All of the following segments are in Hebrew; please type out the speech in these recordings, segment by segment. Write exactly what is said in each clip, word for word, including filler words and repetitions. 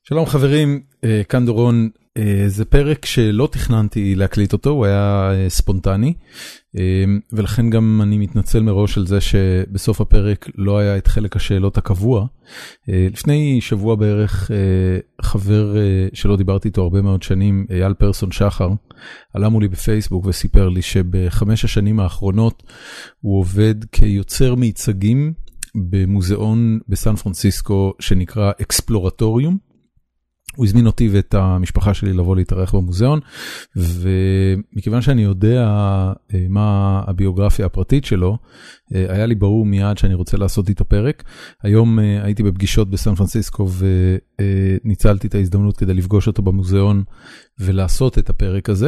שלום חברים, כאן דורון, זה פרק שלא תכננתי להקליט אותו, הוא היה ספונטני, ולכן גם אני מתנצל מראש על זה שבסוף הפרק לא היה את חלק השאלות הקבוע. לפני שבוע בערך חבר שלא דיברתי איתו הרבה מאוד שנים, אייל פרסון שחר, עלה מולי בפייסבוק וסיפר לי שבחמש השנים האחרונות הוא עובד כיוצר מיצגים במוזיאון בסן פרנסיסקו שנקרא אקספלורטוריום. הוא הזמין אותי ואת המשפחה שלי לבוא להתארח במוזיאון, ומכיוון שאני יודע מה הביוגרפיה הפרטית שלו, היה לי ברור מיד שאני רוצה לעשות איתו פרק. היום הייתי בפגישות בסן פרנסיסקו וניצלתי את ההזדמנות כדי לפגוש אותו במוזיאון ולעשות את הפרק הזה.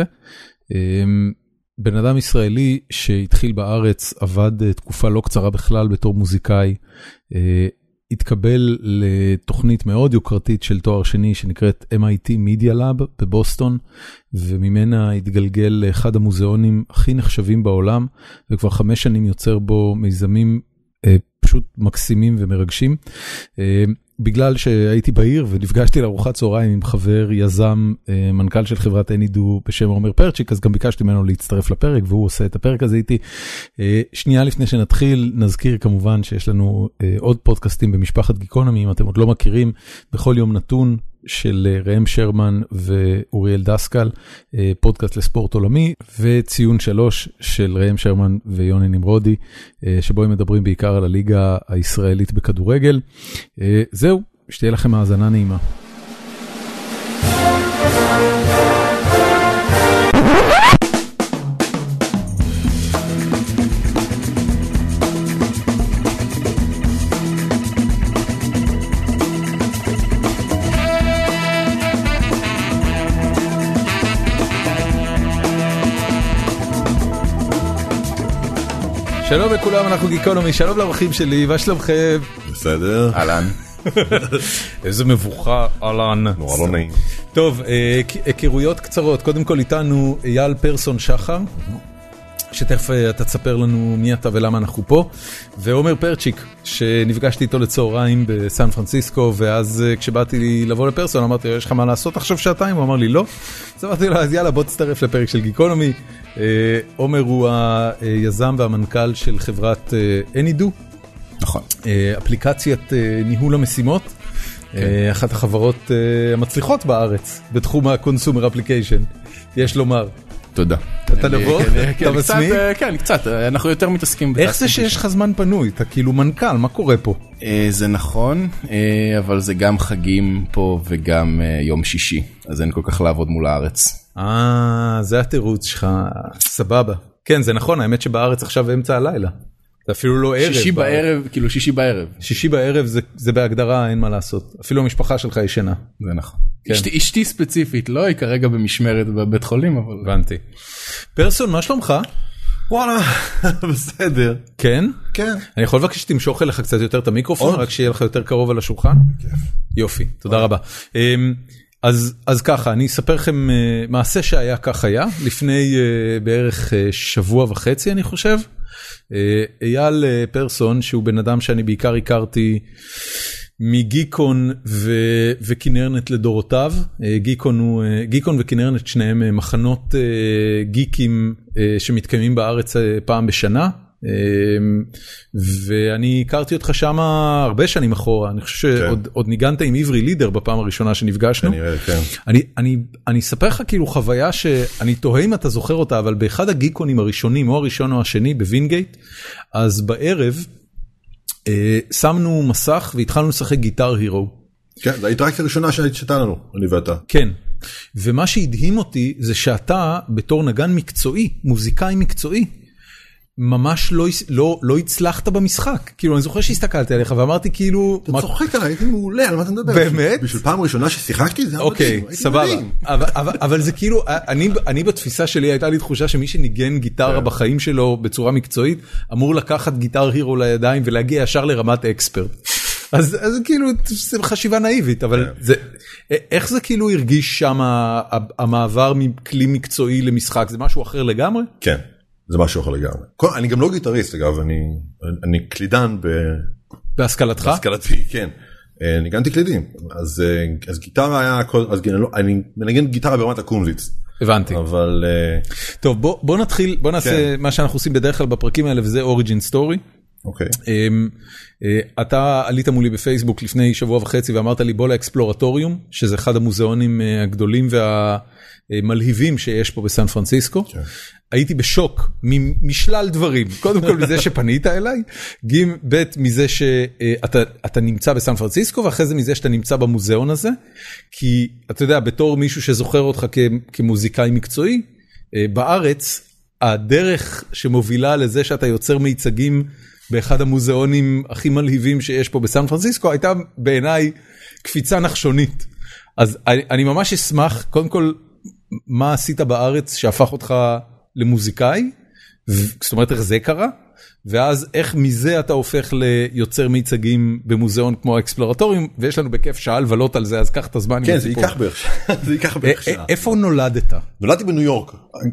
בן אדם ישראלי שהתחיל בארץ, עבד תקופה לא קצרה בכלל בתור מוזיקאי, התקבל לתוכנית מאוד יוקרתית של תואר שני שנקראת אם איי טי Media Lab בבוסטון, וממנה התגלגל לאחד המוזיאונים הכי נחשבים בעולם, וכבר חמש שנים יוצר בו מיזמים פשוט מקסימים ומרגשים. בגלל שהייתי בעיר ונפגשתי לארוחת צהריים עם חבר יזם, מנכ"ל של חברת אנידו בשם עומר פרצ'יק, אז גם ביקשתי ממנו להצטרף לפרק, והוא עושה את הפרק הזה איתי. שנייה לפני שנתחיל, נזכיר כמובן שיש לנו עוד פודקאסטים במשפחת גיקונומי, אם אתם עוד לא מכירים, בכל יום נתון של ראם שרמן ואוריאל דסקל, פודקאסט לספורט עולמי, וציון שלוש של ראם שרמן ויוני נמרודי, שבו הם מדברים בעיקר על הליגה הישראלית בכדורגל. זהו, שתהיה לכם האזנה נעימה. שלום לכולם, אנחנו גיקונומי, שלום לאורחים שלי, מה שלומכם? בסדר. אהלן. איזה מבוכה, אהלן. נורא לא נעים. טוב, היכרויות קצרות, קודם כל איתנו אייל פרסון שחר, שתכף אתה תספר לנו מי אתה ולמה אנחנו פה, ועומר פרצ'יק, שנפגשתי איתו לצהריים בסן פרנסיסקו, ואז כשבאתי לבוא לפרסון, אמרתי לו, יש לך מה לעשות עכשיו שעתיים? הוא אמר לי, לא. אז אמרתי לו, אז יאללה, בוא תצטרף לפרק של גיקונומי. עומר הוא היזם והמנכ"ל של חברת אנידו. נכון. אפליקציית ניהול המשימות. אחת החברות המצליחות בארץ, בתחום הקונסומר אפליקיישן. יש לומר. תודה. אתה לבוא? אתה מסמיא? כן, קצת. אנחנו יותר מתעסקים. איך זה שיש לך זמן פנוי? אתה כאילו מנכ"ל, מה קורה פה? זה נכון, אבל זה גם חגים פה וגם יום שישי. אז אין כל כך לעבוד מול הארץ. אה, זה התירוץ שלך. סבבה. כן, זה נכון, האמת שבארץ עכשיו אמצע הלילה. זה אפילו לא ערב. שישי בערב, כאילו שישי בערב. שישי בערב זה בהגדרה, אין מה לעשות. אפילו המשפחה שלך ישנה. זה נכון. אשתי ספציפית, לא היא כרגע במשמרת בבית חולים, אבל... הבנתי. פרסון, מה שלומך? וואלה, בסדר. כן? כן. אני יכול לבקש שתמשוך אליך קצת יותר את המיקרופון, רק שיהיה לך יותר קרוב על השולחן? כיף. יופי, תודה רבה. אז, אז ככה, אני אספר לכם מעשה שהיה כך היה, לפני בערך שבוע וחצי אני חושב. אייל פרסון, שהוא בן אדם שאני בעיקר הכרתי מגיקון ו- וכינרנט לדורותיו. גיקון, הוא, גיקון וכינרנט שניהם מחנות גיקים שמתקיימים בארץ פעם בשנה. ואני הכרתי אותך שם הרבה שנים אחורה, אני חושב שעוד עוד ניגנת עם עברי לידר בפעם הראשונה שנפגשנו. אני אני אני אספר לך כאילו חוויה שאני תוהה אם אתה זוכר אותה, אבל באחד הגיקונים הראשונים, או הראשון או השני בווינגייט, אז בערב שמנו מסך והתחלנו לשחק גיטר הירו. כן, זו האינטראקציה הראשונה שהייתה לנו, אני ואתה. כן. ומה שהדהים אותי זה שאתה בתור נגן מקצועי, מוזיקאי מקצועי, ממש לא, לא, לא הצלחת במשחק. כאילו, אני זוכר שהסתכלתי עליך ואמרתי כאילו... אתה צוחק עליי, הייתי מעולה, על מה אתה מדבר? באמת? בשביל פעם ראשונה ששיחקתי, זה היה מדהים. אוקיי, סבבה. אבל, אבל, אבל זה כאילו, אני, אני בתפיסה שלי הייתה לי תחושה שמי שניגן גיטרה בחיים שלו בצורה מקצועית, אמור לקחת גיטר הירו לידיים ולהגיע ישר לרמת אקספרט. אז, אז כאילו, זה חשיבה נאיבית, אבל זה, איך זה כאילו הרגיש שם המעבר מכלי מקצועי למשחק? זה משהו אחר לגמרי? כן. זה משהו אחר לגמרי. אני גם לא גיטריסט, אגב, אני, אני קלידן ב... בהשכלתך? בהשכלתי, כן. ניגנתי קלידים, אז, אז גיטרה היה, אז אני מנגן גיטרה ברמת הקומזיץ. הבנתי. אבל... טוב, בוא, בוא נתחיל, בוא נעשה כן. מה שאנחנו עושים בדרך כלל בפרקים האלה, וזה אוריג'ין סטורי. אוקיי. אתה עלית מולי בפייסבוק לפני שבוע וחצי, ואמרת לי בוא לאקספלורטוריום, שזה אחד המוזיאונים הגדולים והמלהיבים שיש פה בסן פרנסיסקו. כן. הייתי בשוק משלל דברים, קודם כל מזה שפנית אליי, גימ בית מזה שאתה אתה נמצא בסן פרנסיסקו, ואחרי זה מזה שאתה נמצא במוזיאון הזה, כי אתה יודע, בתור מישהו שזוכר אותך כמוזיקאי מקצועי, בארץ, הדרך שמובילה לזה שאתה יוצר מיצגים באחד המוזיאונים הכי מלהיבים שיש פה בסן פרנסיסקו, הייתה בעיניי קפיצה נחשונית. אז אני ממש אשמח, קודם כל, מה עשית בארץ שהפך אותך למוזיקאי, זאת אומרת איך זה קרה, ואז איך מזה אתה הופך ליוצר מיצגים במוזיאון כמו האקספלורטוריום, ויש לנו בכיף שעה לבלות על זה, אז קח את הזמן. כן, זה ייקח בערך, זה ייקח בערך שעה. איפה נולדת? נולדתי בניו יורק.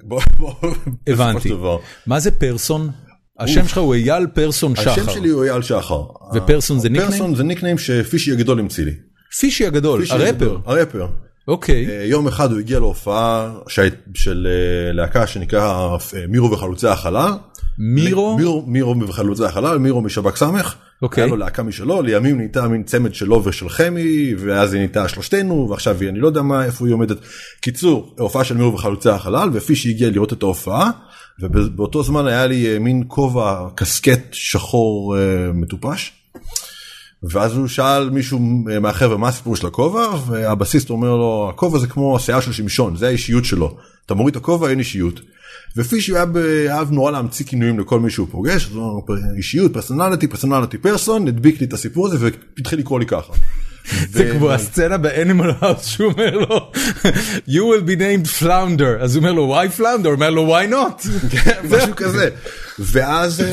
הבנתי. מה זה פרסון? השם שלך הוא אייל פרסון שחר. השם שלי הוא אייל שחר. ופרסון זה ניקניים? פרסון זה ניקניים שפישי הגדול המציא לי. פישי הגדול, הרפר. הרפר. אוקיי. יום אחד הוא הגיע להופעה של להקה שנקרא מירו וחלוצי החלל. מירו? מירו וחלוצי החלל, מירו משב"כ סמך. היה לו להקה משלו, לימים נהייתה מין צמד שלו ושל חמי, ואז היא נהייתה שלושתנו, ועכשיו אני לא יודע מה, איפה היא עומדת. קיצור, ההופעה של מירו וחלוצי החלל, ופישי הגיע לראות את ההופעה, ובאותו זמן היה לי מין כובע קסקט שחור מטופש. ואז הוא שאל מישהו מהחבר'ה מה הסיפור של הכובע, והבסיסט אומר לו, הכובע זה כמו השיער של שמשון, זה האישיות שלו. אתה מוריד את הכובע, אין אישיות. ופישי היה אהב נורא להמציא כינויים לכל מי שהוא פוגש, אישיות, פרסונליטי, פרסונליטי פרסון, נדביק לי את הסיפור הזה, והתחיל לקרוא לי ככה. זה כמו הסצנה באנימל האוס, שהוא אומר לו, you will be named flounder, אז הוא אומר לו, why flounder? הוא אומר לו, why not? משהו כזה. ואז...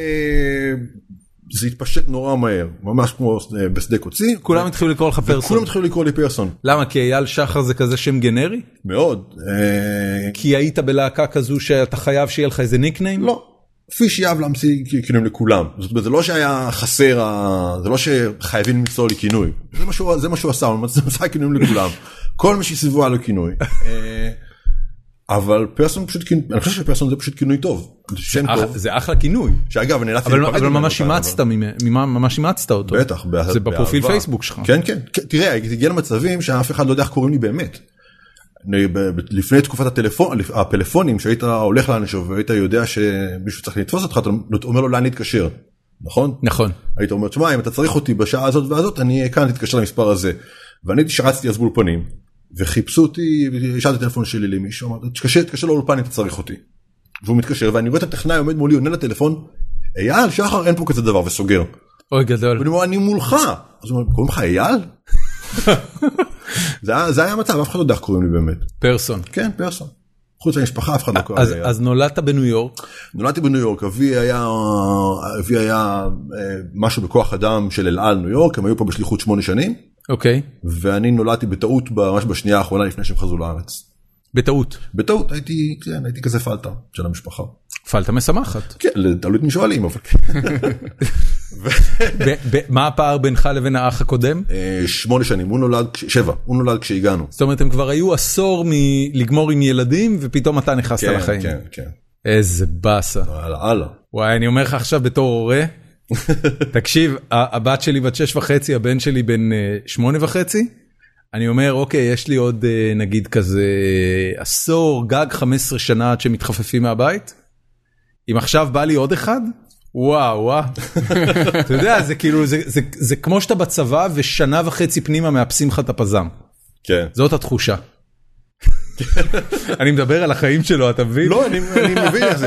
זה התפשט נורא מהר, ממש כמו בשדה קוצי. כולם התחילו לקרוא לך פרסון. כולם התחילו לקרוא לי פרסון. למה? כי אייל שחר זה כזה שם גנרי? מאוד. כי היית בלהקה כזו שאתה חייב שיהיה לך איזה ניקניים? לא. פישי אהב להמציא כינויים לכולם. זאת אומרת, זה לא שהיה חסר, זה לא שחייבים למצוא לי כינוי. זה מה שהוא עשה, הוא מצא כינויים לכולם. כל מי שסביבו היה לו כינוי. אבל פרסון פשוט, אני חושב שפרסון זה פשוט כינוי טוב. זה אחלה כינוי. שאגב, אני נאלצתי... אבל ממש אימצת, ממש אימצת אותו. בטח. זה בפרופיל פייסבוק שלך. כן, כן. תראה, הגיע למצבים שאף אחד לא יודע איך קוראים לי באמת. לפני תקופת הפלאפונים, שהיית הולך לאנשהו והיית יודע שמישהו צריך לתפוס אותך, אתה אומר לו לאן להתקשר. נכון? נכון. היית אומר, תשמע, אם אתה צריך אותי בשעה הזאת והזאת, אני כאן תתקשר למספר הזה. ואני שרצתי אז באולפנים. וחיפשו אותי, השאלתי את הטלפון שלי למישהו, אמרתי, תתקשר, תתקשר לאולפן אם אתה צריך אותי. והוא מתקשר, ואני רואה את הטכנאי עומד מולי, עונה לטלפון, אייל, שחר, אין פה כזה דבר, וסוגר. אוי, גדול. ואני אומר, אני מולך. אז הוא אומר, קוראים לך אייל? זה היה המצב, אף אחד לא יודע איך קוראים לי באמת. פרסון. כן, פרסון. חוץ מהמשפחה, אף אחד לא קוראים לי אייל. אז נולדת בניו יורק? נולדתי בניו יורק, אבי היה, אבי היה משהו בכוח אדם של אל על ניו יורק, הם היו פה בשליחות שמונה שנים. אוקיי. ואני נולדתי בטעות ממש בשנייה האחרונה לפני שהם חזרו לארץ. בטעות? בטעות, הייתי, כן, הייתי כזה פלטה של המשפחה. פלטה משמחת. כן, תלוי את מי שואלים, אבל... מה הפער בינך לבין האח הקודם? שמונה שנים, הוא נולד, שבע, הוא נולד כשהגענו. זאת אומרת, הם כבר היו עשור מלגמור עם ילדים, ופתאום אתה נכנסת לחיים. כן, כן. איזה בסה. הלאה, הלאה. וואי, אני אומר לך עכשיו בתור הורה, תקשיב, הבת שלי בת שש וחצי, הבן שלי בן שמונה וחצי, אני אומר, אוקיי, יש לי עוד נגיד כזה עשור, גג חמש עשרה שנה עד שמתחפפים מהבית, אם עכשיו בא לי עוד אחד, וואו, וואו. אתה יודע, זה כאילו, זה, זה, זה כמו שאתה בצבא ושנה וחצי פנימה מאפסים לך את הפזם. כן. זאת התחושה. אני מדבר על החיים שלו, אתה מבין? לא, אני מבין את זה.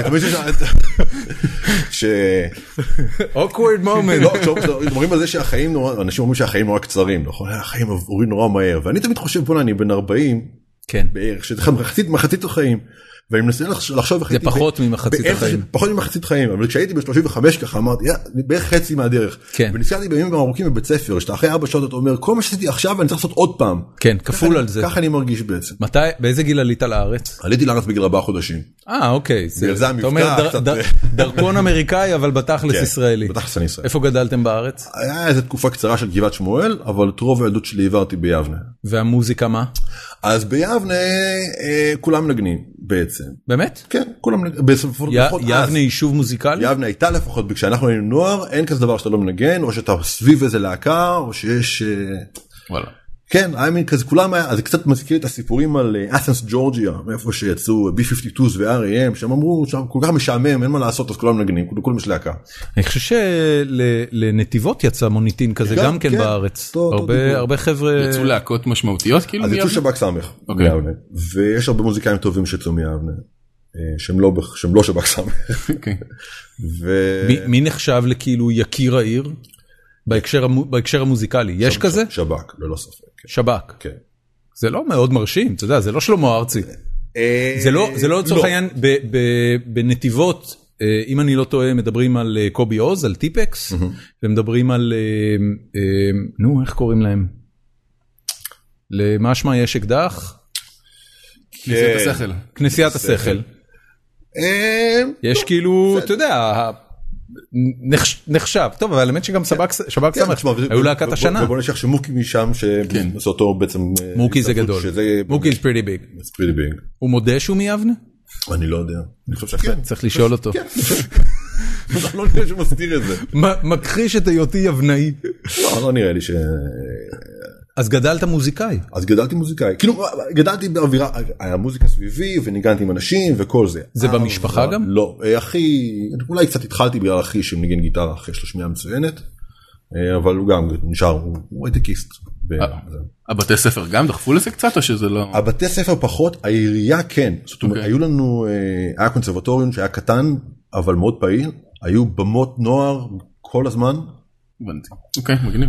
ש... awkward moment. לא, אומרים על זה שהחיים נורא, אנשים אומרים שהחיים נורא קצרים, נכון? החיים עוברים נורא מהר, ואני תמיד חושב, בוא, אני בן ארבעים, בערך, שזה מחצית, מחצית החיים, ואני מנסה לחשוב, זה פחות ממחצית החיים. פחות ממחצית חיים, אבל כשהייתי ב-שלושים וחמש ככה אמרתי, בערך חצי מהדרך. ונזכרתי בימים ארוכים בבית ספר, שאתה אחרי ארבע שעות אתה אומר, כל מה שעשיתי עכשיו אני צריך לעשות עוד פעם. כן, כפול על זה. ככה אני מרגיש בעצם. מתי, באיזה גיל עלית לארץ? עליתי לארץ בגיל ארבעה חודשים. אה, אוקיי. זה המבטא. אתה אומר דרכון אמריקאי, אבל בתכלס ישראלי. בתכלס אני ישראלי. איפה גדלתם בארץ? היה איזו תקופה קצרה של גבעת שמואל, אבל את רוב הילדות שלי העברתי ביבנה. והמוזיקה מה? אז ביבנה כולם נגנים בעצם. באמת? כן, כולם נגנים. יבנה יישוב מוזיקלי? יבנה הייתה לפחות, כשאנחנו היינו נוער, אין כזה דבר שאתה לא מנגן, או שאתה סביב איזה להקה, או שיש... וואלה. כן, היה מין כזה, כולם היה, אז זה קצת מזכיר את הסיפורים על את'נס ג'ורג'יה, מאיפה שיצאו בי חמישים ושתיים ו-אר אי אם, שהם אמרו, שם כל כך משעמם, אין מה לעשות, אז כולם נגנים, כולם יש להקה. אני חושב שלנתיבות יצא מוניטין כזה, גם כן בארץ. הרבה חבר'ה... יצאו להקות משמעותיות כאילו מיבנה? אז יצאו שב"כ סמך מיבנה, ויש הרבה מוזיקאים טובים שיצאו מיבנה, שהם לא שב"כ סמך. מי נחשב לכאילו יקיר העיר? בהקשר המוזיקלי, יש כזה? שב"כ, ללא ספק. שב"כ. כן. זה לא מאוד מרשים, אתה יודע, זה לא שלמה ארצי. זה לא לצורך העניין, בנתיבות, אם אני לא טועה, מדברים על קובי עוז, על טיפקס, ומדברים על, נו, איך קוראים להם? למשמע יש אקדח? כנסיית השכל. כנסיית השכל. יש כאילו, אתה יודע, נחשב, טוב, אבל האמת שגם שב"כ סמך, היו להקת השנה. ובוא נשכח שמוקי משם, שעושה אותו בעצם... מוקי זה גדול, מוקי is pretty big. It's pretty big. הוא מודה שהוא מיבנה? אני לא יודע, אני חושב שכן. צריך לשאול אותו. לא נראה שהוא מסתיר את זה. מכחיש את היותי יבנאי. לא, לא נראה לי ש... אז גדלת מוזיקאי. אז גדלתי מוזיקאי. כאילו, גדלתי באווירה, היה מוזיקה סביבי, וניגנתי עם אנשים וכל זה. זה במשפחה גם? לא, אחי, אולי קצת התחלתי בגלל אחי שמנגן גיטרה, אחרי שלו שמיעה מצוינת, אבל הוא גם נשאר, הוא הייטקיסט. הבתי ספר גם דחפו לזה קצת או שזה לא? הבתי ספר פחות, העירייה כן. זאת אומרת, היו לנו, היה קונסרבטוריון שהיה קטן, אבל מאוד פעיל, היו במות נוער כל הזמן. הבנתי. אוקיי, מגניב.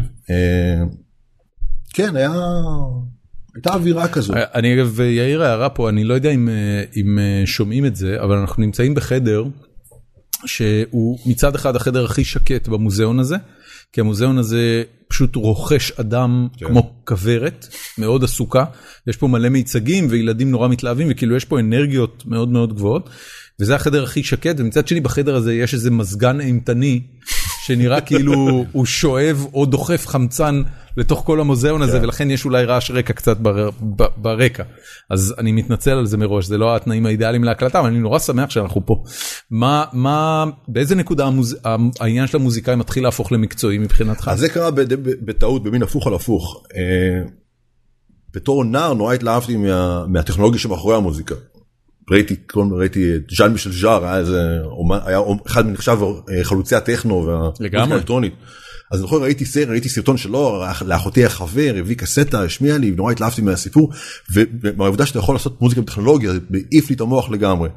כן, היה... הייתה אווירה כזו. אני אגב, יאיר הערה פה, אני לא יודע אם, אם שומעים את זה, אבל אנחנו נמצאים בחדר, שהוא מצד אחד החדר הכי שקט במוזיאון הזה, כי המוזיאון הזה פשוט רוכש אדם כן. כמו כברת, מאוד עסוקה, יש פה מלא מיצגים וילדים נורא מתלהבים, וכאילו יש פה אנרגיות מאוד מאוד גבוהות, וזה החדר הכי שקט, ומצד שני בחדר הזה יש איזה מזגן אימתני, שנראה כאילו הוא שואב או דוחף חמצן לתוך כל המוזיאון הזה, ולכן יש אולי רעש רקע קצת ברקע. אז אני מתנצל על זה מראש, זה לא התנאים האידיאליים להקלטה, אבל אני נורא שמח שאנחנו פה. מה, מה, באיזה נקודה העניין של המוזיקאי מתחיל להפוך למקצועי מבחינתך? אז זה קרה בטעות, במין הפוך על הפוך. בתור נער נורא התלהבתי מהטכנולוגיה שמאחורי המוזיקה. ראיתי, ראיתי, ז'אן מישל ז'אר, היה איזה, היה אחד מנחשב חלוצי הטכנו והמוזיקה האלקטרונית. אז נכון, ראיתי סרט, ראיתי סרטון שלו, לאחותי החבר, הביא קסטה, השמיע לי, נורא התלהבתי מהסיפור, ומהעובדה שאתה יכול לעשות מוזיקה בטכנולוגיה, זה העיף לי את המוח לגמרי.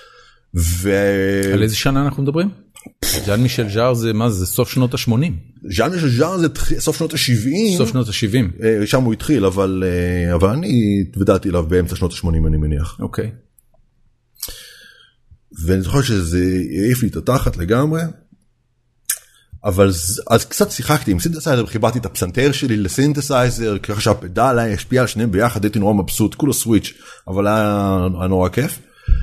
על איזה שנה אנחנו מדברים? ז'אן מישל ז'אר זה מה? זה סוף שנות ה-שמונים. ז'אן מישל ז'אר זה סוף שנות ה-שבעים. סוף שנות ה-שבעים. שם הוא התחיל, אבל אני התוודעתי אליו באמצע שנות ה-שמונים, אני מניח. אוקיי. ואני זוכר שזה העיף לי את התחת לגמרי, אבל אז קצת שיחקתי עם סינתסייזר, וחיברתי את הפסנתר שלי לסינתסייזר, ככה שהפדל היה השפיע על שניהם ביחד, הייתי נורא מבסוט, כולו סוויץ', אבל היה נורא כיף.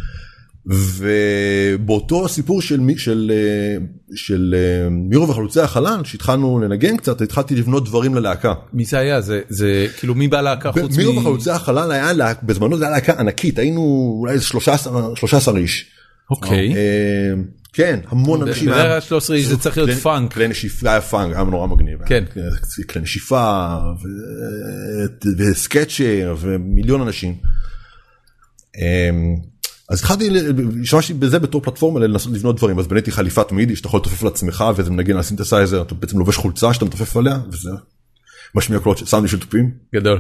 ובאותו הסיפור של, של, של מירו וחלוצי החלל, שהתחלנו לנגן קצת, התחלתי לבנות דברים ללהקה. מי זה היה? זה, זה כאילו מי בא להקה חוץ מ... מירו וחלוצי החלל היה, בזמנו זה היה להקה ענקית, היינו אולי שלושה עשר איש. אוקיי. כן, המון אנשים. בדרך שלוש עשרה איש זה צריך להיות פאנק. כלי נשיפה היה פאנק, היה נורא מגניב. כן. כלי נשיפה, וסקצ'ר, ומיליון אנשים. אז התחלתי, השתמשתי בזה בתור פלטפורמה לנסות לבנות דברים, אז בניתי חליפת מידי, שאתה יכול לתופף על עצמך, וזה מנגן על סינתסייזר, אתה בעצם לובש חולצה שאתה מתופף עליה, וזה משמיע קולות של סאונדים של תופים. גדול.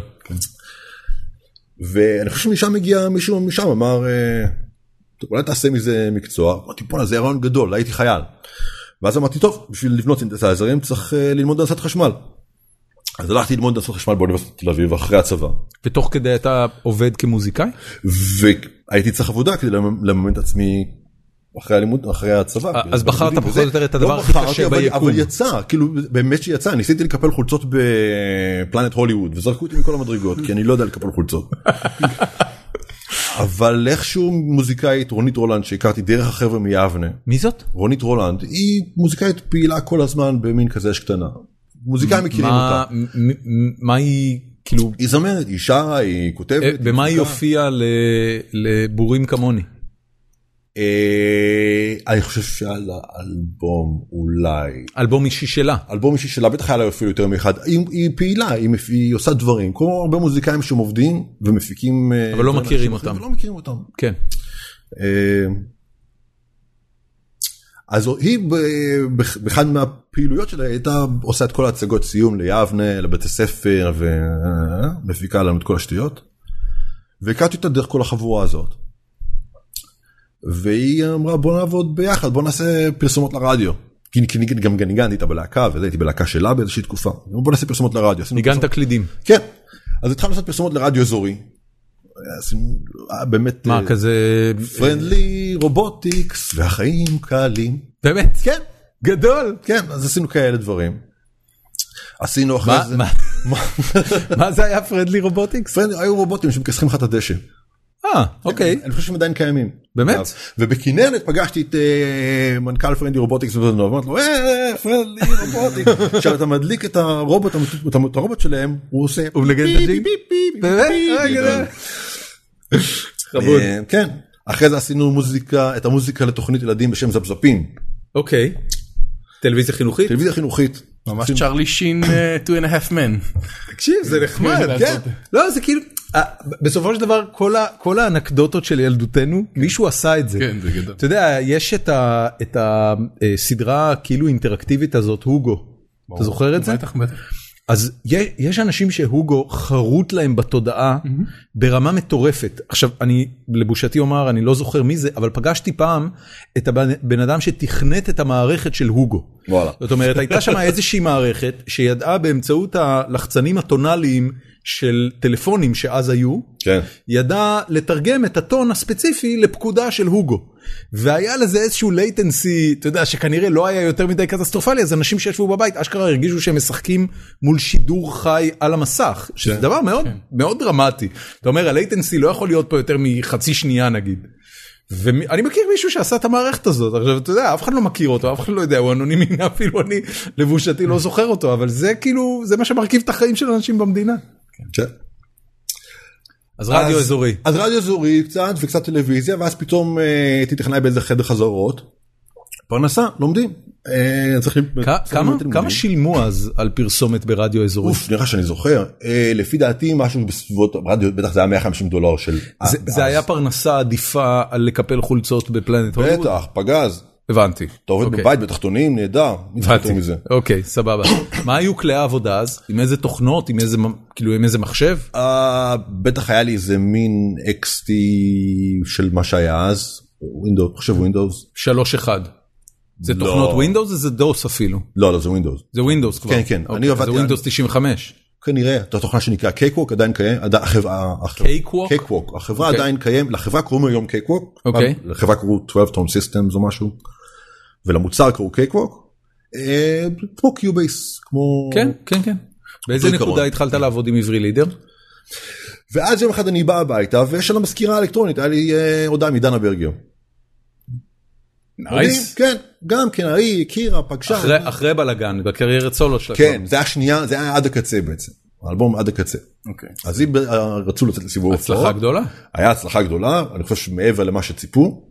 ואני חושב שמשם הגיע מישהו משם, אמר, אולי תעשה מזה מקצוע, אמרתי, בוא, זה רעיון גדול, הייתי חייל. ואז אמרתי, טוב, בשביל לבנות סינתסייזרים צריך ללמוד הנדסת חשמל. אז הלכתי ללמוד הנדסת חשמל באוניברסיטת תל אביב אחרי הצבא. ותוך כדי אתה עובד כמוזיקאי? והייתי צריך עבודה כדי לממן את עצמי אחרי הלימוד, אחרי הצבא. אז בחרת פחות או יותר את הדבר הכי קשה ביקום. אבל יצא, כאילו באמת שיצא, ניסיתי לקפל חולצות בפלנט הוליווד, וזרקו אותי מכל המדרגות, כי אני לא יודע לקפל חולצות. אבל איכשהו מוזיקאית רונית רולנד שהכרתי דרך החבר'ה מיבנה. מי זאת? רונית רולנד, היא מוזיקאית פעילה כל הזמן במין כזה אש קטנה. מוזיקאים מכירים אותה. מה היא, כאילו... היא זמרת, היא שרה, היא כותבת. במה היא הופיעה לבורים כמוני? אני חושב שעל האלבום אולי. אלבום אישי שלה. אלבום אישי שלה, בטח היה לה אפילו יותר מאחד. היא פעילה, היא עושה דברים. כמו הרבה מוזיקאים שהם עובדים ומפיקים. אבל לא מכירים אותם. לא מכירים אותם. כן. אז היא באחד מהפעילויות שלה הייתה עושה את כל ההצגות סיום ליבנה, לבתי ספר ומפיקה לנו את כל השטויות. והכרתי אותה דרך כל החבורה הזאת. והיא אמרה בוא נעבוד ביחד, בוא נעשה פרסומות לרדיו. כי אני גם ניגנתי איתה בלהקה, והייתי בלהקה שלה באיזושהי תקופה. בוא נעשה פרסומות לרדיו. ניגנת קלידים. כן. אז התחלנו לעשות פרסומות לרדיו אזורי. באמת... מה, כזה... פרנדלי, רובוטיקס, והחיים קלים. באמת? כן. גדול. כן, אז עשינו כאלה דברים. עשינו אחרי זה... מה זה היה פרנדלי רובוטיקס? פרנדלי, היו רובוטים שמכסחים לך את הדשא. אה, אוקיי. אני חושב שהם עדיין קיימים. באמת? ובכנרת פגשתי את מנכ"ל פרנדלי רובוטיקס, ואמרתי לו, אה, פרנדלי רובוטיקס. עכשיו אתה מדליק את הרובוט, את הרובוט שלהם, הוא עושה... הוא מנגן את הג'ינג? באמת? חבוד. כן. אחרי זה עשינו מוזיקה, את המוזיקה לתוכנית ילדים בשם זפזפים. אוקיי. טלוויזיה חינוכית? טלוויזיה חינוכית. ממש צ'רלי שין two and a half men. תקשיב, זה נחמד, כן. לא, זה כאילו... בסופו של דבר, כל האנקדוטות של ילדותנו, מישהו עשה את זה. כן, זה גדול. אתה יודע, יש את הסדרה כאילו אינטראקטיבית הזאת, הוגו. אתה זוכר את זה? בטח, בטח. אז יש אנשים שהוגו חרוט להם בתודעה ברמה מטורפת. עכשיו, אני לבושתי אומר, אני לא זוכר מי זה, אבל פגשתי פעם את הבן אדם שתכנת את המערכת של הוגו. וואלה. זאת אומרת, הייתה שם איזושהי מערכת שידעה באמצעות הלחצנים הטונליים של טלפונים שאז היו, כן. ידע לתרגם את הטון הספציפי לפקודה של הוגו. והיה לזה איזשהו latency, אתה יודע, שכנראה לא היה יותר מדי קטסטרופלי, אז אנשים שישבו בבית, אשכרה הרגישו שהם משחקים מול שידור חי על המסך, שזה דבר מאוד, מאוד דרמטי. אתה אומר, ה-latency לא יכול להיות פה יותר מחצי שנייה נגיד. ואני מכיר מישהו שעשה את המערכת הזאת, עכשיו אתה יודע, אף אחד לא מכיר אותו, אף אחד לא יודע, הוא אנונימי, אפילו אני לבושתי לא זוכר אותו, אבל זה כאילו, זה מה שמרכיב את החיים של אנשים במדינה. כן. אז רדיו אזורי. אז רדיו אזורי קצת וקצת טלוויזיה, ואז פתאום הייתי טכנאי באיזה חדר חזרות. פרנסה, לומדים. כמה שילמו אז על פרסומת ברדיו אזורי? אוף, נראה שאני זוכר. לפי דעתי משהו בסביבות, בטח זה היה מאה וחמישים דולר של... זה היה פרנסה עדיפה על לקפל חולצות בפלנט הוליווד? בטח, פגז. הבנתי. אתה עובד בבית בתחתונים, נהדר. הבנתי. אוקיי, סבבה. מה היו כלי העבודה אז? עם איזה תוכנות? עם איזה, כאילו, עם איזה מחשב? בטח היה לי איזה מין אקס טי של מה שהיה אז. ווינדוס, חושב ווינדוס. שלוש אחד. זה תוכנות ווינדוס או זה דוס אפילו? לא, לא, זה ווינדוס. זה ווינדוס כבר. כן, כן. זה ווינדוס תשעים וחמש. כנראה, את התוכנה שנקרא קייקווק עדיין קיים. קייקווק? קייקווק. החברה עדיין קיים, לחברה קוראים היום קייקווק. אוקיי. לחברה קראו twelve tone systems או משהו. ולמוצר קראו קייקווק. כמו קיובייס, כמו... כן, כן, כן. באיזה נקודה התחלת לעבוד עם עברי לידר? ואז יום אחד אני בא הביתה, ויש על המזכירה האלקטרונית, היה לי הודעה מדנה ברגר. נייס. כן, גם כן, היא הכירה, פגשה. אחרי בלגן, בקריירת סולו שלה. כן, זה היה שנייה, זה היה עד הקצה בעצם. האלבום עד הקצה. אז היא רצו לצאת לסיבוב. הצלחה גדולה? היה הצלחה גדולה, אני חושב שמעבר למה שציפו.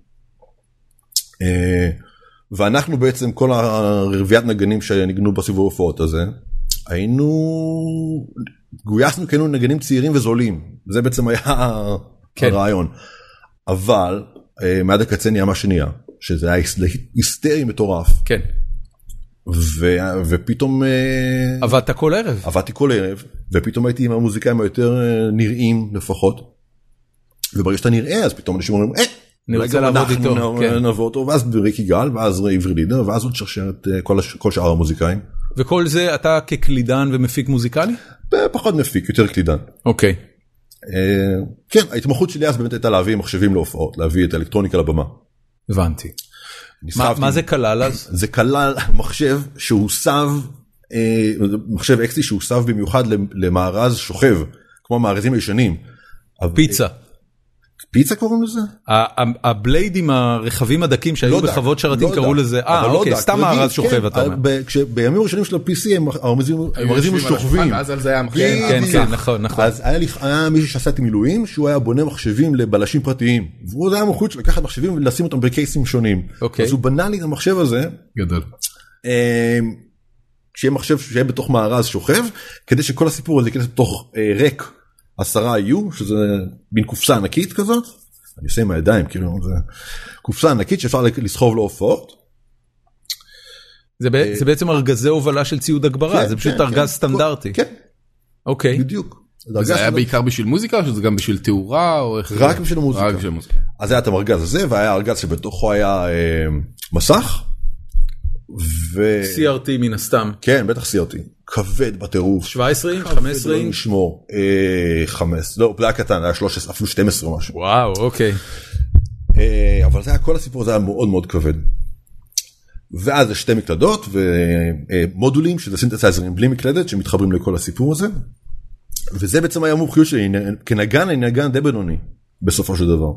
ואנחנו בעצם, כל הרביית נגנים שנגנו בסיבוב הופעות הזה, היינו, גויסנו כאילו נגנים צעירים וזולים. זה בעצם היה הרעיון. אבל, מעד הקצה נהיה מה שנהיה. שזה היה היסטרי מטורף. כן. ופתאום... עבדת כל ערב. עבדתי כל ערב, ופתאום הייתי עם המוזיקאים היותר נראים לפחות. וברגע שאתה נראה, אז פתאום אנשים אומרים, אה, אני רוצה לעבוד איתו. נעבוד אותו, ואז בריק יגאל, ואז עברי לידר, ואז עוד שרשרת כל שאר המוזיקאים. וכל זה אתה כקלידן ומפיק מוזיקלי? פחות מפיק, יותר קלידן. אוקיי. כן, ההתמחות שלי אז באמת הייתה להביא מחשבים להופעות, להביא את האלקטרוניקה לבמה. הבנתי. מה זה כלל אז? זה כלל מחשב שהוסב, מחשב אקסי שהוסב במיוחד למארז שוכב, כמו המארזים הישנים. פיצה. פיצה קוראים לזה? הבליידים הרחבים הדקים שהיו בחוות שרתים קראו לזה, אה אוקיי, סתם מארז שוכב אתה אומר. בימים הראשונים של ה-פי סי המארזים שוכבים. אז על זה היה מחשב. כן, כן, נכון, נכון. אז היה מישהו שעשיתי מילואים, שהוא היה בונה מחשבים לבלשים פרטיים. והוא היה מומחיות של לקחת מחשבים ולשים אותם בקייסים שונים. אז הוא בנה לי את המחשב הזה. גדול. שיהיה מחשב שיהיה בתוך מארז שוכב, כדי שכל הסיפור הזה ייכנס בתוך ריק. עשרה יהיו, שזה בין קופסה ענקית כזאת, אני עושה עם הידיים, כאילו, זה קופסה ענקית שאפשר לסחוב להופעות. זה בעצם ארגזי הובלה של ציוד הגברה, זה פשוט ארגז סטנדרטי. כן. אוקיי. בדיוק. זה היה בעיקר בשביל מוזיקה, או שזה גם בשביל תאורה? רק בשביל המוזיקה. רק בשביל מוזיקה. אז היה את המרגז הזה, והיה ארגז שבתוכו היה מסך. סי אר טי מן הסתם. כן, בטח סי אר טי. כבד בטירוף. שבע עשרה, חמש עשרה. לא נשמור. חמש עשרה, לא, זה היה קטן, היה שלוש עשרה, אפילו שתים עשרה או משהו. וואו, אוקיי. אבל זה היה, כל הסיפור הזה היה מאוד מאוד כבד. ואז יש שתי מקלדות ומודולים, שזה סינתסייזרים בלי מקלדת, שמתחברים לכל הסיפור הזה. וזה בעצם היה מומחיות שלי, כנגן, אני נגן די בינוני, בסופו של דבר.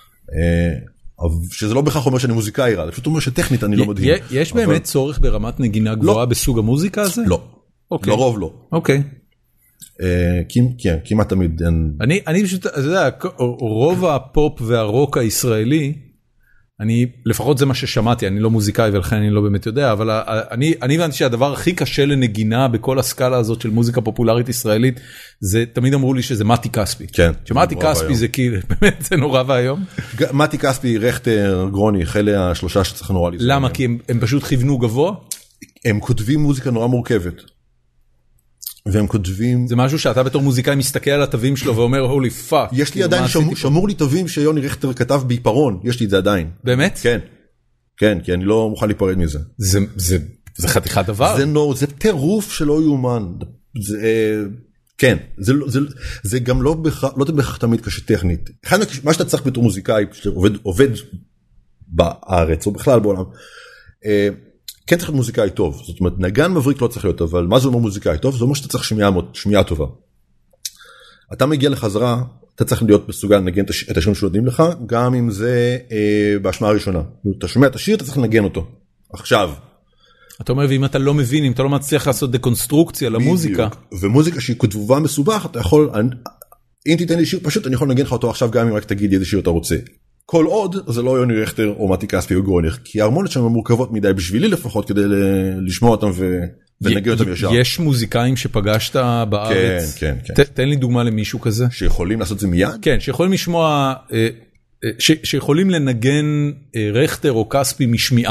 שזה לא בכך אומר שאני מוזיקאי רע, זה פשוט אומר שטכנית אני לא מדהים. יש באמת צורך ברמת נגינה גבוהה בסוג המוזיקה הזה? לא. לרוב לא. אוקיי. כן, כמעט תמיד. אני פשוט, אתה יודע, רוב הפופ והרוק הישראלי, אני, לפחות זה מה ששמעתי, אני לא מוזיקאי ולכן אני לא באמת יודע, אבל אני, אני הבנתי שהדבר הכי קשה לנגינה בכל הסקאלה הזאת של מוזיקה פופולרית ישראלית, זה, תמיד אמרו לי שזה מתי כספי. כן. שמתי כספי זה כאילו, באמת זה נורא והיום. מתי כספי, רכטר, גרוניך, אלה השלושה שצריך נורא לסיים. למה? כי הם, הם פשוט כיוונו גבוה? הם כותבים מוזיקה נורא מורכבת. והם כותבים... זה משהו שאתה בתור מוזיקאי מסתכל על התווים שלו ואומר, הולי פאק. יש לי עדיין שמור לי תווים שיוני רכטר כתב בעיפרון, יש לי את זה עדיין. באמת? כן. כן, כי אני לא מוכן להיפרד מזה. זה, זה, זה חתיכת דבר. זה נו, זה טירוף שלא יאומן. זה, כן, זה, זה, זה גם לא בכך, לא בכך תמיד קשה טכנית. אחד מה שאתה צריך בתור מוזיקאי, שעובד, עובד בארץ או בכלל בעולם, כן צריך להיות מוזיקאי טוב, זאת אומרת, נגן מבריק לא צריך להיות, אבל מה זה אומר מוזיקאי טוב? זה אומר שאתה צריך שמיעה, שמיעה טובה. אתה מגיע לחזרה, אתה צריך להיות מסוגל לנגן את השירים שנותנים לך, גם אם זה אה, בהשמעה הראשונה. אתה שומע את השיר, אתה צריך לנגן אותו. עכשיו. אתה אומר, ואם אתה לא מבין, אם אתה לא מצליח לעשות דקונסטרוקציה למוזיקה. ומוזיקה שהיא כתובה מסובך, אתה יכול, אם תיתן לי שיר פשוט, אני יכול לנגן לך אותו עכשיו, גם אם רק תגיד איזה שיר אתה רוצה. כל עוד זה לא יוני רכטר או מתי כספי או גרוניך, כי ההרמוניות שם מורכבות מדי בשבילי לפחות, כדי לשמוע אותם ולנגן אותם ישר. יש מוזיקאים שפגשת בארץ? כן, כן, כן. תן לי דוגמה למישהו כזה. שיכולים לעשות זה מיד? כן, שיכולים לשמוע, שיכולים לנגן רכטר או כספי משמיעה.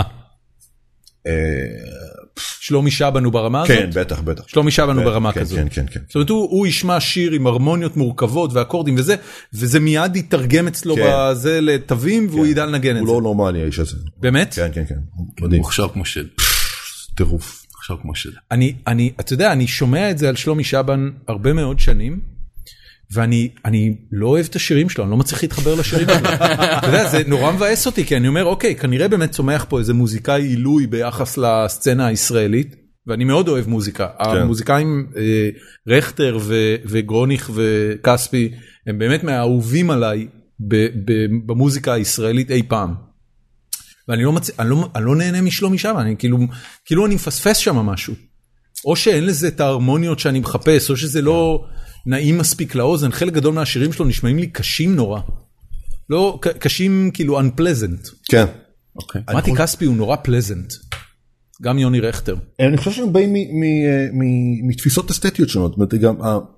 שלומי שבן הוא ברמה הזאת? כן, בטח, בטח. שלומי שבן הוא ברמה כזאת. כן, כן, כן. זאת אומרת, הוא ישמע שיר עם הרמוניות מורכבות ואקורדים וזה, וזה מיד יתרגם אצלו בזה לתווים, והוא ידע לנגן את זה. הוא לא נורמלי, האיש הזה. באמת? כן, כן, כן. מדהים. הוא חשב כמו שד. טירוף. חשב כמו שד. אני, אני, אתה יודע, אני שומע את זה על שלומי שבן הרבה מאוד שנים, ואני, אני לא אוהב את השירים שלו, אני לא מצליח להתחבר לשירים שלו. אתה יודע, זה נורא מבאס אותי, כי אני אומר, אוקיי, כנראה באמת צומח פה איזה מוזיקאי עילוי ביחס לסצנה הישראלית, ואני מאוד אוהב מוזיקה. המוזיקאים, רכטר וגרוניך וכספי, הם באמת מהאהובים עליי במוזיקה הישראלית אי פעם. ואני לא מצ... אני לא, אני לא נהנה משלומי שבן, אני כאילו, כאילו אני מפספס שם משהו. או שאין לזה את ההרמוניות שאני מחפש, או שזה לא נעים מספיק לאוזן. חלק גדול מהשירים שלו נשמעים לי קשים נורא. לא, קשים כאילו unpleasant. כן. אוקיי. מתי כספי הוא נורא pleasant. גם יוני רכטר. אני חושב שהם באים מתפיסות אסתטיות שונות. זאת אומרת, גם...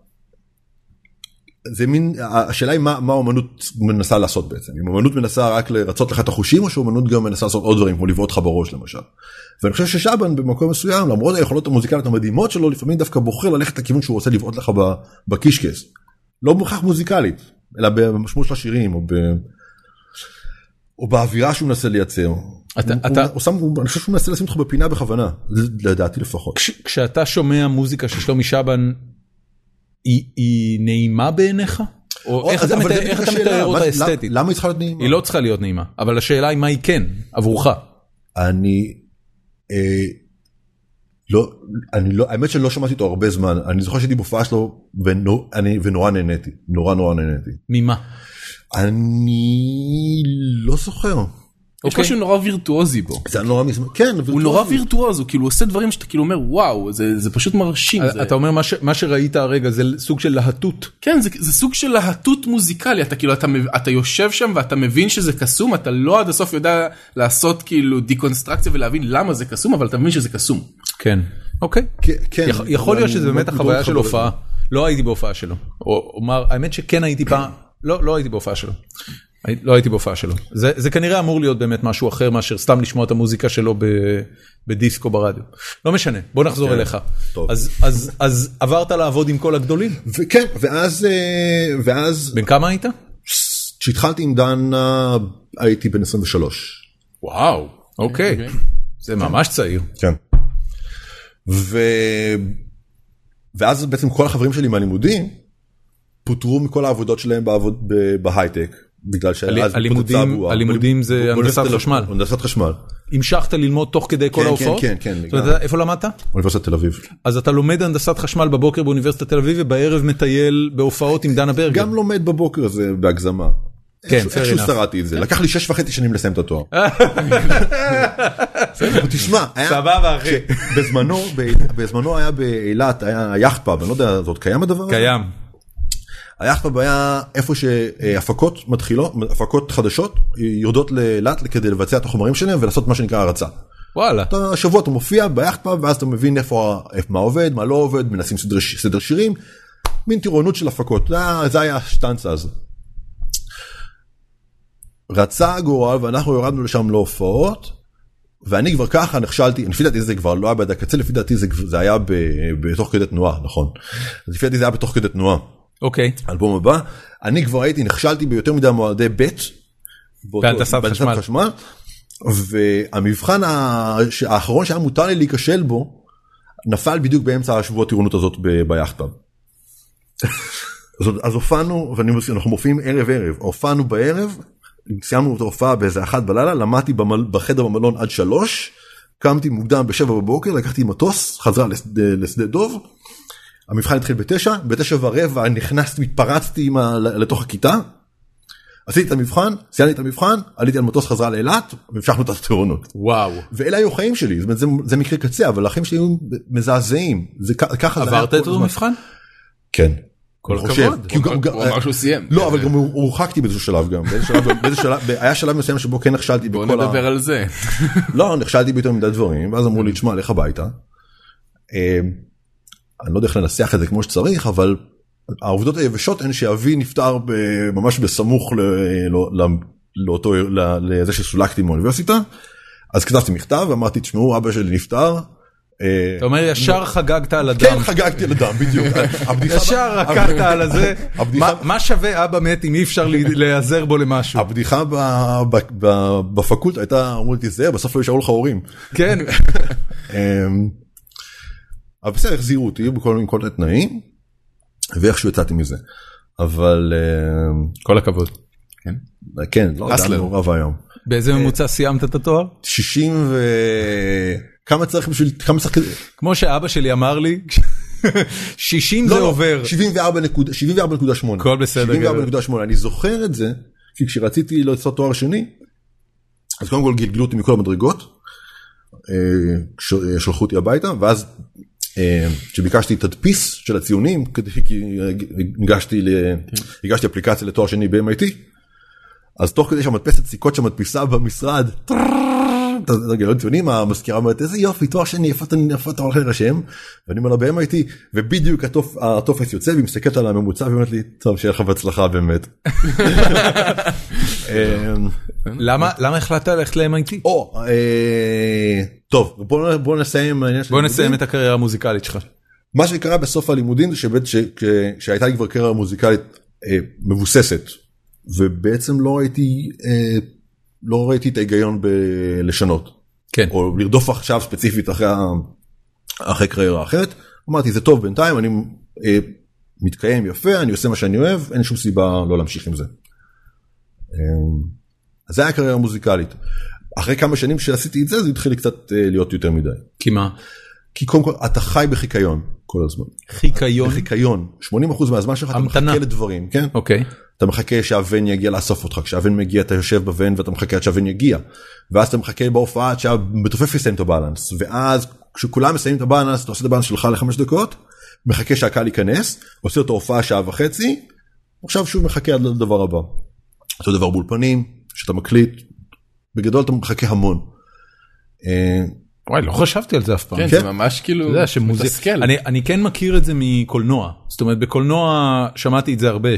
זה מין, השאלה היא מה, מה האמנות מנסה לעשות בעצם. אם האמנות מנסה רק לרצות לך את החושים, או שהאמנות גם מנסה לעשות עוד דברים, כמו לבעוט לך בראש למשל. ואני חושב ששבן במקום מסוים, למרות היכולות המוזיקליות המדהימות שלו, לפעמים דווקא בוחר ללכת לכיוון שהוא רוצה לבעוט לך בקישקס. לא בהכרח מוזיקלית, אלא במשמעות של השירים, או, ב... או באווירה שהוא מנסה לייצר. אני חושב שהוא מנסה לשים אותך בפינה בכוונה, לדעתי לפחות. כשאתה שומע מוזיקה של שלומי שבן, היא נעימה בעיניך? או איך אתה מתאר אותה אסתטית? למה היא צריכה להיות נעימה? היא לא צריכה להיות נעימה, אבל השאלה היא מה היא כן, עבורך. אני, לא, אני לא, האמת שלא שמעתי אותו הרבה זמן, אני זוכר שהייתי בהופעה שלו, ונורא נהניתי, נורא נורא נהניתי. ממה? אני לא זוכר. יש משהו נורא וירטואוזי בו. זה נורא מזמן, כן. הוא נורא וירטואוז, הוא כאילו עושה דברים שאתה כאילו אומר, וואו, זה פשוט מרשים. אתה אומר, מה שראית הרגע זה סוג של להטות. כן, זה סוג של להטות מוזיקלי, אתה כאילו, אתה יושב שם ואתה מבין שזה קסום, אתה לא עד הסוף יודע לעשות כאילו דיקונסטרקציה ולהבין למה זה קסום, אבל אתה מבין שזה קסום. כן, אוקיי. יכול להיות שזה באמת החוויה של הופעה. לא הייתי בהופעה שלו. האמת שכן הייתי פעם, לא הייתי בהופעה שלו. לא הייתי בהופעה שלו. זה, זה כנראה אמור להיות באמת משהו אחר מאשר סתם לשמוע את המוזיקה שלו בדיסקו ברדיו. לא משנה, בוא נחזור אליך. אז, אז, אז עברת לעבוד עם כל הגדולים? כן, ואז, ואז... בן כמה היית? כשהתחלתי עם דן, הייתי בן עשרים ושלוש. וואו, אוקיי. זה ממש צעיר. כן. ו... ואז בעצם כל החברים שלי מהלימודים, פוטרו מכל העבודות שלהם בהייטק. בגלל הלימודים זה הנדסת חשמל. הנדסת חשמל. המשכת ללמוד תוך כדי כל ההופעות? כן, כן, כן. איפה למדת? אוניברסיטת תל אביב. אז אתה לומד הנדסת חשמל בבוקר באוניברסיטת תל אביב, ובערב מטייל בהופעות עם דנה ברגר. גם לומד בבוקר, זה בהגזמה. כן, איכשהו שרדתי את זה. לקח לי שש וחצי שנים לסיים את התואר. תשמע, סבבה אחי. בזמנו היה באילת, היה יאכט פאב, אני לא יודע, זאת קיים הדבר הזה? קיים. היאכט פאב היה איפה שהפקות מתחילות, הפקות חדשות, יורדות לאילת כדי לבצע את החומרים שלהם ולעשות מה שנקרא הרצה. וואלה. אתה שבוע אתה מופיע ביאכט פאב, ואז אתה מבין איפה, מה עובד, מה לא עובד, מנסים סדר שירים, מין טירונות של הפקות. זה היה השטנצה הזה. רצה הגורל, ואנחנו יורדנו לשם להופעות, ואני כבר ככה נכשלתי, לפי דעתי זה כבר לא היה בידי הקצה, לפי דעתי זה היה בתוך כדי תנועה, נכון. לפי דעתי זה היה בתוך כדי תנועה. אוקיי. אלבום הבא, אני כבר הייתי, נכשלתי ביותר מדי מועדי ב' בהנדסת חשמל, והמבחן האחרון שהיה מותר לי להיכשל בו, נפל בדיוק באמצע השבוע הטירונות הזאת ביאכט פאב. אז הופענו, ואנחנו מופיעים ערב ערב, הופענו בערב, סיימנו את ההופעה באיזה אחת בלילה, למדתי בחדר במלון עד שלוש, קמתי מוקדם בשבע בבוקר, לקחתי מטוס, חזרה לשדה דוב, המבחן התחיל בתשע, בתשע ורבע נכנסתי, מתפרצתי לתוך הכיתה, עשיתי את המבחן, סיימתי את המבחן, עליתי על מטוס חזרה לאילת, והמשכנו את הטירונות. וואו. ואלה היו החיים שלי, זאת אומרת, זה, זה מקרה קצה, אבל החיים שלי היו מזעזעים. זה, ככה עברת את אותו מבחן? כן. כל הכבוד. הוא אמר שהוא סיים. לא, אבל גם הוא הורחקתי באיזשהו שלב גם. היה שלב מסוים שבו כן נכשלתי בכל ה... בוא נדבר על זה. לא, נכשלתי ביותר מדי דברים, ואז אמרו לי, תשמע, לך הביתה. אני לא יודע איך לנסח את זה כמו שצריך, אבל העובדות היבשות הן שאבי נפטר ממש בסמוך לאותו, לזה שסולקתי מהאוניברסיטה. אז כתבתי מכתב ואמרתי, תשמעו, אבא שלי נפטר. אתה אומר, ישר חגגת על אדם. כן, חגגתי על אדם, בדיוק. ישר רקדת על הזה. מה שווה אבא מת אם אי אפשר להיעזר בו למשהו? הבדיחה בפקולטה הייתה, אמרו לי, תיזהר, בסוף לא ישארו לך הורים. כן. אבל בסדר, החזירו אותי עם כל התנאים, ואיכשהו יצאתי מזה. אבל... כל הכבוד. כן? כן, לא יודע, נורא והיום. באיזה ממוצע סיימת את התואר? שישים ו... כמה צריך בשביל... כמה צריך כזה? כמו שאבא שלי אמר לי, שישים זה עובר. שבעים וארבע נקודה שמונה. כל בסדר. שבעים וארבע נקודה שמונה. אני זוכר את זה, כי כשרציתי לעשות תואר שני, אז קודם כל גלגלו אותי מכל המדרגות, שלחו אותי הביתה, ואז כשביקשתי תדפיס של הציונים, כי הגשתי אפליקציה לתואר שני ב-אם איי טי, אז תוך כדי שהמדפסת סיכות שמדפיסה במשרד, רגע, ציונים, המזכירה אומרת, איזה יופי, תואר שני, איפה אתה הולך להירשם? ואני אומר לה, ב-אם איי טי, ובדיוק הטופס יוצא, והיא מסתכלת על הממוצע, והיא אומרת לי, טוב, שיהיה לך בהצלחה באמת. למה החלטת ללכת ל-אם איי טי? טוב, בוא נסיים. בוא נסיים את הקריירה המוזיקלית שלך. מה שקרה בסוף הלימודים, זה שהייתה לי כבר קריירה מוזיקלית מבוססת, ובעצם לא הייתי לא ראיתי את ההיגיון בלשנות. כן. או לרדוף עכשיו ספציפית אחרי, אחרי קריירה אחרת. אמרתי, זה טוב בינתיים, אני אה, מתקיים יפה, אני עושה מה שאני אוהב, אין שום סיבה לא להמשיך עם זה. אה, אז זה היה קריירה מוזיקלית. אחרי כמה שנים שעשיתי את זה, זה התחיל קצת אה, להיות יותר מדי. כי מה? כי קודם כל, אתה חי בחיקיון כל הזמן. חיקיון? בחיקיון. שמונים אחוז מהזמן שלך אתה מחכה לדברים, כן? אוקיי. אתה מחכה שהוון יגיע לאסוף אותך, כשהוון מגיע אתה יושב בוון ואתה מחכה עד שהוון יגיע, ואז אתה מחכה בהופעה עד שהמתופף יסיים את הבאלנס, ואז כשכולם מסיימים את הבאלנס, אתה עושה את הבאלנס שלך לחמש דקות, מחכה שהקהל ייכנס, עושה אותו הופעה שעה וחצי, עכשיו שוב מחכה עד לדבר הבא. אותו דבר באולפנים, שאתה מקליט, בגדול אתה מחכה המון. וואי, לא חשבתי על זה אף פעם. כן, זה ממש כאילו מתסכל. אני, אני כן מכיר את זה מקולנוע. זאת אומרת, בקולנוע שמעתי את זה הרבה,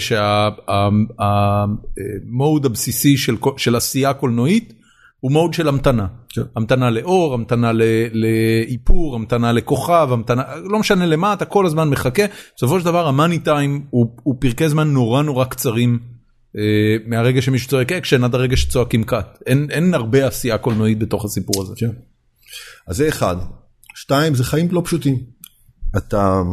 שהמוד הבסיסי של, של עשייה קולנועית, הוא מוד של המתנה. כן. המתנה לאור, המתנה לאיפור, המתנה לכוכב, המתנה, לא משנה למה, אתה כל הזמן מחכה. בסופו של דבר, המאני טיים הוא, הוא פרקי זמן נורא נורא קצרים, אה, מהרגע שמישהו צועק אקשן עד הרגע שצועקים קאט. אין, אין הרבה עשייה קולנועית בתוך הסיפור הזה. כן. אז זה אחד. שתיים, זה חיים לא פשוטים. אתה,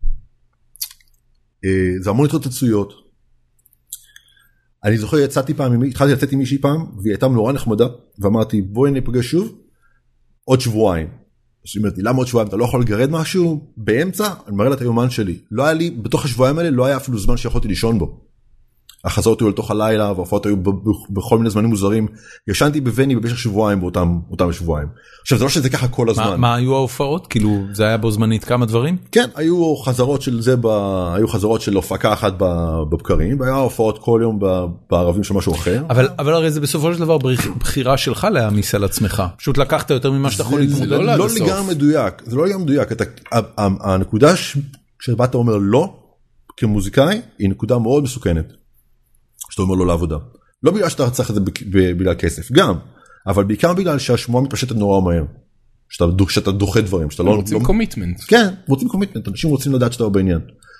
זה המון התרוצצויות. אני זוכר, יצאתי פעם, התחלתי לצאת עם מישהי פעם, והיא הייתה נורא נחמדה, ואמרתי, בואי ניפגש שוב, עוד שבועיים. אז היא אומרת לי, למה עוד שבועיים? אתה לא יכול לגרד משהו? באמצע, אני מראה לה את היומן שלי. לא היה לי, בתוך השבועיים האלה, לא היה אפילו זמן שיכולתי לישון בו. החזרות היו לתוך הלילה, וההופעות היו בכל מיני זמנים מוזרים. ישנתי בווני במשך שבועיים באותם אותם שבועיים. עכשיו, זה לא שזה ככה כל הזמן. מה היו ההופעות? כאילו, זה היה בו זמנית כמה דברים? כן, היו חזרות של זה, היו חזרות של הופעה אחת בבקרים, והיה הופעות כל יום בערבים של משהו אחר. אבל הרי זה בסופו של דבר בחירה שלך להעמיס על עצמך. פשוט לקחת יותר ממה שאתה יכול להתמודד. זה לא לגמרי מדויק. זה לא לגמרי מדויק. הנקודה שבה אתה אומר לא, כמוזיקאי, היא נקודה מאוד מסוכנת. שאתה אומר לו לעבודה. לא בגלל שאתה צריך את זה בגלל כסף, גם, אבל בעיקר בגלל שהשמועה מתפשטת נורא מהר. שאתה דוחה דברים. רוצים קומיטמנט. כן, רוצים קומיטמנט. אנשים רוצים לדעת שאתה בעניין.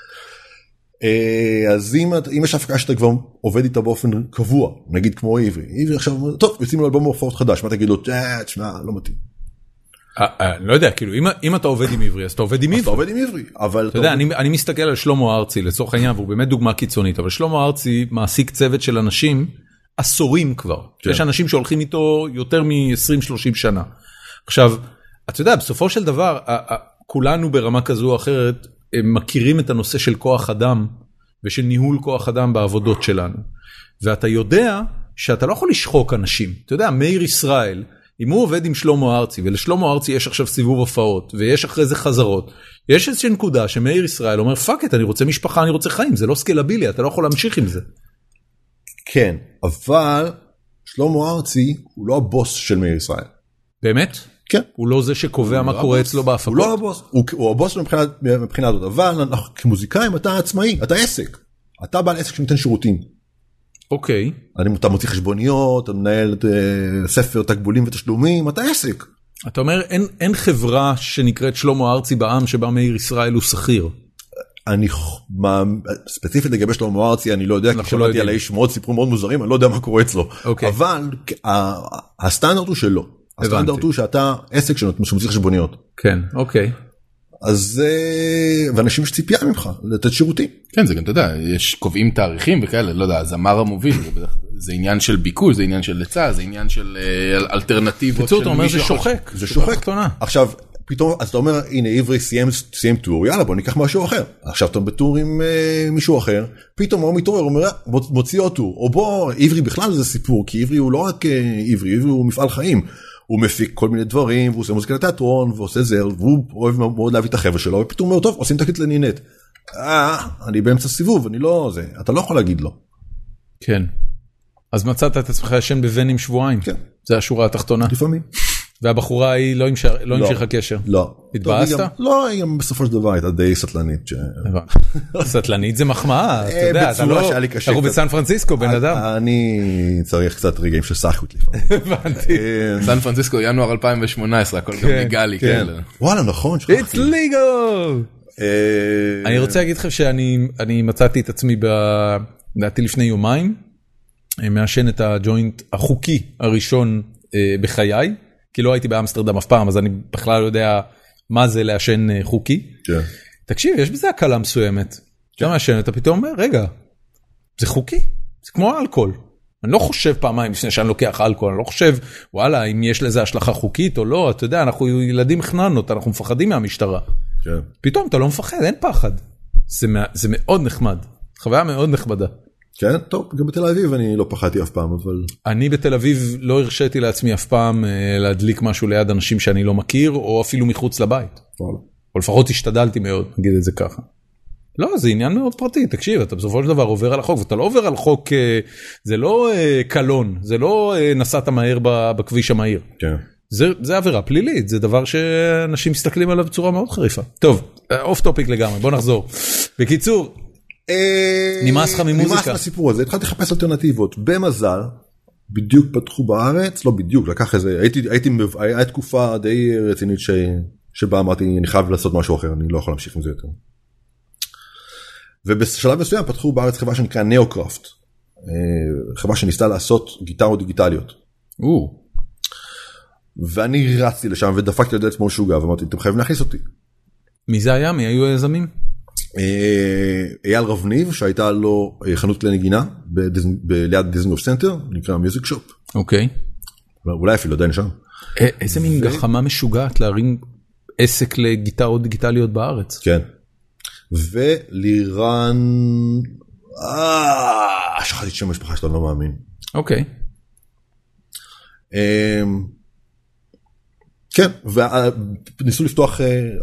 אז אם יש הפקה שאתה כבר עובד איתה באופן קבוע, נגיד כמו עברי, עברי עכשיו, טוב, יוצאים לו אלבום הופעות חדש, מה תגיד לו? תשמע, לא מתאים. לא יודע, כאילו, אם אתה עובד עם עברי, אז אתה עובד עם עברי. אז אתה עובד עם עברי, אבל... אתה יודע, אני מסתכל על שלמה ארצי, לצורך העניין, והוא באמת דוגמה קיצונית, אבל שלמה ארצי מעסיק צוות של אנשים, עשורים כבר. יש אנשים שהולכים איתו יותר מ-עשרים שלושים שנה. עכשיו, אתה יודע, בסופו של דבר, כולנו ברמה כזו או אחרת, מכירים את הנושא של כוח אדם, ושל ניהול כוח אדם בעבודות שלנו. ואתה יודע שאתה לא יכול לשחוק אנשים. אתה יודע, מאיר ישראל, אם הוא עובד עם שלמה ארצי, ולשלמה ארצי יש עכשיו סיבוב הופעות, ויש אחרי זה חזרות, יש איזושהי נקודה שמאיר ישראל אומר, פאק את, אני רוצה משפחה, אני רוצה חיים, זה לא סקלבילי, אתה לא יכול להמשיך עם זה. כן, אבל שלמה ארצי הוא לא הבוס של מאיר ישראל. באמת? כן. הוא לא זה שקובע מה קורה אצלו בהפקות? הוא לא הבוס, הוא הבוס מבחינה הזאת, אבל כמוזיקאים אתה עצמאי, אתה עסק. אתה בעל עסק שנותן שירותים. אוקיי. אתה מוציא חשבוניות, אתה מנהל ספר תקבולים ותשלומים, אתה עסק. אתה אומר, אין, אין חברה שנקראת שלמה ארצי בעם שבה מאיר ישראל הוא שכיר. אני, ספציפית לגבי שלמה ארצי, אני לא יודע, כי שמעתי על האיש מאוד סיפורים מאוד מוזרים, אני לא יודע מה קורה אצלו. אבל הסטנדרט הוא שלא. הסטנדרט הוא שאתה עסק שמוציא חשבוניות. כן, אוקיי. אז, ואנשים יש ציפייה ממך, לתת שירותים. כן, זה גם, אתה יודע, יש קובעים תאריכים וכאלה, לא יודע, הזמר המוביל, זה עניין של ביקוש, זה עניין של היצע, זה עניין של אלטרנטיבות. בקיצור, אתה אומר, זה שוחק. זה שוחק. עכשיו, פתאום, אז אתה אומר, הנה, עברי סיים טור, יאללה, בוא ניקח משהו אחר. עכשיו אתה בטור עם מישהו אחר, פתאום הוא מתעורר, הוא אומר, מוציא עוד טור. או בוא, עברי בכלל זה סיפור, כי עברי הוא לא רק עברי, עברי הוא מפעל חיים. הוא מפיק כל מיני דברים, והוא עושה מוזיקה לתיאטרון, ועושה זה, והוא אוהב מאוד להביא את החבר'ה שלו, ופתאום הוא אומר, טוב, עושים תקליט לנינט. אה, אני באמצע סיבוב, אני לא זה, אתה לא יכול להגיד לו. כן. אז מצאת את עצמך ישן בוונים שבועיים. כן. זה השורה התחתונה. לפעמים. והבחורה היא לא המשיכה קשר. לא. התבאסת? לא, היא גם בסופו של דבר הייתה די סטלנית. סטלנית זה מחמאה, אתה יודע, אנחנו בסן פרנסיסקו, בן אדם. אני צריך קצת רגעים של סחוט לפעמים. הבנתי. סן פרנסיסקו, ינואר אלפיים שמונה עשרה, הכל גם ליגלי. וואלה, נכון. It's legal! אני רוצה להגיד לכם שאני מצאתי את עצמי, לדעתי לפני יומיים, מעשן את הג'וינט החוקי הראשון בחיי, כי לא הייתי באמסטרדם אף פעם, אז אני בכלל לא יודע מה זה לעשן חוקי. תקשיב, יש בזה הקלה מסוימת. אתה מעשן, אתה פתאום אומר, רגע, זה חוקי, זה כמו אלכוהול. אני לא חושב פעמיים לפני שאני לוקח אלכוהול, אני לא חושב, וואלה, אם יש לזה השלכה חוקית או לא, אתה יודע, אנחנו ילדים חננות, אנחנו מפחדים מהמשטרה. פתאום אתה לא מפחד, אין פחד. זה מאוד נחמד, חוויה מאוד נכבדה. כן, טוב, גם בתל אביב אני לא פחדתי אף פעם, אבל... אני בתל אביב לא הרשיתי לעצמי אף פעם להדליק משהו ליד אנשים שאני לא מכיר, או אפילו מחוץ לבית. או לפחות השתדלתי מאוד, נגיד את זה ככה. לא, זה עניין מאוד פרטי, תקשיב, אתה בסופו של דבר עובר על החוק, ואתה לא עובר על חוק, זה לא קלון, זה לא נסעת מהר בכביש המהיר. כן. זה, זה עבירה פלילית, זה דבר שאנשים מסתכלים עליו בצורה מאוד חריפה. טוב, אוף טופיק לגמרי, בוא נחזור. בקיצור, נמאס לך ממוזיקה. נמאס מהסיפור הזה, התחלתי לחפש אלטרנטיבות. במזל, בדיוק פתחו בארץ, לא בדיוק, לקח איזה, הייתי, הייתי, הייתה תקופה די רצינית ש, שבה אמרתי, אני חייב לעשות משהו אחר, אני לא יכול להמשיך עם זה יותר. ובשלב מסוים פתחו בארץ חברה שנקרא נאוקראפט, חברה שניסתה לעשות גיטרות דיגיטליות. או. ואני רצתי לשם ודפקתי לדלת כמו שוגע, ואמרתי, אתם חייבים להכניס אותי. מי זה היה? מי היו היזמים? אייל רבניב, שהייתה לו חנות כלי נגינה, ליד דיזנגוף סנטר, נקרא מיוזיק שופ. אוקיי. אולי אפילו עדיין שם. איזה מין גחמה משוגעת להרים עסק לגיטרות דיגיטליות בארץ. כן. ולירן... אה... שכחתי את שם המשפחה שלו, אני לא מאמין. אוקיי. כן, וניסו לפתוח...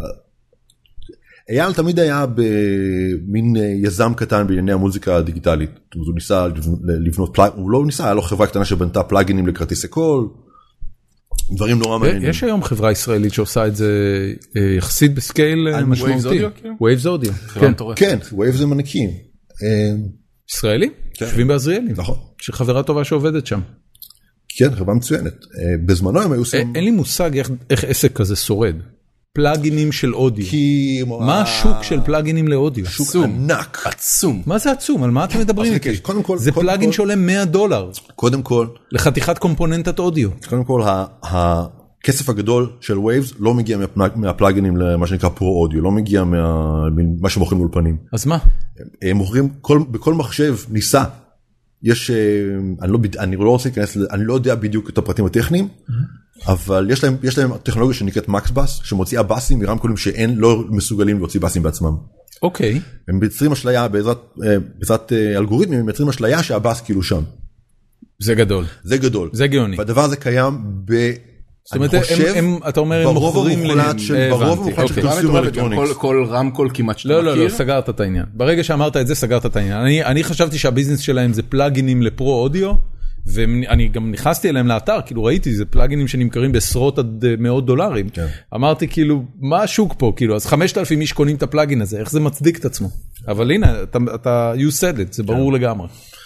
אייל תמיד היה במין יזם קטן בענייני המוזיקה הדיגיטלית. הוא ניסה לבנות פלאג... הוא לא ניסה, היה לו חברה קטנה שבנתה פלאגינים לכרטיסי קול. דברים נורא מעניינים. יש היום חברה ישראלית שעושה את זה יחסית בסקייל משמעותי. Waves Audio. כן, Waves זה מנקים. ישראלים? יושבים בעזריאלי. נכון. שחברה טובה שעובדת שם. כן, חברה מצוינת. בזמנו הם היו עושים... אין לי מושג איך עסק כזה שורד. פלאגינים של אודיו. מה השוק של פלאגינים לאודיו? שוק ענק. עצום. מה זה עצום? על מה אתם מדברים איתי? זה פלאגין שעולה מאה דולר. קודם כל. לחתיכת קומפוננטת אודיו. קודם כל, הכסף הגדול של Waves לא מגיע מהפלאגינים למה שנקרא פרו אודיו, לא מגיע ממה שמוכרים לאולפנים. אז מה? הם מוכרים, בכל מחשב ניסה. יש, אני לא, אני לא רוצה להיכנס, אני לא יודע בדיוק את הפרטים הטכניים, אבל יש להם, יש להם טכנולוגיה שנקראת מקס-בס, שמוציאה בסים מרמקולים שאין, לא מסוגלים להוציא בסים בעצמם. אוקיי. הם מייצרים אשליה, בעזרת, בעזרת אלגוריתמים, הם מייצרים אשליה שהבס כאילו שם. זה גדול. זה גדול. זה גאוני. והדבר הזה קיים ב... זאת אומרת, אתה אומר, הם מוכרים להם. ברוב המוחלט של קונסיומר אלקטרוניקס. כל רמקול כמעט שאתה מכיר. לא, לא, לא, סגרת את העניין. ברגע שאמרת את זה, סגרת את העניין. אני חשבתי שהביזנס שלהם זה פלאגינים לפרו אודיו, ואני גם נכנסתי אליהם לאתר, כאילו ראיתי, זה פלאגינים שנמכרים בעשרות עד מאות דולרים. אמרתי כאילו, מה השוק פה? כאילו, אז חמשת אלפים איש קונים את הפלאגין הזה, איך זה מצדיק את עצמו? אבל הנה, אתה, you said it, זה ברור לגמרי.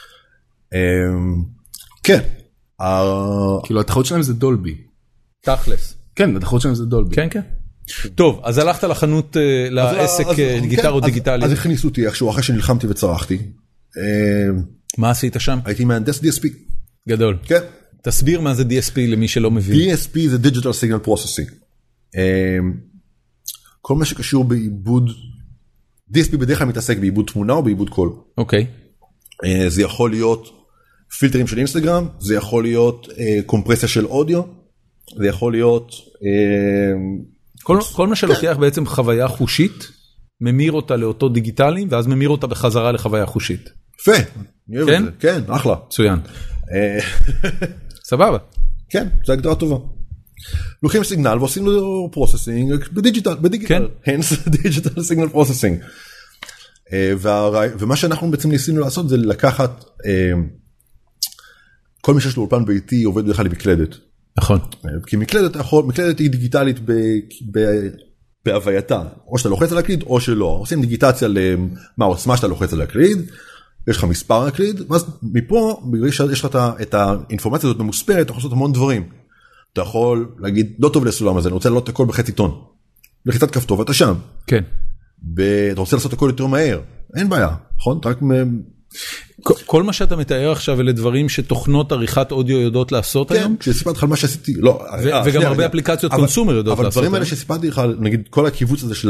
כן. כאילו, התחרות שלהם זה דולבי. תכלס. כן, התחרות שלהם זה דולבי. כן, כן. טוב, אז הלכת לחנות, לעסק גיטרות דיגיטליות. אז הכניסו אותי איכשהו, אחרי שנלחמתי וצרחתי. מה עשית שם? הייתי מהנדס די אס פי. גדול. כן. תסביר מה זה די אס פי למי שלא מבין. די אס פי זה Digital Signal Processing. כל מה שקשור בעיבוד, די אס פי בדרך כלל מתעסק בעיבוד תמונה או בעיבוד קול. אוקיי. זה יכול להיות פילטרים של אינסטגרם, זה יכול להיות קומפרסיה של אודיו, זה יכול להיות... כל מה שלוקח בעצם חוויה חושית, ממיר אותה לאותו דיגיטלי, ואז ממיר אותה בחזרה לחוויה חושית. יפה, אני אוהב את זה. כן, אחלה. מצוין. סבבה. כן, זו הגדרה טובה. לוקחים סיגנל ועושים לו פרוססינג בדיגיטל, בדיגיטל. hence digital signal processing. ומה שאנחנו בעצם ניסינו לעשות זה לקחת, כל מי שיש לו אולפן ביתי עובד בכלל במקלדת. נכון. כי מקלדת, מקלדת היא דיגיטלית בהווייתה. או שאתה לוחץ על הקליד או שלא. עושים דיגיטציה למה העוצמה שאתה לוחץ על הקליד. יש לך מספר הקליד, ואז מפה, בגלל שיש לך את האינפורמציה הזאת ממוספרת, אתה יכול לעשות המון דברים. אתה יכול להגיד, לא טוב לסולם הזה, אני רוצה לעלות הכל בחצי טון. לחיצת כפתור, ואתה שם. כן. אתה רוצה לעשות הכל יותר מהר, אין בעיה, נכון? אתה רק כל מה שאתה מתאר עכשיו אלה דברים שתוכנות עריכת אודיו יודעות לעשות היום? כן, כשסיפרתי לך על מה שעשיתי, לא. וגם הרבה אפליקציות קונסומר יודעות לעשות. אבל דברים האלה שסיפרתי לך, נגיד כל הקיבוץ הזה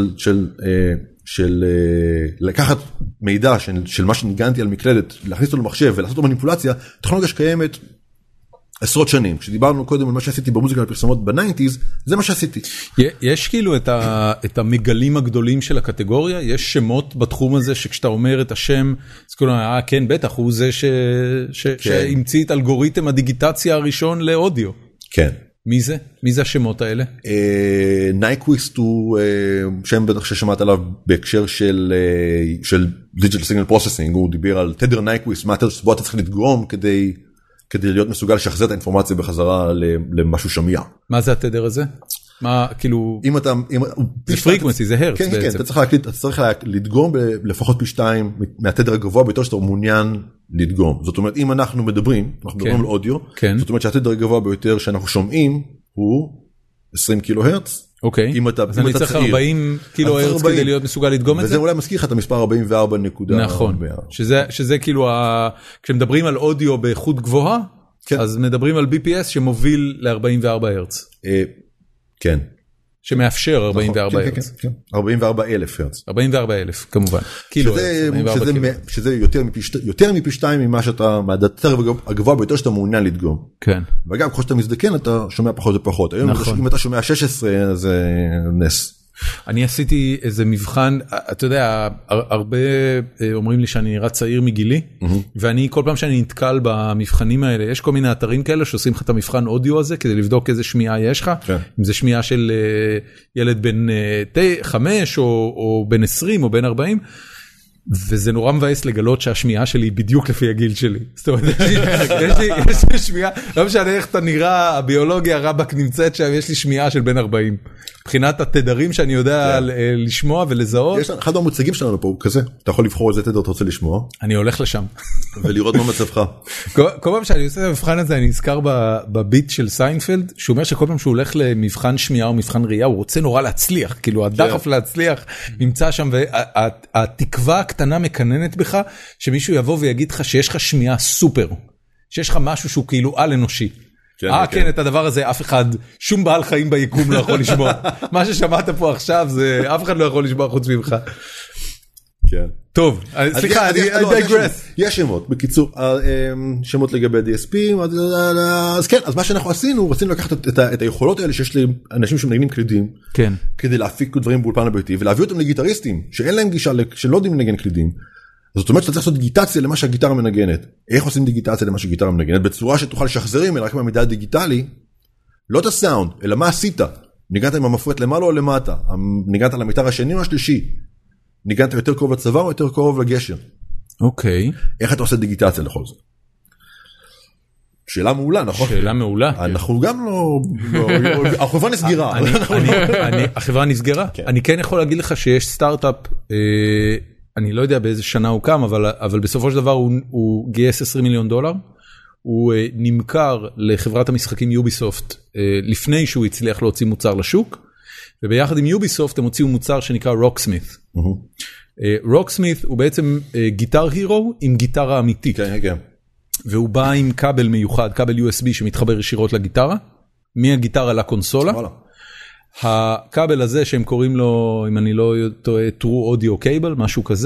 של לקחת מידע של מה שניגנתי על מקלדת, להכניס אותו למחשב ולעשות לו מניפולציה, טכנולוגיה שקיימת עשרות שנים. כשדיברנו קודם על מה שעשיתי במוזיקה לפרסומות ב-תשעים, זה מה שעשיתי. יש כאילו את המגלים הגדולים של הקטגוריה, יש שמות בתחום הזה שכשאתה אומר את השם, אז כולם, אה כן בטח, הוא זה שהמציא את אלגוריתם הדיגיטציה הראשון לאודיו. כן. מי זה? מי זה השמות האלה? נייקוויסט הוא שם בטח ששמעת עליו בהקשר של Digital Signal Processing, הוא דיבר על תדר נייקוויסט, מה התדר שבו אתה צריך לדגום כדי... כדי להיות מסוגל לשחזר את האינפורמציה בחזרה למשהו שמיע. מה זה התדר הזה? מה, כאילו... אם אתה... זה פריקוונסי, זה הרץ בעצם. כן, כן, אתה צריך להקליט, אתה צריך לדגום לפחות פי שתיים מהתדר הגבוה ביותר שאתה מעוניין לדגום. זאת אומרת, אם אנחנו מדברים, אנחנו מדברים על אודיו, זאת אומרת שהתדר הגבוה ביותר שאנחנו שומעים הוא עשרים קילו הרץ. אוקיי, אז אני צריך ארבעים קילו הרץ כדי להיות מסוגל לדגום את זה? וזה אולי מזכיר לך את המספר ארבעים וארבע נקודה. נכון, שזה כאילו, כשמדברים על אודיו באיכות גבוהה, אז מדברים על בי פי אס שמוביל ל-ארבעים וארבע הרץ. כן. שמאפשר ארבעים וארבע הרץ. ארבעים וארבע אלף הרץ. ארבעים וארבע אלף, כמובן. שזה יותר מפי שתיים ממה שאתה, מהתדר הגבוה ביותר שאתה מעוניין לדגום. כן. וגם ככל שאתה מזדקן, אתה שומע פחות ופחות. היום אם אתה שומע שש עשרה, זה נס. אני עשיתי איזה מבחן, אתה יודע, הרבה אומרים לי שאני נראה צעיר מגילי, ואני כל פעם שאני נתקל במבחנים האלה, יש כל מיני אתרים כאלה שעושים לך את המבחן אודיו הזה, כדי לבדוק איזה שמיעה יש לך, אם זה שמיעה של ילד בן חמש, או בן עשרים, או בן ארבעים, וזה נורא מבאס לגלות שהשמיעה שלי היא בדיוק לפי הגיל שלי. זאת אומרת, יש לי שמיעה, לא משנה איך אתה נראה, הביולוגיה רבק נמצאת שם, יש לי שמיעה של בן ארבעים. מבחינת התדרים שאני יודע לשמוע ולזהות. אחד המוצגים שלנו פה הוא כזה, אתה יכול לבחור איזה תדר אתה רוצה לשמוע. אני הולך לשם. ולראות מה מצבך. כל פעם שאני עושה את המבחן הזה, אני נזכר בביט של סיינפלד, שהוא אומר שכל פעם שהוא הולך למבחן שמיעה או מבחן ראייה, הוא רוצה נורא להצליח, כאילו הדחף להצליח נמצא שם, והתקווה הקטנה מקננת בך, שמישהו יבוא ויגיד לך שיש לך שמיעה סופר, שיש לך משהו שהוא כאילו על אנושי. אה כן, את הדבר הזה אף אחד, שום בעל חיים ביקום לא יכול לשמוע. מה ששמעת פה עכשיו זה אף אחד לא יכול לשמוע חוץ ממך. כן. טוב, סליחה, אני digress. יש שמות, בקיצור, שמות לגבי די אס פי, אז כן, אז מה שאנחנו עשינו, רצינו לקחת את היכולות האלה שיש לאנשים שמנגנים קלידים, כדי להפיק דברים באולפן הביתי, ולהביא אותם לגיטריסטים, שאין להם גישה, שלא יודעים לנגן קלידים. זאת אומרת שאתה צריך לעשות דיגיטציה למה שהגיטרה מנגנת. איך עושים דיגיטציה למה שהגיטרה מנגנת? בצורה שתוכל לשחזרים, אלא רק מהמידע הדיגיטלי, לא את הסאונד, אלא מה עשית? ניגנת עם המפרט למעלה או למטה? ניגנת על המיתר השני או השלישי? ניגנת יותר קרוב לצבא או יותר קרוב לגשר? אוקיי. איך אתה עושה דיגיטציה לכל זה? שאלה מעולה, נכון? שאלה מעולה. אנחנו גם לא... החברה נסגרה. החברה נסגרה. אני כן יכול להגיד לך שיש סטארט-אפ... אני לא יודע באיזה שנה הוא קם, אבל, אבל בסופו של דבר הוא, הוא גייס עשרים מיליון דולר, הוא uh, נמכר לחברת המשחקים יוביסופט, uh, לפני שהוא הצליח להוציא מוצר לשוק, וביחד עם יוביסופט הם הוציאו מוצר שנקרא רוקסמית. רוקסמית uh, הוא בעצם uh, גיטר הירו עם גיטרה אמיתית. כן, כן. והוא בא עם כבל מיוחד, כבל יו אס בי שמתחבר ישירות לגיטרה, מהגיטרה לקונסולה. וואלה. הכבל הזה שהם קוראים לו, אם אני לא טועה, True Audio Cable, משהו כזה,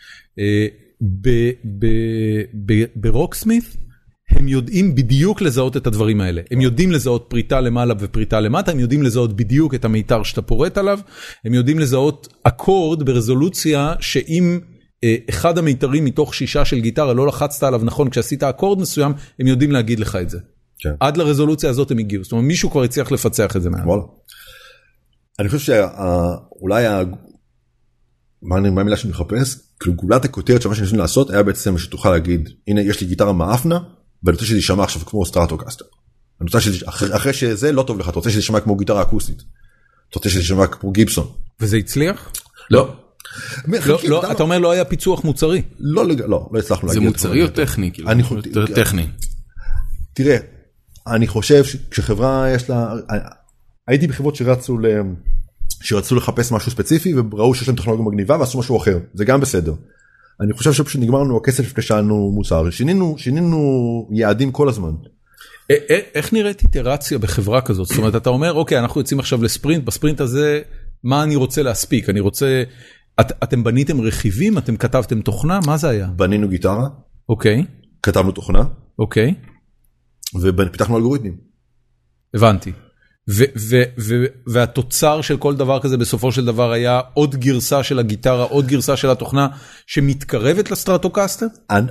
ברוקסמית הם יודעים בדיוק לזהות את הדברים האלה. הם יודעים לזהות פריטה למעלה ופריטה למטה, הם יודעים לזהות בדיוק את המיתר שאתה פורט עליו, הם יודעים לזהות אקורד ברזולוציה שאם אחד המיתרים מתוך שישה של גיטרה לא לחצת עליו נכון כשעשית אקורד מסוים, הם יודעים להגיד לך את זה. עד לרזולוציה הזאת הם הגיעו. זאת אומרת, מישהו כבר הצליח לפצח את זה מעל. וואלה. אני חושב שאולי, מה המילה שאני מחפש? כאילו גולת הכותרת שמה שניסינו לעשות היה בעצם שתוכל להגיד, הנה יש לי גיטרה מאפנה, ואני רוצה שזה יישמע עכשיו כמו סטרטוקסטר. אני רוצה שזה, אחרי שזה לא טוב לך, אתה רוצה שזה יישמע כמו גיטרה אקוסטית. אתה רוצה שזה יישמע כמו גיבסון. וזה הצליח? לא. לא, אתה אומר לא היה פיצוח מוצרי? לא, לא, לא הצלחנו להגיד. זה מוצרי או טכני? יותר טכני. תראה, אני חושב שכשחברה יש לה... הייתי בחברות שרצו, ל... שרצו לחפש משהו ספציפי, וראו שיש להם טכנולוגיה מגניבה, ועשו משהו אחר. זה גם בסדר. אני חושב שפשוט נגמרנו הכסף לפני שאנו מוצר, שינינו, שינינו יעדים כל הזמן. איך נראית איטרציה בחברה כזאת? זאת אומרת, אתה אומר, אוקיי, אנחנו יוצאים עכשיו לספרינט, בספרינט הזה, מה אני רוצה להספיק? אני רוצה, את, אתם בניתם רכיבים, אתם כתבתם תוכנה, מה זה היה? בנינו גיטרה. אוקיי. כתבנו תוכנה. אוקיי. ופיתחנו אלגוריתמים. הבנתי. ו- ו- ו- והתוצר של כל דבר כזה בסופו של דבר היה עוד גרסה של הגיטרה, עוד גרסה של התוכנה שמתקרבת לסטרטוקסטר?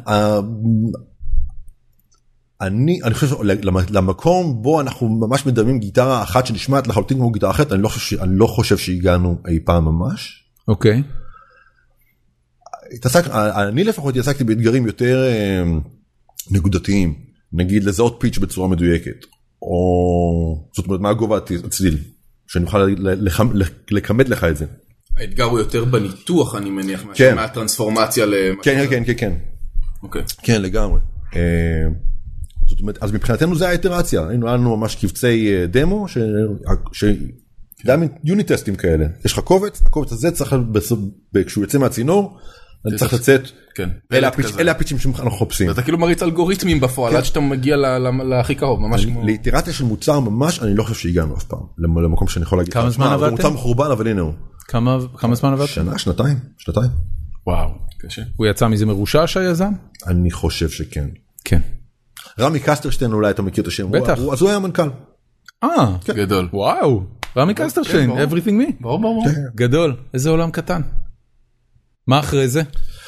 אני, אני חושב למקום בו אנחנו ממש מדמים גיטרה אחת שנשמעת לחלוטין כמו גיטרה אחרת, אני לא חושב, אני לא חושב שהגענו אי פעם ממש. אוקיי. התעסק, אני לפחות התעסקתי באתגרים יותר נקודתיים, נגיד לזהות פיץ' בצורה מדויקת. או זאת אומרת מה הגובה הצליל שאני אוכל לקמת לך את זה. האתגר הוא יותר בניתוח אני מניח מהטרנספורמציה ל... כן כן כן כן כן לגמרי. זאת אומרת אז מבחינתנו זה האיטרציה, היינו לנו ממש קבצי דמו שגם יוניט טסטים כאלה, יש לך קובץ, הקובץ הזה צריך כשהוא יוצא מהצינור אני צריך לצאת, אלה הפיצ'ים שאנחנו חופשים. אתה כאילו מריץ אלגוריתמים בפועל, עד שאתה מגיע להכי קרוב, ממש כמו... לאיטרציה של מוצר ממש, אני לא חושב שהגענו אף פעם, למקום שאני יכול להגיד. כמה זמן עבדתם? זה מוצר מחורבן, אבל הנה הוא. כמה זמן עבדתם? שנה, שנתיים, שנתיים. וואו, קשה. הוא יצא מזה מרושש היזם? אני חושב שכן. כן. רמי קסטרשטיין, אולי אתה מכיר את השם. בטח. אז הוא היה מנכ"ל. אה, גדול. וואו, רמי קסטרשטיין, everything me. ברור, ברור. גדול, איזה עולם קטן. מה אחרי זה?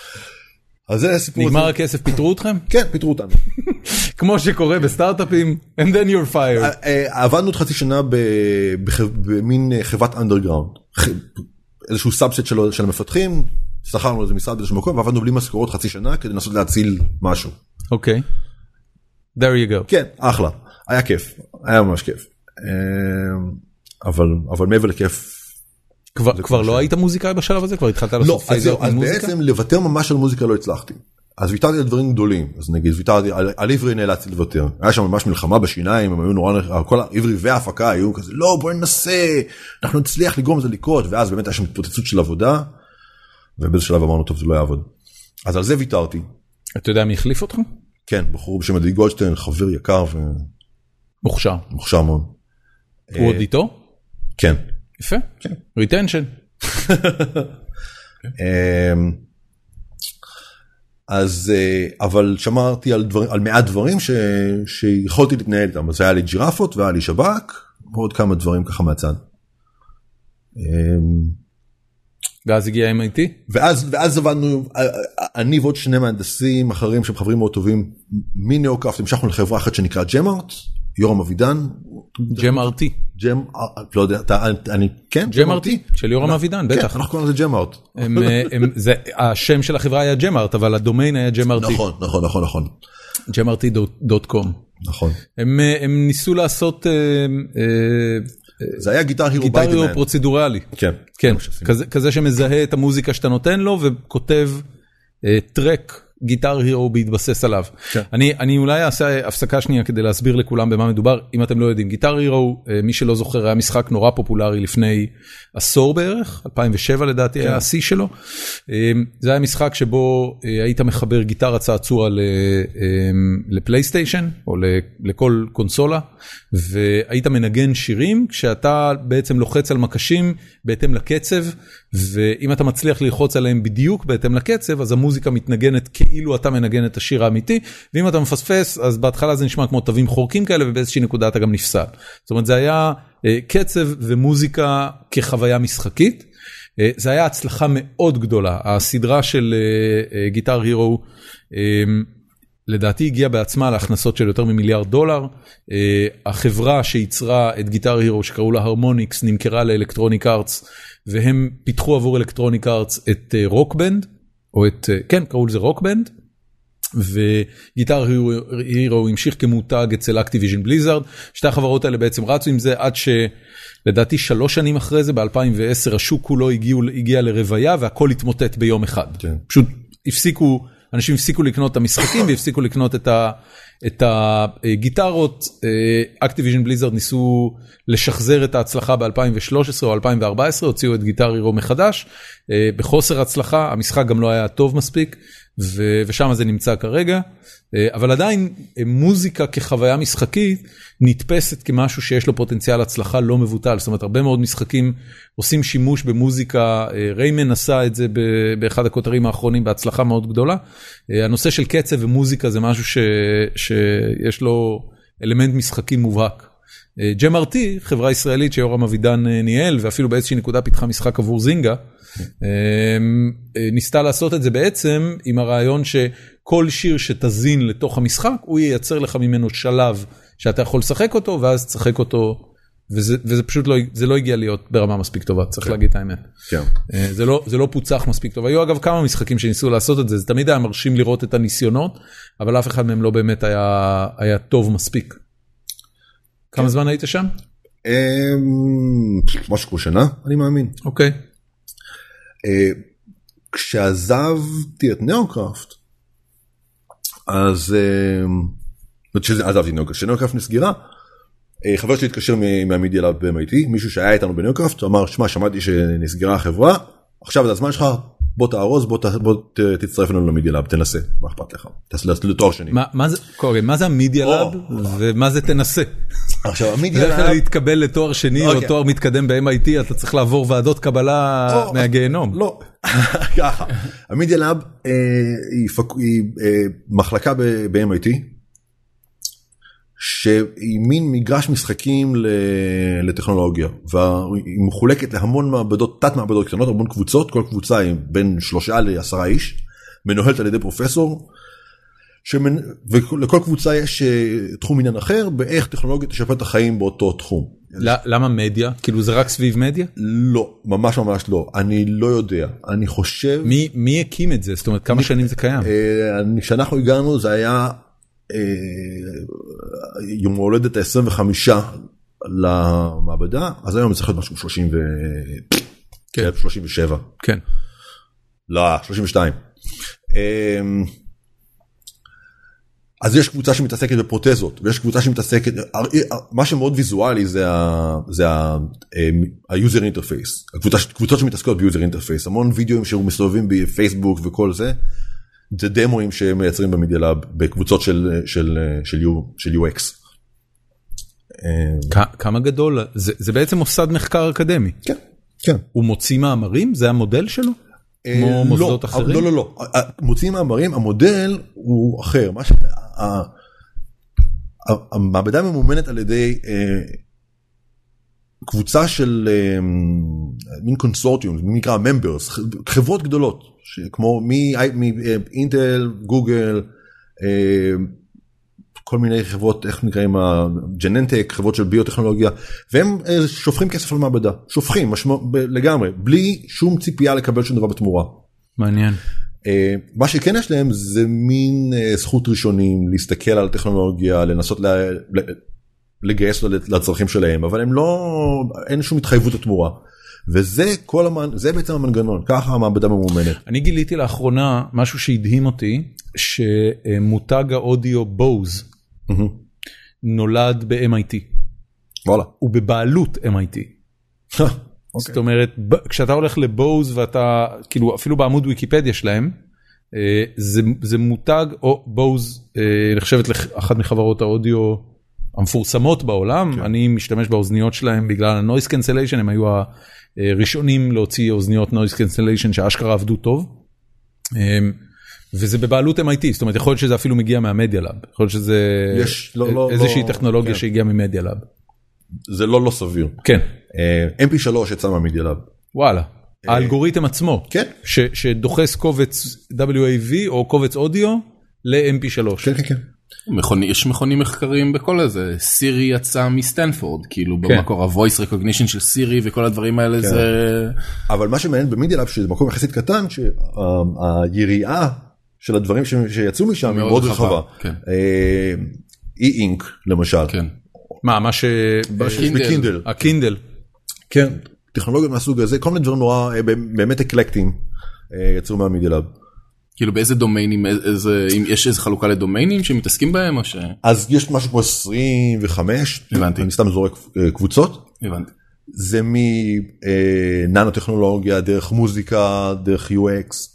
נגמר הכסף, פיתרו אתכם? כן, פיתרו אותנו. כמו שקורה בסטארט-אפים, and then you're fired. עבדנו עוד חצי שנה במין חברת אנדרגראונד. איזשהו סאבסט של המפתחים, שכרנו איזה משרד באיזשהו מקום, ועבדנו בלי משכורות חצי שנה כדי לנסות להציל משהו. אוקיי. There you go. כן, אחלה. היה כיף. היה ממש כיף. אבל מעבר לכיף, כבר לא היית מוזיקאי בשלב הזה? כבר התחלת לעשות פייזר עם מוזיקה? אז בעצם לוותר ממש על מוזיקה לא הצלחתי. אז ויתרתי על דברים גדולים. אז נגיד, ויתרתי על עברי נאלצתי לוותר. היה שם ממש מלחמה בשיניים, הם היו נורא, כל העברי וההפקה היו כזה, לא בוא ננסה, אנחנו נצליח לגרום את זה לקרות, ואז באמת היה שם התפוצצות של עבודה, ובאיזה שלב אמרנו, טוב, זה לא יעבוד. אז על זה ויתרתי. אתה יודע מי החליף אותך? כן, בחור בשם עדי גולדשטיין, חבר יקר ו... מוכשר. מוכשר מאוד. הוא עוד איתו? כן. יפה, ריטנשן. אז, אבל שמרתי על דברים, על מעט דברים שיכולתי להתנהל איתם, אז היה לי ג'ירפות והיה לי שבק, ועוד כמה דברים ככה מהצד. ואז הגיע אם איי טי? ואז, ואז עבדנו, אני ועוד שני מהנדסים אחרים שהם חברים מאוד טובים, מנאוקראפט, המשכנו לחברה אחת שנקרא ג'מארט, יורם אבידן. ג'ם אר טי. ג'ם, לא יודע, אני, כן? ג'ם אר טי, של יורם אבידן, בטח. כן, אנחנו קוראים לזה ג'מארט. השם של החברה היה ג'מארט, אבל הדומיין היה ג'ם אר טי. נכון, נכון, נכון, נכון. ג'ם אר טי דוט קום. נכון. הם ניסו לעשות... זה היה גיטר הירו גיטר הירו פרוצדורלי. כן. כן, כזה שמזהה את המוזיקה שאתה נותן לו, וכותב טרק גיטר הירו בהתבסס עליו. אני, אני אולי אעשה הפסקה שנייה כדי להסביר לכולם במה מדובר, אם אתם לא יודעים. גיטר הירו, מי שלא זוכר, היה משחק נורא פופולרי לפני עשור בערך, אלפיים ושבע לדעתי היה השיא שלו. זה היה משחק שבו היית מחבר גיטרה צעצוע לפלייסטיישן, או לכל קונסולה, והיית מנגן שירים, כשאתה בעצם לוחץ על מקשים בהתאם לקצב, ואם אתה מצליח ללחוץ עליהם בדיוק בהתאם לקצב, אז המוזיקה מתנגנת כאילו אתה מנגן את השיר האמיתי, ואם אתה מפספס, אז בהתחלה זה נשמע כמו תווים חורקים כאלה, ובאיזושהי נקודה אתה גם נפסד. זאת אומרת, זה היה קצב ומוזיקה כחוויה משחקית. זה היה הצלחה מאוד גדולה. הסדרה של גיטר הירו, לדעתי הגיעה בעצמה להכנסות של יותר ממיליארד דולר. החברה שיצרה את גיטר הירו, שקראו לה הרמוניקס, נמכרה לאלקטרוניק ארטס, והם פיתחו עבור אלקטרוניק ארטס את רוקבנד, או את, כן, קראו לזה רוקבנד, וגיטר הירו המשיך כמותג אצל אקטיביז'ן בליזארד. שתי החברות האלה בעצם רצו עם זה, עד שלדעתי שלוש שנים אחרי זה, ב-אלפיים ועשר, השוק כולו הגיע לרוויה, והכל התמוטט ביום אחד. פשוט הפסיקו, אנשים הפסיקו לקנות את המשחקים, והפסיקו לקנות את את הגיטרות, אקטיביז'ן בליזרד ניסו לשחזר את ההצלחה ב-אלפיים ושלוש עשרה או אלפיים וארבע עשרה, הוציאו את גיטר הירו מחדש, בחוסר הצלחה, המשחק גם לא היה טוב מספיק, ושם זה נמצא כרגע, אבל עדיין מוזיקה כחוויה משחקית נתפסת כמשהו שיש לו פוטנציאל הצלחה לא מבוטל, זאת אומרת הרבה מאוד משחקים עושים שימוש במוזיקה, ריימן עשה את זה באחד הכותרים האחרונים בהצלחה מאוד גדולה, הנושא של קצב ומוזיקה זה משהו ש, שיש לו אלמנט משחקי מובהק. ג'ם אר טי, חברה ישראלית שיורם אבידן ניהל ואפילו באיזושהי נקודה פיתחה משחק עבור זינגה, ניסתה לעשות את זה בעצם עם הרעיון שכל שיר שתזין לתוך המשחק הוא ייצר לך ממנו שלב שאתה יכול לשחק אותו ואז תשחק אותו, וזה, וזה פשוט לא, זה לא הגיע להיות ברמה מספיק טובה, צריך להגיד את האמת. זה לא, זה לא פוצח מספיק טוב. היו אגב כמה משחקים שניסו לעשות את זה, זה תמיד היה מרשים לראות את הניסיונות, אבל אף אחד מהם לא באמת היה, היה טוב מספיק. כמה זמן היית שם? משהו כמו שנה, אני מאמין. אוקיי. כשעזבתי את נאוקראפט, אז עזבתי נאוקראפט, כשנאוקראפט נסגרה, חבר שלי התקשר מהמידיה לאב ב-אם איי טי, מישהו שהיה איתנו בנאוקראפט, אמר, שמע, שמעתי שנסגרה החברה, עכשיו זה הזמן שלך, בוא תארוז, בוא תצטרף לנו למידיה לאב, תנסה, מה אכפת לך? תעשה לתואר שני. מה זה המידיה לאב ומה זה תנסה? עכשיו, המידיה לאב... בדרך כלל להתקבל לתואר שני או תואר מתקדם ב-אם איי טי, אתה צריך לעבור ועדות קבלה מהגיהנום. לא, ככה. המידיה לאב היא מחלקה ב-אם איי טי, שהיא מין מגרש משחקים לטכנולוגיה, והיא מחולקת להמון מעבדות, תת מעבדות קטנות, המון קבוצות, כל קבוצה היא בין שלושה לעשרה איש, מנוהלת על ידי פרופסור, ולכל קבוצה יש תחום עניין אחר, באיך טכנולוגיה תשפר את החיים באותו תחום. למה מדיה? כאילו זה רק סביב מדיה? לא, ממש ממש לא, אני לא יודע, אני חושב... מי הקים את זה? זאת אומרת, כמה שנים זה קיים? כשאנחנו הגענו זה היה... יום הולדת ה-עשרים וחמש למעבדה, אז היום צריך להיות משהו שלושים ושבע. כן. לא, שלושים ושתיים. אז יש קבוצה שמתעסקת בפרוטזות, ויש קבוצה שמתעסקת, מה שמאוד ויזואלי זה ה-user interface, קבוצות שמתעסקות ב-user interface, המון וידאוים שמסתובבים בפייסבוק וכל זה, זה דמוים שמייצרים במידיה לאב בקבוצות של, של, של, של יו אקס. כמה גדול? זה, זה בעצם מוסד מחקר אקדמי. כן, כן. הוא מוציא מאמרים? זה המודל שלו? כמו מוסדות אחרים? לא, לא, לא. מוציא מאמרים, המודל הוא אחר. מה ש... המעבדה ממומנת על ידי קבוצה של מין קונסורטיום, מי נקרא members, חברות גדולות. כמו מאינטל, גוגל, כל מיני חברות, איך נקראים, ג'ננטק, חברות של ביוטכנולוגיה, והם שופכים כסף על מעבדה, שופכים לגמרי, בלי שום ציפייה לקבל שום דבר בתמורה. מעניין. מה שכן יש להם זה מין זכות ראשונים, להסתכל על טכנולוגיה, לנסות לגייס לצרכים שלהם, אבל הם לא, אין שום התחייבות לתמורה. וזה כל המנ... זה בעצם המנגנון, ככה המעבדה ממומנת. אני גיליתי לאחרונה משהו שהדהים אותי, שמותג האודיו בוז נולד ב-אם איי טי. וואלה. הוא בבעלות אם איי טי. זאת אומרת, כשאתה הולך לבוז ואתה, כאילו אפילו בעמוד ויקיפדיה שלהם, זה, זה מותג, או בוז נחשבת לאחת מחברות האודיו המפורסמות בעולם, אני משתמש באוזניות שלהם בגלל ה-noise cancellation, הם היו הראשונים להוציא אוזניות noise cancellation שאשכרה עבדו טוב, וזה בבעלות אם איי טי, זאת אומרת, יכול להיות שזה אפילו מגיע מהמדיה לאב, יכול להיות שזה איזושהי טכנולוגיה שהגיעה ממדיה לאב. זה לא לא סביר. כן. אם פי שלוש יצא מהמדיה לאב. וואלה. האלגוריתם עצמו. כן. שדוחס קובץ דאבליו איי וי או קובץ אודיו ל-אם פי שלוש. כן, כן, כן. יש מכונים מחקרים בכל הזה, סירי יצא מסטנפורד, כאילו במקור ה-voice recognition של סירי וכל הדברים האלה זה... אבל מה שמעניין במדיה לאב שזה מקום יחסית קטן, שהיריעה של הדברים שיצאו משם היא מאוד רחבה. אי-אינק למשל. כן. מה, מה ש... בקינדל. הקינדל. כן, טכנולוגיות מהסוג הזה, כל מיני דברים נורא, באמת אקלקטיים יצאו מהמדיה לאב. כאילו באיזה דומיינים, איזה, אם יש איזה חלוקה לדומיינים שמתעסקים בהם או ש... אז יש משהו כמו עשרים וחמש, הבנתי. אני סתם זורק קבוצות. הבנתי. זה מננו-טכנולוגיה, דרך מוזיקה, דרך יו אקס.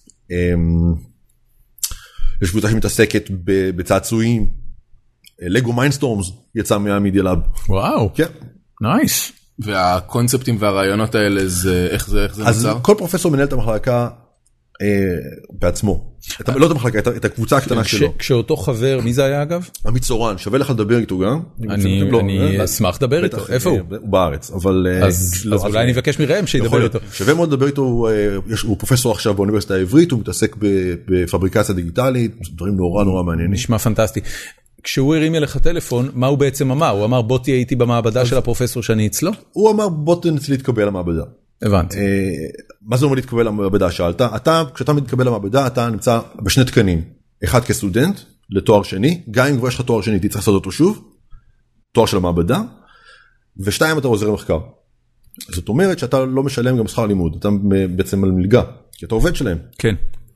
יש קבוצה שמתעסקת בצעצועים. לגו מיינסטורמס יצא מהמידיה לאב. וואו. כן. נייס. והקונספטים והרעיונות האלה, זה, איך זה, איך זה אז נוצר? כל פרופסור מנהל את המחלקה אה, בעצמו. את, לא את המחלקה, את, את הקבוצה הקטנה כש, שלו. כשאותו חבר, מי זה היה אגב? עמית צורן, שווה לך לדבר איתו גם. אני, לא, אני אה, אשמח לדבר איתו. בטח, איפה הוא? הוא בארץ, אבל... אז, לא, אז אולי אני אבקש מראם שידבר איתו. שווה מאוד לדבר איתו, הוא, יש, הוא פרופסור עכשיו באוניברסיטה העברית, הוא מתעסק בפבריקציה דיגיטלית, דברים נורא נורא מעניינים. נשמע פנטסטי. כשהוא הרים אליך טלפון, מה הוא בעצם אמר? הוא אמר בוא תהיה איתי במעבדה של הפרופסור שאני אצלו? הוא אמר בוא תנסי להתקבל למעבדה. הבנתי. מה זה אומר להתקבל למעבדה? שאלת, אתה, כשאתה מתקבל למעבדה, אתה נמצא בשני תקנים. אחד כסטודנט, לתואר שני, גם אם כבר יש לך תואר שני, תצטרך לעשות אותו שוב, תואר של המעבדה, ושתיים, אתה עוזר למחקר. זאת אומרת שאתה לא משלם גם שכר לימוד, אתה בעצם על מלגה, כי אתה עובד שלהם. כן.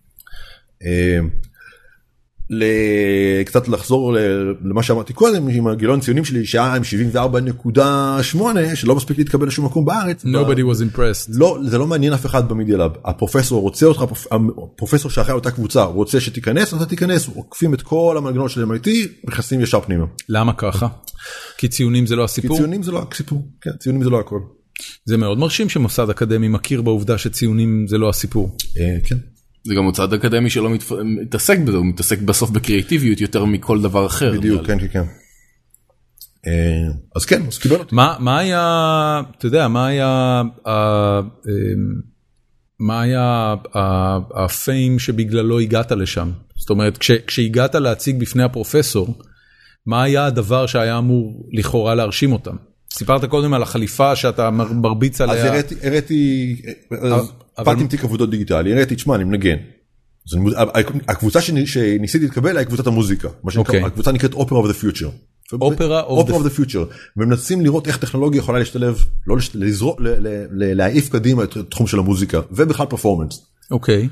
קצת לחזור למה שאמרתי קודם, עם הגילון הציונים שלי, שהיה עם שבעים וארבע נקודה שמונה, שלא מספיק להתקבל לשום מקום בארץ. Nobody was impressed. לא, זה לא מעניין אף אחד במידיה לאב. הפרופסור רוצה אותך, הפרופסור שאחראי על אותה קבוצה, רוצה שתיכנס, אתה תיכנס, עוקפים את כל המנגנון של אם איי טי, נכנסים ישר פנימה. למה ככה? כי ציונים זה לא הסיפור? כי ציונים זה לא הסיפור, כן, ציונים זה לא הכל. זה מאוד מרשים שמוסד אקדמי מכיר בעובדה שציונים זה לא הסיפור. כן. זה גם מוצד אקדמי שלא מתעסק בזה, הוא מתעסק בסוף בקריאטיביות יותר מכל דבר אחר. בדיוק, כן, כן, כן. אז כן, אז קיבל אותי. מה היה, אתה יודע, מה היה, מה היה הפיים שבגללו הגעת לשם? זאת אומרת, כשהגעת להציג בפני הפרופסור, מה היה הדבר שהיה אמור לכאורה להרשים אותם? סיפרת קודם על החליפה שאתה מרביץ עליה. אז הראיתי, באתי עם תיק עבודות דיגיטלי, הראיתי, תשמע, אני מנגן. הקבוצה שניסיתי להתקבל היא קבוצת המוזיקה. הקבוצה נקראת Opera of the Future. Opera of the Future. ומנסים לראות איך טכנולוגיה יכולה להשתלב, להעיף קדימה את התחום של המוזיקה, ובכלל פרפורמנס. אוקיי.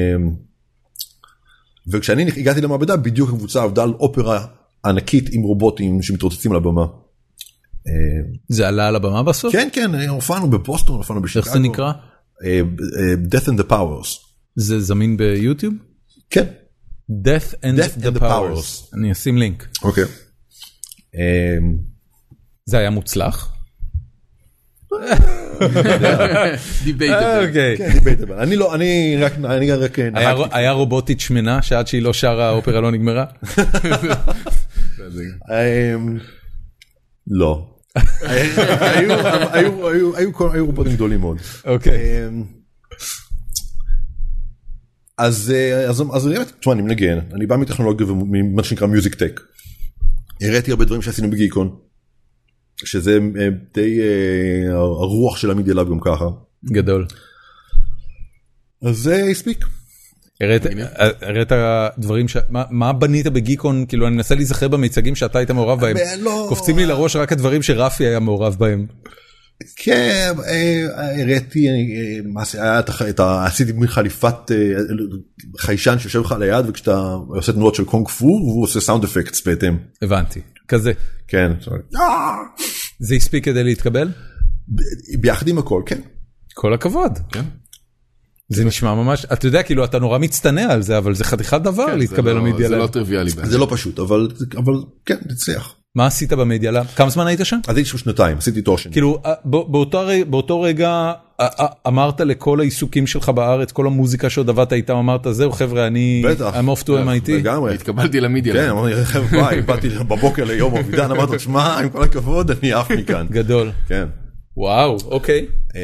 וכשאני הגעתי למעבדה, בדיוק הקבוצה עבדה על אופרה ענקית עם רובוטים שמתרוצצים על הבמה. זה עלה על הבמה בסוף? כן, כן, הופענו בפוסטון, הופענו בשיקגו. איך זה נקרא? Death and the Powers. זה זמין ביוטיוב? כן. Death and the Powers. אני אשים לינק. אוקיי. זה היה מוצלח? דיבייטבל. כן, דיבייטבל. אני לא, אני רק, אני רק... היה רובוטית שמנה שעד שהיא לא שרה האופרה לא נגמרה? לא. היו רובוטים גדולים מאוד. אוקיי. אז תשמע, אני מנגן, אני בא מטכנולוגיה ומה שנקרא מיוזיק טק. הראיתי הרבה דברים שעשינו בגיקון, שזה די הרוח של המידיה לאב גם ככה. גדול. אז זה הספיק. הראית דברים, מה בנית בגיקון, כאילו אני מנסה להיזכר במיצגים שאתה היית מעורב בהם, קופצים לי לראש רק הדברים שרפי היה מעורב בהם. כן, הראיתי, עשיתי חליפת חיישן שיושב לך על היד, וכשאתה עושה תנועות של קונג פו, והוא עושה סאונד אפקטס בהתאם. הבנתי, כזה. כן. זה הספיק כדי להתקבל? ביחד עם הכל, כן. כל הכבוד. כן. זה נשמע ממש, אתה יודע, כאילו אתה נורא מצטנע על זה, אבל זה חתיכת דבר להתקבל למידיה לאב. זה לא טריוויאלי. זה לא פשוט, אבל כן, נצליח. מה עשית במדיה לאב? כמה זמן היית שם? אז הייתי שם שנתיים, עשיתי תואר שני. כאילו, באותו רגע אמרת לכל העיסוקים שלך בארץ, כל המוזיקה שעוד עבדת איתם, אמרת, זהו חבר'ה, אני I'm off to אם איי טי. לגמרי. התקבלתי למדיה לאב. כן, אמרתי, חבר'ה, ביי, באתי בבוקר ליום עובדן, אמרת, תשמע, עם כל הכבוד, אני עף מכאן. גדול. כן. וואו, אוקיי.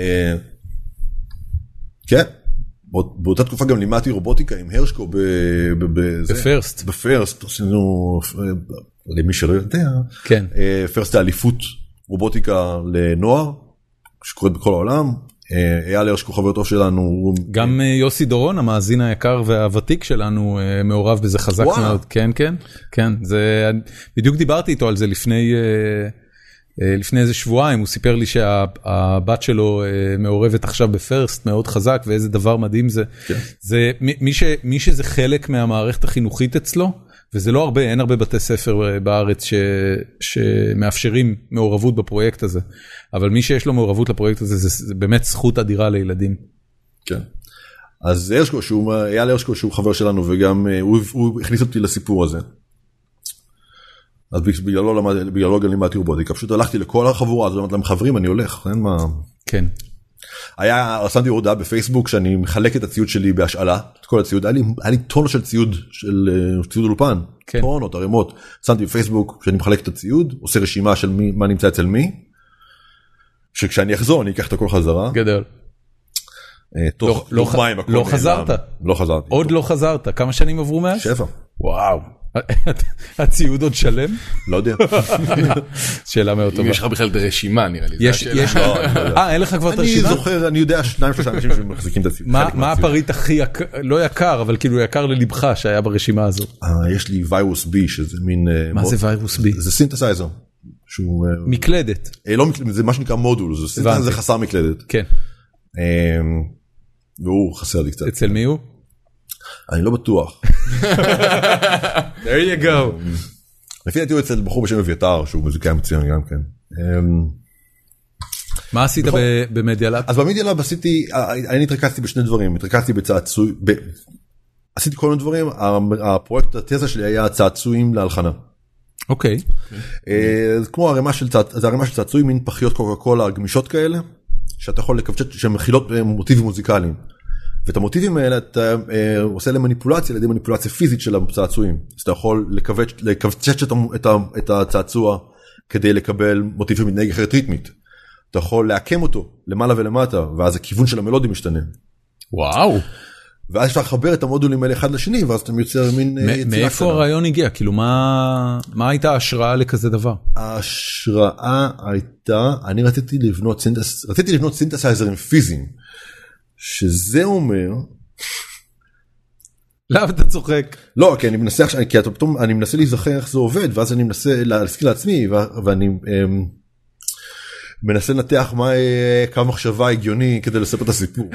כן. באותה תקופה גם לימדתי רובוטיקה עם הרשקו בפרסט. בפרסט, עשינו, למי שלא יודע, כן. פרסט האליפות רובוטיקה לנוער, שקורית בכל העולם, אייל הרשקו חבר טוב שלנו. גם יוסי דורון, המאזין היקר והוותיק שלנו, מעורב בזה חזק מאוד. כן, כן, כן. בדיוק דיברתי איתו על זה לפני... לפני איזה שבועיים הוא סיפר לי שהבת שלו מעורבת עכשיו בפרסט מאוד חזק, ואיזה דבר מדהים זה. זה מי ש, מי שזה חלק מהמערכת החינוכית אצלו, וזה לא הרבה, אין הרבה בתי ספר בארץ ש, שמאפשרים מעורבות בפרויקט הזה, אבל מי שיש לו מעורבות לפרויקט הזה, זה, זה באמת זכות אדירה לילדים. כן. אז הרשקו, שהוא, אייל הרשקו, שהוא חבר שלנו, וגם הוא, הוא הכניס אותי לסיפור הזה. אז בגללו למד, בגללו גם לימדתי רובוטיקה, פשוט הלכתי לכל החבורה, אז אמרתי להם, חברים, אני הולך, אין מה... כן. היה, רשמתי הודעה בפייסבוק, שאני מחלק את הציוד שלי בהשאלה, את כל הציוד, היה לי, היה לי טונות של ציוד, של ציוד אולפן, כן. טונות, ערימות, שמתי בפייסבוק, שאני מחלק את הציוד, עושה רשימה של מי, מה נמצא אצל מי, שכשאני אחזור, אני אקח את הכל חזרה. גדול. תוך מים, לא חזרת? לא חזרתי. עוד לא חזרת, כמה שנים עברו מאז? שבע. וואו. הציוד עוד שלם? לא יודע. שאלה מאוד טובה. אם יש לך בכלל את הרשימה, נראה לי. יש, יש, אה, אין לך כבר את הרשימה? אני זוכר, אני יודע שניים שלושה אנשים שמחזיקים את הציוד. מה הפריט הכי יקר, לא יקר, אבל כאילו יקר ללבך שהיה ברשימה הזו? יש לי ויירוס בי, שזה מין... מה זה ויירוס בי? זה סינתסייזר. מקלדת. לא, זה מה שנקרא מודול, זה חסר מקלדת. כן. והוא חסר לי קצת. אצל מי הוא? אני לא בטוח. There you go. לפי דעתי הוא אצל בחור בשם אביתר, שהוא מוזיקאי מצוין גם כן. מה עשית במדיה לאב? אז במדיה לאב עשיתי, אני התרכזתי בשני דברים, התרכזתי בצעצוי, עשיתי כל מיני דברים, הפרויקט, התזה שלי היה צעצויים להלחנה. אוקיי. זה כמו הרמה של צעצויים, מין פחיות קוקה קולה גמישות כאלה, שאתה יכול לקבצ'ט, שהן מכילות מוטיבים מוזיקליים. ואת המוטיבים האלה אתה אה, עושה להם מניפולציה, על ידי מניפולציה פיזית של הצעצועים. אז אתה יכול לקבצ'ט את, את, את הצעצוע כדי לקבל מוטיב שמתנהג אחרת ריתמית. אתה יכול להקם אותו למעלה ולמטה, ואז הכיוון של המלודי משתנה. וואו. ואז אפשר לחבר את המודולים האלה אחד לשני, ואז אתה יוצר מין יצירה קטנה. מאיפה הרעיון הגיע? כאילו, מה, מה הייתה ההשראה לכזה דבר? ההשראה הייתה, אני רציתי לבנות סינתס, רציתי לבנות סינתסייזרים פיזיים, שזה אומר... למה אתה צוחק? לא, כי אני מנסה, כי פתאום אני מנסה להיזכר איך זה עובד, ואז אני מנסה להזכיר לעצמי, ואני מנסה לנתח מה קו מחשבה הגיוני כדי לספר את הסיפור.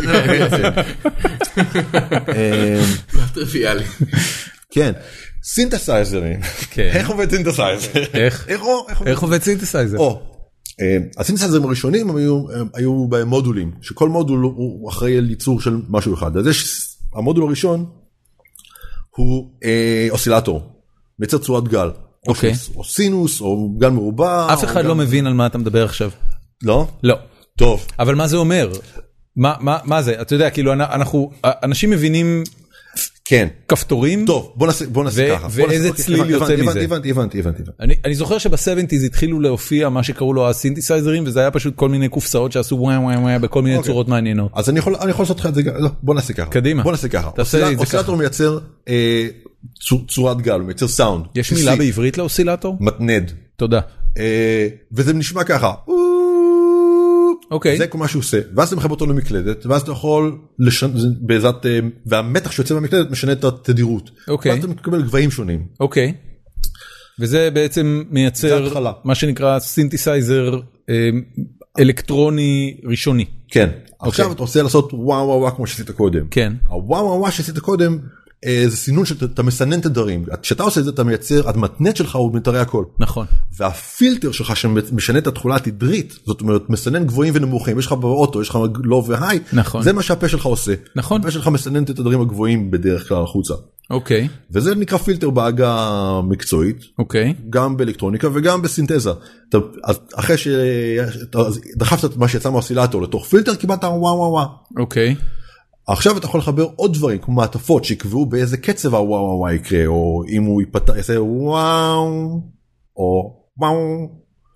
לא טריוויאלי. כן, סינתסייזרים. איך עובד סינתסייזר? איך? איך עובד סינתסייזר? הסינתסייזרים הראשונים היו בהם מודולים, שכל מודול הוא אחראי על ייצור של משהו אחד. אז יש, המודול הראשון הוא אוסילטור, מייצר צורת גל. או סינוס, או גל מרובע. אף אחד לא מבין על מה אתה מדבר עכשיו. לא? לא. טוב. אבל מה זה אומר? מה זה? אתה יודע, כאילו, אנחנו, אנשים מבינים... כן. כפתורים. טוב, בוא נעשה, בוא נעשה ככה. ואיזה צליל יוצא מזה. הבנתי, הבנתי, הבנתי. אני זוכר שבסבנטיז התחילו להופיע מה שקראו לו הסינתסייזרים, וזה היה פשוט כל מיני קופסאות שעשו וואי וואי וואי בכל מיני צורות מעניינות. אז אני יכול, אני יכול לעשות לך את זה, בוא נעשה ככה. קדימה. בוא נעשה ככה. אוסילטור מייצר צורת גל, הוא מייצר סאונד. יש מילה בעברית לאוסילטור? מתנד. תודה. וזה נשמע ככה. אוקיי. זה כל מה שהוא עושה, ואז אתה מחבר אותו למקלדת, ואז אתה יכול בעזרת, והמתח שיוצא מהמקלדת משנה את התדירות. אוקיי. ואז אתה מקבל גבהים שונים. אוקיי. וזה בעצם מייצר מה שנקרא סינתסייזר אלקטרוני ראשוני. כן. עכשיו אתה רוצה לעשות וואו וואו וואו כמו שעשית קודם. כן. הוואו וואו וואו שעשית קודם, זה סינון שאתה מסנן תדרים. כשאתה עושה את זה אתה מייצר, המתנט שלך הוא מתארי הכל. נכון. והפילטר שלך שמשנה את התכולה התדרית, זאת אומרת מסנן גבוהים ונמוכים, יש לך באוטו, יש לך לואו והיי, נכון. זה מה שהפה שלך עושה. נכון. הפה שלך מסנן את התדרים הגבוהים בדרך כלל החוצה. אוקיי. וזה נקרא פילטר בעגה מקצועית. אוקיי. גם באלקטרוניקה וגם בסינתזה. אתה, אחרי שדחפת את מה שיצא מהאוסילטור לתוך פילטר, קיבלת וואו וואו וואו. אוקיי. עכשיו אתה יכול לחבר עוד דברים, כמו מעטפות שיקבעו באיזה קצב הוואו וואו וואו יקרה, או אם הוא ייפתח, יעשה וואו, או וואו,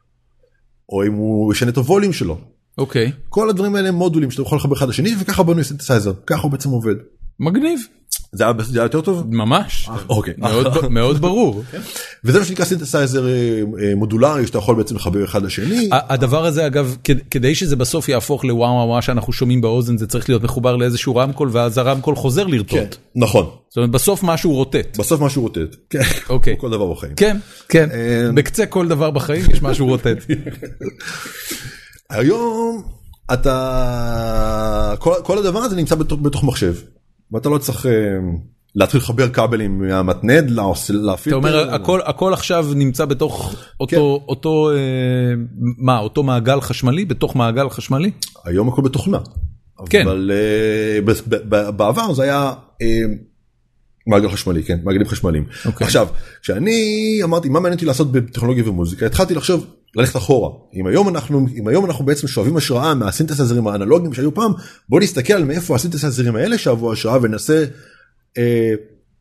או אם הוא ישנה את הווליום שלו. אוקיי. כל הדברים האלה הם מודולים שאתה יכול לחבר אחד לשני, וככה בנו סינתסייזר, ככה הוא בעצם עובד. מגניב. זה היה יותר טוב? ממש. אוקיי. מאוד ברור. וזה מה שנקרא סינתסייזר מודולרי, שאתה יכול בעצם לחבר אחד לשני. הדבר הזה, אגב, כדי שזה בסוף יהפוך לוואו וואו וואו שאנחנו שומעים באוזן, זה צריך להיות מחובר לאיזשהו רמקול, ואז הרמקול חוזר לרטוט. נכון. זאת אומרת, בסוף משהו רוטט. בסוף משהו רוטט. כן. אוקיי. כל דבר בחיים. כן, כן. בקצה כל דבר בחיים יש משהו רוטט. היום אתה, כל הדבר הזה נמצא בתוך מחשב. ואתה לא צריך להתחיל לחבר כבלים מהמתנד לפילטר. אתה אומר, הכל עכשיו נמצא בתוך אותו, מה, אותו מעגל חשמלי, בתוך מעגל חשמלי? היום הכל בתוכנה. כן. אבל בעבר זה היה מעגל חשמלי, כן, מעגלים חשמליים. עכשיו, כשאני אמרתי, מה מעניין אותי לעשות בטכנולוגיה ומוזיקה, התחלתי לחשוב, ללכת אחורה. אם היום אנחנו, אם היום אנחנו בעצם שואבים השראה מהסינתסייזרים האנלוגיים שהיו פעם, בוא נסתכל על מאיפה הסינתסייזרים האלה שאבו השראה וננסה, אה,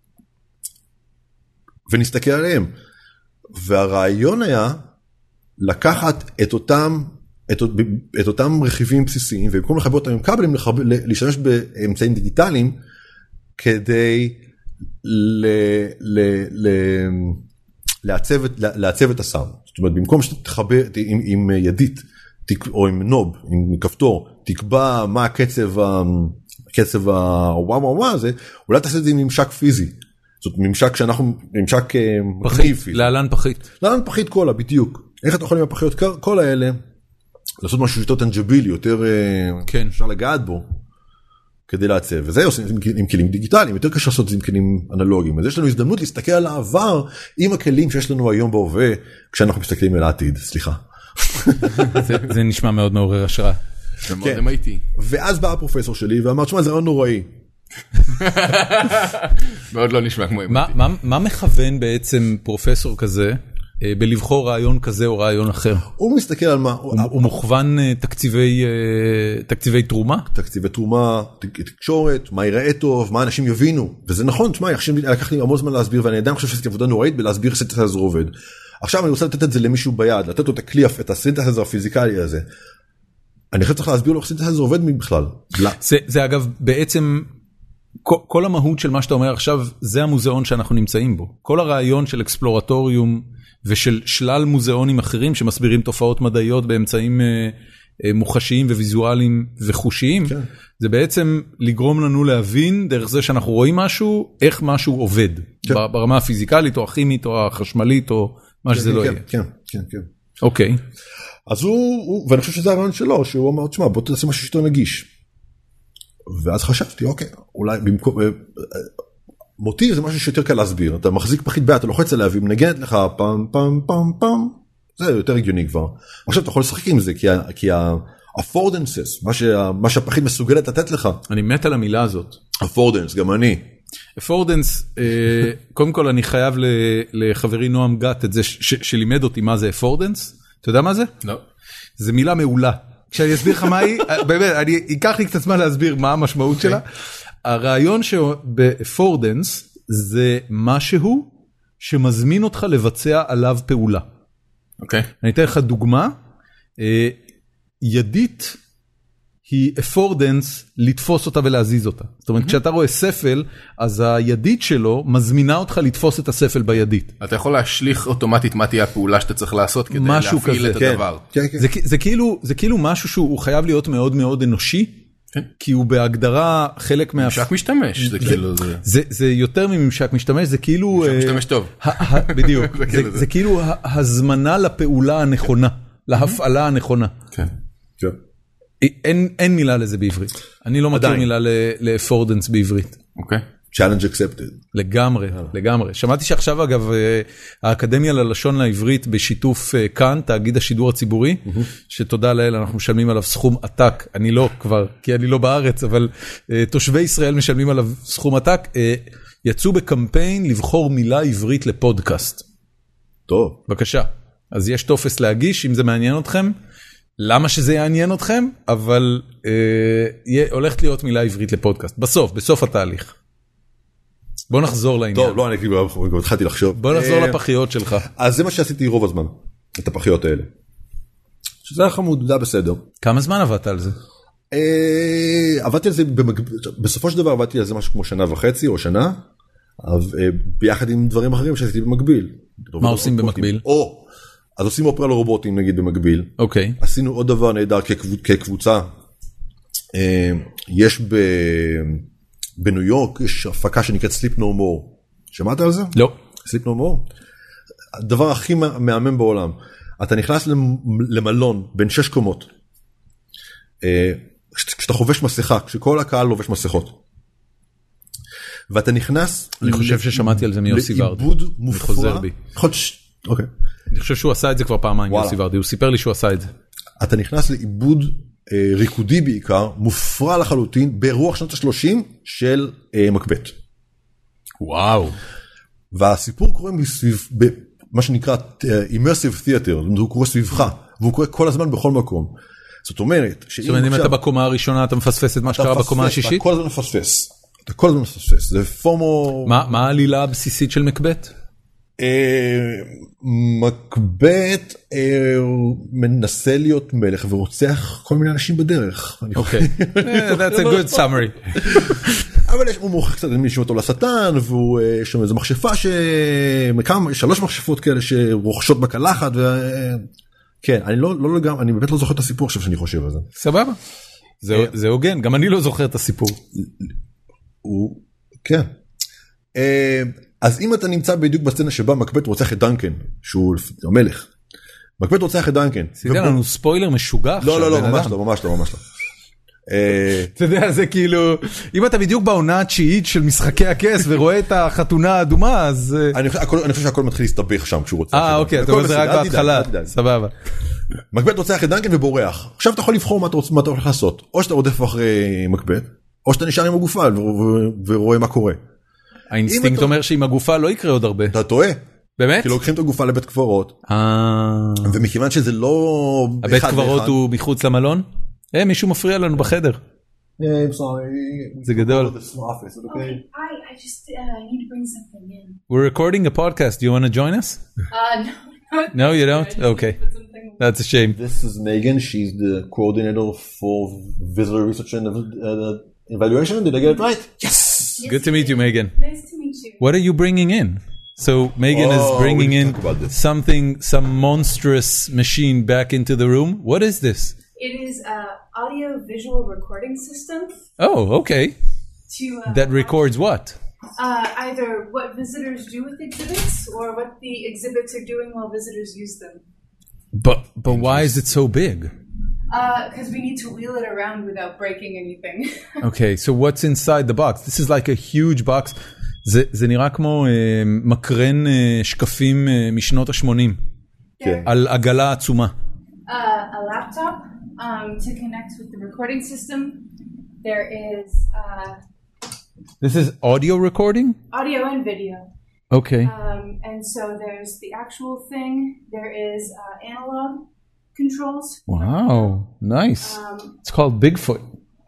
ונסתכל עליהם. והרעיון היה לקחת את אותם, את, את אותם רכיבים בסיסיים, ובמקום לחבר אותם עם כבלים, להשתמש באמצעים דיגיטליים, כדי ל, ל, ל, לעצב, לעצב את הסאונד. זאת אומרת, במקום שתחבר עם, עם ידית, או עם נוב, עם כפתור, תקבע מה הקצב, הקצב הוואו וואו וואו הזה, אולי תעשה את זה עם ממשק פיזי. זאת ממשק שאנחנו, ממשק פחית, להלן פחית. להלן פחית קולה, בדיוק. איך אתה יכול עם הפחיות קולה האלה, לעשות משהו יותר טנג'בילי, יותר כן. אפשר לגעת בו, כדי לעצב. וזה עושים עם כלים דיגיטליים, יותר קשה לעשות את זה עם כלים אנלוגיים. אז יש לנו הזדמנות להסתכל על העבר עם הכלים שיש לנו היום בהווה, כשאנחנו מסתכלים על העתיד. סליחה. זה נשמע מאוד מעורר השראה. כן. ואז בא הפרופסור שלי ואמר, תשמע, זה רעיון נוראי. מאוד לא נשמע כמו אמרתי. מה מכוון בעצם פרופסור כזה, בלבחור רעיון כזה או רעיון אחר? הוא מסתכל על מה? הוא מוכוון תקציבי, תקציבי תרומה? תקציבי תרומה, תקשורת, מה ייראה טוב, מה אנשים יבינו. וזה נכון, תשמע, לקח לי המון זמן להסביר, ואני עדיין חושב שעשיתי עבודה נוראית בלהסביר איך סינתסייזר עובד. עכשיו אני רוצה לתת את זה למישהו ביד, לתת לו את הכלי, את הסינתסייזר הפיזיקלי הזה. אני חושב צריך להסביר לו איך סינתסייזר עובד בכלל. זה, זה אגב בעצם, כל, כל המהות של מה שאתה אומר עכשיו, זה המוזיאון שאנחנו נמצאים בו. כל הרעיון של אקספלורטוריום, ושל שלל מוזיאונים אחרים שמסבירים תופעות מדעיות באמצעים אה, אה, מוחשיים וויזואליים וחושיים, כן. זה בעצם לגרום לנו להבין דרך זה שאנחנו רואים משהו, איך משהו עובד, כן. ברמה הפיזיקלית או הכימית או החשמלית או מה כן, שזה כן, לא כן, יהיה. כן, כן, כן. אוקיי. אז הוא, הוא, ואני חושב שזה הרעיון שלו, שהוא אמר, תשמע, בוא תעשה משהו שיותר נגיש. ואז חשבתי, אוקיי, אולי במקום... מוטיב זה משהו שיותר קל להסביר, אתה מחזיק פחית ביד, אתה לוחץ עליה והיא מנגנת לך פעם פעם פעם פעם, זה יותר הגיוני כבר. עכשיו אתה יכול לשחק עם זה, כי ה-affordances, מה שהפחית מסוגלת לתת לך. אני מת על המילה הזאת. affordance, גם אני. affordance, קודם כל אני חייב לחברי נועם גת את זה שלימד אותי מה זה affordance, אתה יודע מה זה? לא. זה מילה מעולה. כשאני אסביר לך מה היא, באמת, אני אקח לי קצת זמן להסביר מה המשמעות שלה. הרעיון שבאפורדנס זה משהו שמזמין אותך לבצע עליו פעולה. אוקיי. אני אתן לך דוגמה, ידית היא אפורדנס לתפוס אותה ולהזיז אותה. זאת אומרת, כשאתה רואה ספל, אז הידית שלו מזמינה אותך לתפוס את הספל בידית. אתה יכול להשליך אוטומטית מה תהיה הפעולה שאתה צריך לעשות כדי להפעיל את הדבר. זה כאילו משהו שהוא חייב להיות מאוד מאוד אנושי, כי הוא בהגדרה חלק מה... ממשק משתמש, זה כאילו... זה יותר מממשק משתמש, זה כאילו... ממשק משתמש טוב. בדיוק, זה כאילו הזמנה לפעולה הנכונה, להפעלה הנכונה. כן. אין מילה לזה בעברית. אני לא מכיר מילה לאפורדנס בעברית. אוקיי. challenge accepted. לגמרי, לגמרי. שמעתי שעכשיו אגב, האקדמיה ללשון לעברית בשיתוף כאן, תאגיד השידור הציבורי, שתודה לאל אנחנו משלמים עליו סכום עתק, אני לא כבר, כי אני לא בארץ, אבל תושבי ישראל משלמים עליו סכום עתק, יצאו בקמפיין לבחור מילה עברית לפודקאסט. טוב. בבקשה. אז יש טופס להגיש, אם זה מעניין אתכם. למה שזה יעניין אתכם? אבל הולכת להיות מילה עברית לפודקאסט. בסוף, בסוף התהליך. בוא נחזור לעניין. טוב, לא, אני כאילו התחלתי לחשוב. בוא נחזור לפחיות שלך. אז זה מה שעשיתי רוב הזמן, את הפחיות האלה. שזה היה חמוד, זה היה בסדר. כמה זמן עבדת על זה? עבדתי על זה, בסופו של דבר עבדתי על זה משהו כמו שנה וחצי או שנה, ביחד עם דברים אחרים שעשיתי במקביל. מה עושים במקביל? או, אז עושים אופרה לרובוטים נגיד במקביל. אוקיי. עשינו עוד דבר נהדר כקבוצה. יש בניו יורק, יש הפקה שנקראת Sleep No More. שמעת על זה? לא. Sleep No More? הדבר הכי מהמם בעולם. אתה נכנס למלון בין שש קומות. כשאתה חובש מסכה, כשכל הקהל לובש מסכות. ואתה נכנס... אני חושב ששמעתי על זה מיוסי ורדי. לאיבוד מופרע. אוקיי. אני חושב שהוא עשה את זה כבר פעמיים, יוסי ורדי. הוא סיפר לי שהוא עשה את זה. אתה נכנס לאיבוד ריקודי בעיקר, מופרע לחלוטין, ברוח שנות ה-שלושים של מקבט. וואו. והסיפור קורה מסביב, מה שנקרא immersive theater, הוא קורה סביבך, והוא קורה כל הזמן בכל מקום. זאת אומרת, זאת אומרת, אם אתה בקומה הראשונה, אתה מפספס את מה שקרה בקומה השישית? אתה כל הזמן מפספס. אתה כל הזמן מפספס. זה פומו... מה העלילה הבסיסית של מקבט? מקבט מנסה להיות מלך ורוצח כל מיני אנשים בדרך. אוקיי. That's a good summary. אבל הוא מוכר קצת מישהו אותו לשטן, ויש שם איזו מכשפה, שלוש מכשפות כאלה שרוכשות בקלחת, כן, אני לא, לא לגמרי, אני באמת לא זוכר את הסיפור עכשיו שאני חושב על זה. סבבה. זה הוגן, גם אני לא זוכר את הסיפור. הוא, כן. אז אם אתה נמצא בדיוק בסצנה שבה מקבט רוצח את דנקן, שהוא המלך. מקבט רוצח את דנקן. סידר לנו ספוילר משוגע. לא, לא, לא, ממש לא, ממש לא, ממש לא. אתה יודע, זה כאילו, אם אתה בדיוק בעונה התשיעית של משחקי הכס ורואה את החתונה האדומה, אז... אני חושב שהכל מתחיל להסתבך שם כשהוא רוצח. אה, אוקיי, אתה אומר זה רק בהתחלה, סבבה. מקבט רוצח את דנקן ובורח. עכשיו אתה יכול לבחור מה אתה הולך לעשות. או שאתה רודף אחרי מקבט, או שאתה נשאר עם הגופה ורואה מה קורה. האינסטינקט אומר שעם הגופה לא יקרה עוד הרבה. אתה טועה. באמת? כי לוקחים את הגופה לבית קברות. ומכיוון שזה לא... הבית קברות הוא מחוץ למלון? אה, מישהו מפריע לנו בחדר. Yeah, I'm sorry. זה גדול. Okay, I I just uh, need to bring something in. We're recording a podcast. Do you want to join us? Uh, no. No, you don't? Okay. That's a shame. This is Megan. She's the coordinator for visitor research and uh, evaluation. Did I get it right? Yes! Yes, Good to meet you, Megan. Nice to meet you. What are you bringing in? So Megan Oh, is bringing we in can talk about this. something, some monstrous machine back into the room. What is this? It is an audio-visual recording system. Oh, okay. To uh, That records what? uh, either what visitors do with exhibits or what the exhibits are doing while visitors use them. But but why is it so big? Because uh, we need to wheel it around without breaking anything. Okay, so what's inside the box? This is like a huge box. זה, זה נראה כמו uh, מקרן uh, שקפים uh, משנות ה-שמונים. כן. על עגלה עצומה. Uh, a laptop um, to connect with the recording system. There is uh, This is audio recording? audio and video. Okay. Um, and so there's the actual thing. There is uh, analog controls. Wow, nice. Um, It's called Bigfoot.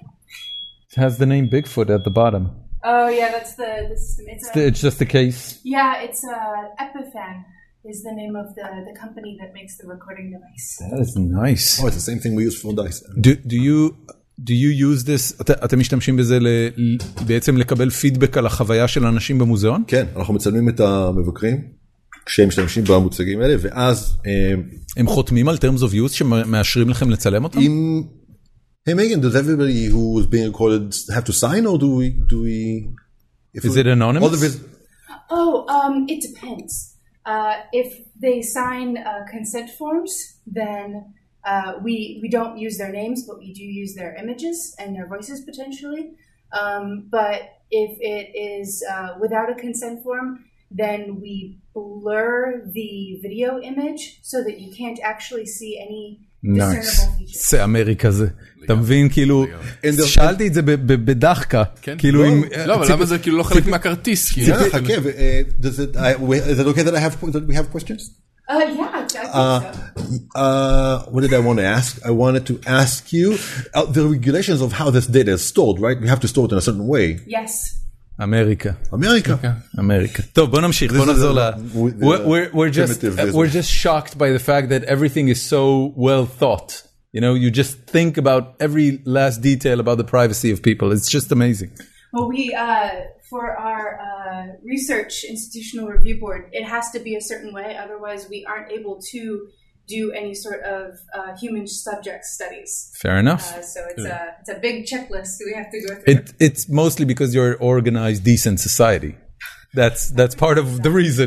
It has the name Bigfoot at the bottom. oh yeah, that's the, the system. It's, It's, a, the, it's just a case. yeah, it's uh, Epiphan is the name of the, the company that makes the recording device. That is nice. Oh, it's the same thing we use for dice. Do, do you do you use this? את, אתם משתמשים בזה ל, בעצם לקבל פידבק על החוויה של אנשים במוזיאון? כן, אנחנו מצלמים את המבקרים כשהם משתמשים במוצגים האלה, ואז הם חותמים על terms of use שמאשרים לכם לצלם אותם? אם... Hey Megan, does everybody who is being recorded have to sign, or do we... Do we if Is we, it anonymous? all the vis- Oh, um, it depends. Uh, if they sign uh, consent forms, then uh, we we don't use their names, but we do use their images and their voices potentially. Um, but if it is uh, without a consent form, then we blur the video image so that you can't actually see any discernible features. זה אמריקה זה. אתה מבין, כאילו, שאלתי את זה בדחקה. כאילו, לא, אבל למה זה כאילו לא חלק מהכרטיס? Yeah, חכה, is it okay that I have that we have questions? Uh, yeah, I think Uh, so. uh, what did I want to ask? I wanted to ask you uh, the regulations of how this data is stored, right? We have to store it in a certain way. Yes. אמריקה. America. אמריקה. טוב, בוא נמשיך, בוא נחזור ל... We're just shocked by the fact that everything is so well thought. You know, you just think about every last detail about the privacy of people. It's just amazing. Well, we, uh, for our uh, research institutional review board, it has to be a certain way. Otherwise, we aren't able to do any sort of uh, human subject studies. Fair enough. Uh, so it's yeah. a it's a big checklist we have to go through. It, it's mostly because you're an organized, decent society. That's that's part of the reason.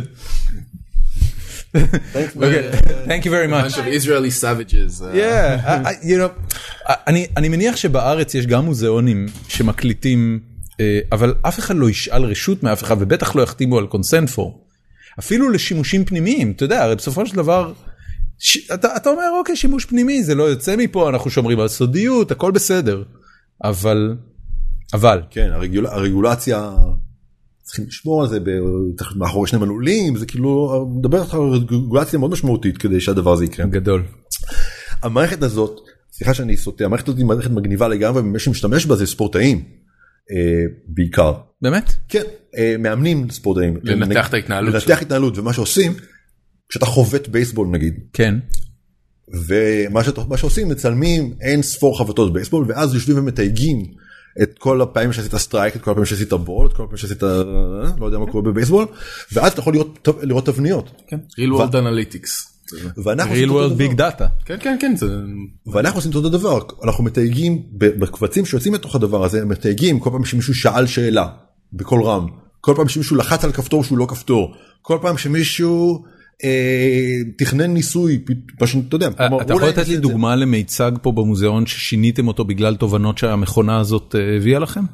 Thanks, okay. Thank you very much. A bunch of Israeli savages. Uh... Yeah, I, I, you know, אני אני מניח שבארץ יש גם מוזיאונים שמקליטים, אבל אף אחד לא ישאל רשות מאף אחד, ובטח לא יחתימו על קונסנט פורם. אפילו לשימושים פנימיים, אתה יודע, הרי בסופו של דבר, ש... אתה, אתה אומר, אוקיי, שימוש פנימי, זה לא יוצא מפה, אנחנו שומרים על סודיות, הכל בסדר. אבל, אבל. כן, הרגול... הרגולציה, צריכים לשמור על זה, מאחורי שני מנעולים, זה כאילו, מדבר על רגולציה מאוד משמעותית, כדי שהדבר הזה יקרה. גדול. המערכת הזאת, סליחה שאני סוטה, המערכת הזאת היא מערכת מגניבה לגמרי, ומי שמשתמש בה זה ספורטאים, בעיקר. באמת? כן, מאמנים ספורטאים. לנתח את ההתנהלות. לנתח התנהלות, ומה שעושים, כשאתה חובט בייסבול נגיד. כן. ומה שעושים, מצלמים אין ספור חבטות בייסבול, ואז יושבים ומתייגים את כל הפעמים שעשית סטרייק, את כל הפעמים שעשית בול, את כל הפעמים שעשית, לא יודע מה קורה בבייסבול, ואז אתה יכול לראות, לראות תבניות. כן. Real World Analytics. Real World Big Data. כן, כן, כן. ואנחנו עושים אותו דבר, אנחנו מתייגים, בקבצים שיוצאים מתוך הדבר הזה, מתייגים כל פעם שמישהו שאל שאלה, בכל רם, כל פעם שמישהו לחץ על כפתור שהוא לא כפתור, כל פעם שמישהו תכנן ניסוי, פשוט, אתה יודע. אתה יכול לתת לי דוגמה למיצג פה במוזיאון ששיניתם אותו בגלל תובנות שהמכונה הזאת הביאה לכם?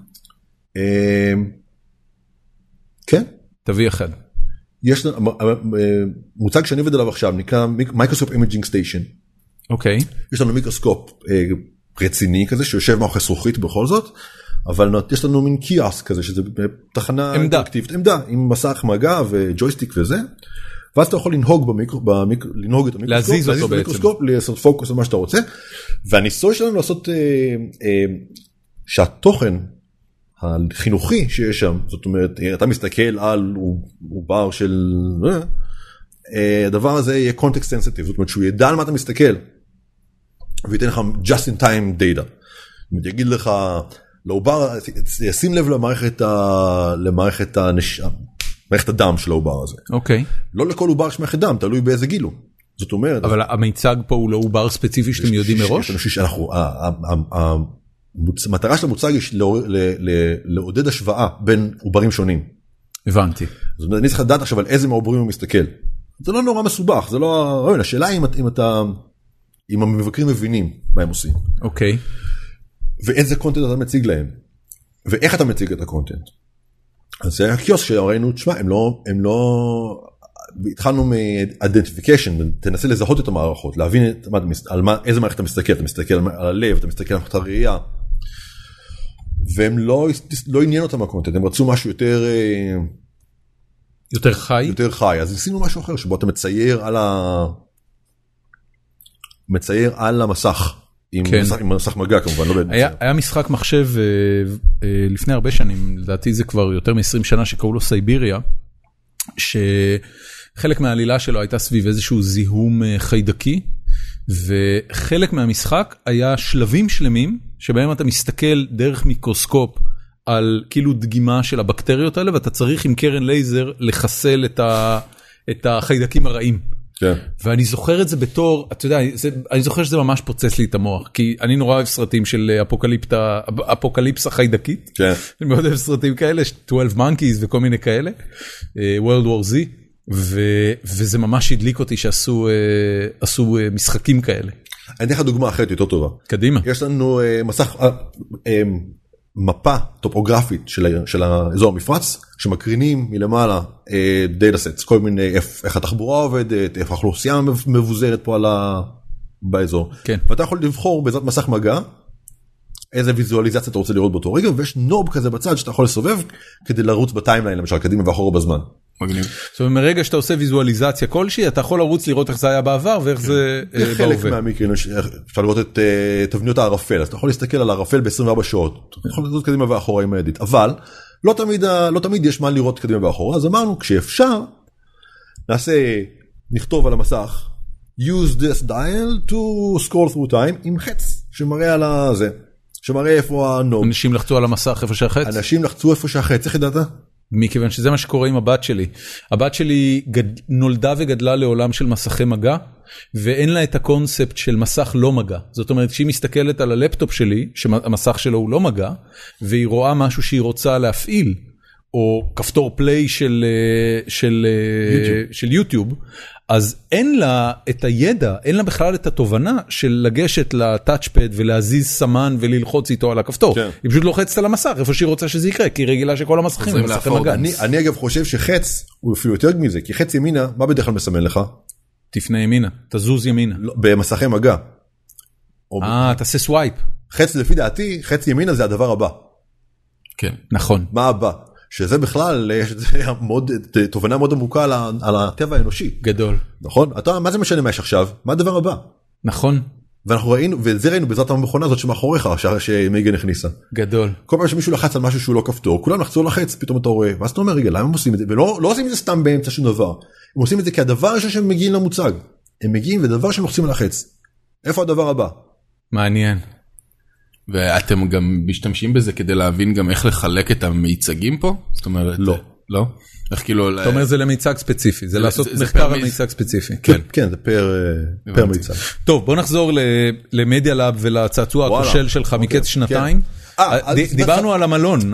כן. תביא אחד. יש מוצג שאני עובד עליו עכשיו, נקרא Microsoft Imaging Station. אוקיי. יש לנו מיקרוסקופ רציני כזה, שיושב מאחורי זכוכית בכל זאת, אבל יש לנו מין קיוסק כזה, שזה תחנה אינטראקטיבית, עמדה, עם מסך מגע וג'ויסטיק וזה, ואז אתה יכול לנהוג לנהוג את המיקרוסקופ, להזיז אותו בעצם. לעשות פוקוס על מה שאתה רוצה, והניסוי שלנו לעשות שהתוכן החינוכי שיש שם, זאת אומרת, אתה מסתכל על עובר של, הדבר הזה יהיה context sensitive, זאת אומרת שהוא ידע על מה אתה מסתכל, וייתן לך just in time data. זאת אומרת, יגיד לך, לעובר, ישים לב למערכת, למערכת הנשמה, מערכת הדם של העובר הזה. אוקיי. לא לכל עובר יש מערכת דם, תלוי באיזה גילו. זאת אומרת... אבל המיצג פה הוא לא עובר ספציפי שאתם יודעים מראש? המטרה של המוצג היא לעודד השוואה בין עוברים שונים. הבנתי. זאת אומרת, אני צריך לדעת עכשיו על איזה מהעוברים הוא מסתכל. זה לא נורא מסובך, זה לא... השאלה היא אם אתה... אם המבקרים מבינים מה הם עושים. אוקיי. ואיזה קונטנט אתה מציג להם. ואיך אתה מציג את הקונטנט. אז זה הקיוסק שראינו, תשמע, הם לא... הם לא... התחלנו מ-identification, תנסה לזהות את המערכות, להבין את, על מה, איזה מערכת אתה מסתכל, אתה מסתכל על הלב, אתה מסתכל על מערכת הראייה, והם לא, לא עניין אותם הקונטנט, הם רצו משהו יותר... יותר חי? יותר חי, אז ניסינו משהו אחר, שבו אתה מצייר על ה... מצייר על המסך, עם, כן. מסך, עם מסך מגע כמובן, לא באמת. היה, היה משחק מחשב לפני הרבה שנים, לדעתי זה כבר יותר מ-עשרים שנה, שקראו לו סייביריה, שחלק מהעלילה שלו הייתה סביב איזשהו זיהום חיידקי, וחלק מהמשחק היה שלבים שלמים, שבהם אתה מסתכל דרך מיקרוסקופ על כאילו דגימה של הבקטריות האלה, ואתה צריך עם קרן לייזר לחסל את, ה, את החיידקים הרעים. כן. ואני זוכר את זה בתור, אתה יודע, זה, אני זוכר שזה ממש פוצץ לי את המוח, כי אני נורא אוהב סרטים של אפוקליפטה, אפוקליפסה חיידקית. כן. אני מאוד אוהב סרטים כאלה, שתים עשרה Monkeys וכל מיני כאלה, World War Z, ו, וזה ממש הדליק אותי שעשו עשו משחקים כאלה. אני אתן לך דוגמה אחרת יותר טובה. קדימה. יש לנו מסך, מפה טופוגרפית של, של האזור המפרץ, שמקרינים מלמעלה דאטה סטס, כל מיני, איך התחבורה עובדת, איך האוכלוסייה מבוזרת פה על ה... באזור. כן. ואתה יכול לבחור בעזרת מסך מגע, איזה ויזואליזציה אתה רוצה לראות באותו רגע, ויש נוב כזה בצד שאתה יכול לסובב, כדי לרוץ בטיימליין, למשל, קדימה ואחורה בזמן. מגניב. זאת אומרת, מרגע שאתה עושה ויזואליזציה כלשהי, אתה יכול לרוץ לראות איך זה היה בעבר, ואיך זה בהווה. חלק מהמקרים, אפשר לראות את תבניות הערפל, אז אתה יכול להסתכל על הערפל ב-עשרים וארבע שעות, אתה יכול לראות קדימה ואחורה עם האדיט, אבל לא תמיד, לא תמיד יש מה לראות קדימה ואחורה, אז אמרנו, כשאפשר, נעשה, נכתוב על המסך, use this dial to scroll through time עם חץ שמראה על הזה, שמראה איפה הנוב. אנשים לחצו על המסך איפה שהחץ? אנשים לחצו איפה שהחץ, איך ידעת? מכיוון שזה מה שקורה עם הבת שלי. הבת שלי גד... נולדה וגדלה לעולם של מסכי מגע, ואין לה את הקונספט של מסך לא מגע. זאת אומרת, כשהיא מסתכלת על הלפטופ שלי, שהמסך שלו הוא לא מגע, והיא רואה משהו שהיא רוצה להפעיל, או כפתור פליי של, של, יוטיוב. של יוטיוב, אז אין לה את הידע, אין לה בכלל את התובנה של לגשת לטאצ'פד ולהזיז סמן וללחוץ איתו על הכפתור. כן. היא פשוט לוחצת על המסך, איפה שהיא רוצה שזה יקרה, כי היא רגילה שכל המסכים הם מסכי מגע. אני, אני אגב חושב שחץ הוא אפילו יותר מזה, כי חץ ימינה, מה בדרך כלל מסמן לך? תפנה ימינה, תזוז ימינה. לא, במסכי מגע. אה, תעשה סווייפ. חץ לפי דעתי, חץ ימינה זה הדבר הבא. כן, נכון. מה הבא? שזה בכלל, יש מאוד, תובנה מאוד עמוקה על, על הטבע האנושי. גדול. נכון? אתה, מה זה משנה מה יש עכשיו? מה הדבר הבא? נכון. ואנחנו ראינו, וזה ראינו בעזרת המכונה הזאת שמאחוריך, שמייגן הכניסה. גדול. כל פעם שמישהו לחץ על משהו שהוא לא כפתור, כולם לחצו לחץ, פתאום אתה רואה, ואז אתה אומר, רגע, למה הם עושים את זה? ולא לא עושים את זה סתם באמצע שום דבר. הם עושים את זה כי הדבר הראשון שהם מגיעים למוצג. הם מגיעים ודבר שהם לוחצים על החץ. איפה הדבר הבא? מעניין. ואתם גם משתמשים בזה כדי להבין גם איך לחלק את המיצגים פה? זאת אומרת, לא. לא? איך כאילו... אתה אומר זה למיצג ספציפי, זה לעשות מחקר על מיצג ספציפי. כן, כן, זה פר מיצג. טוב, בוא נחזור למדיה לאב ולצעצוע הכושל שלך מקץ שנתיים. דיברנו על המלון,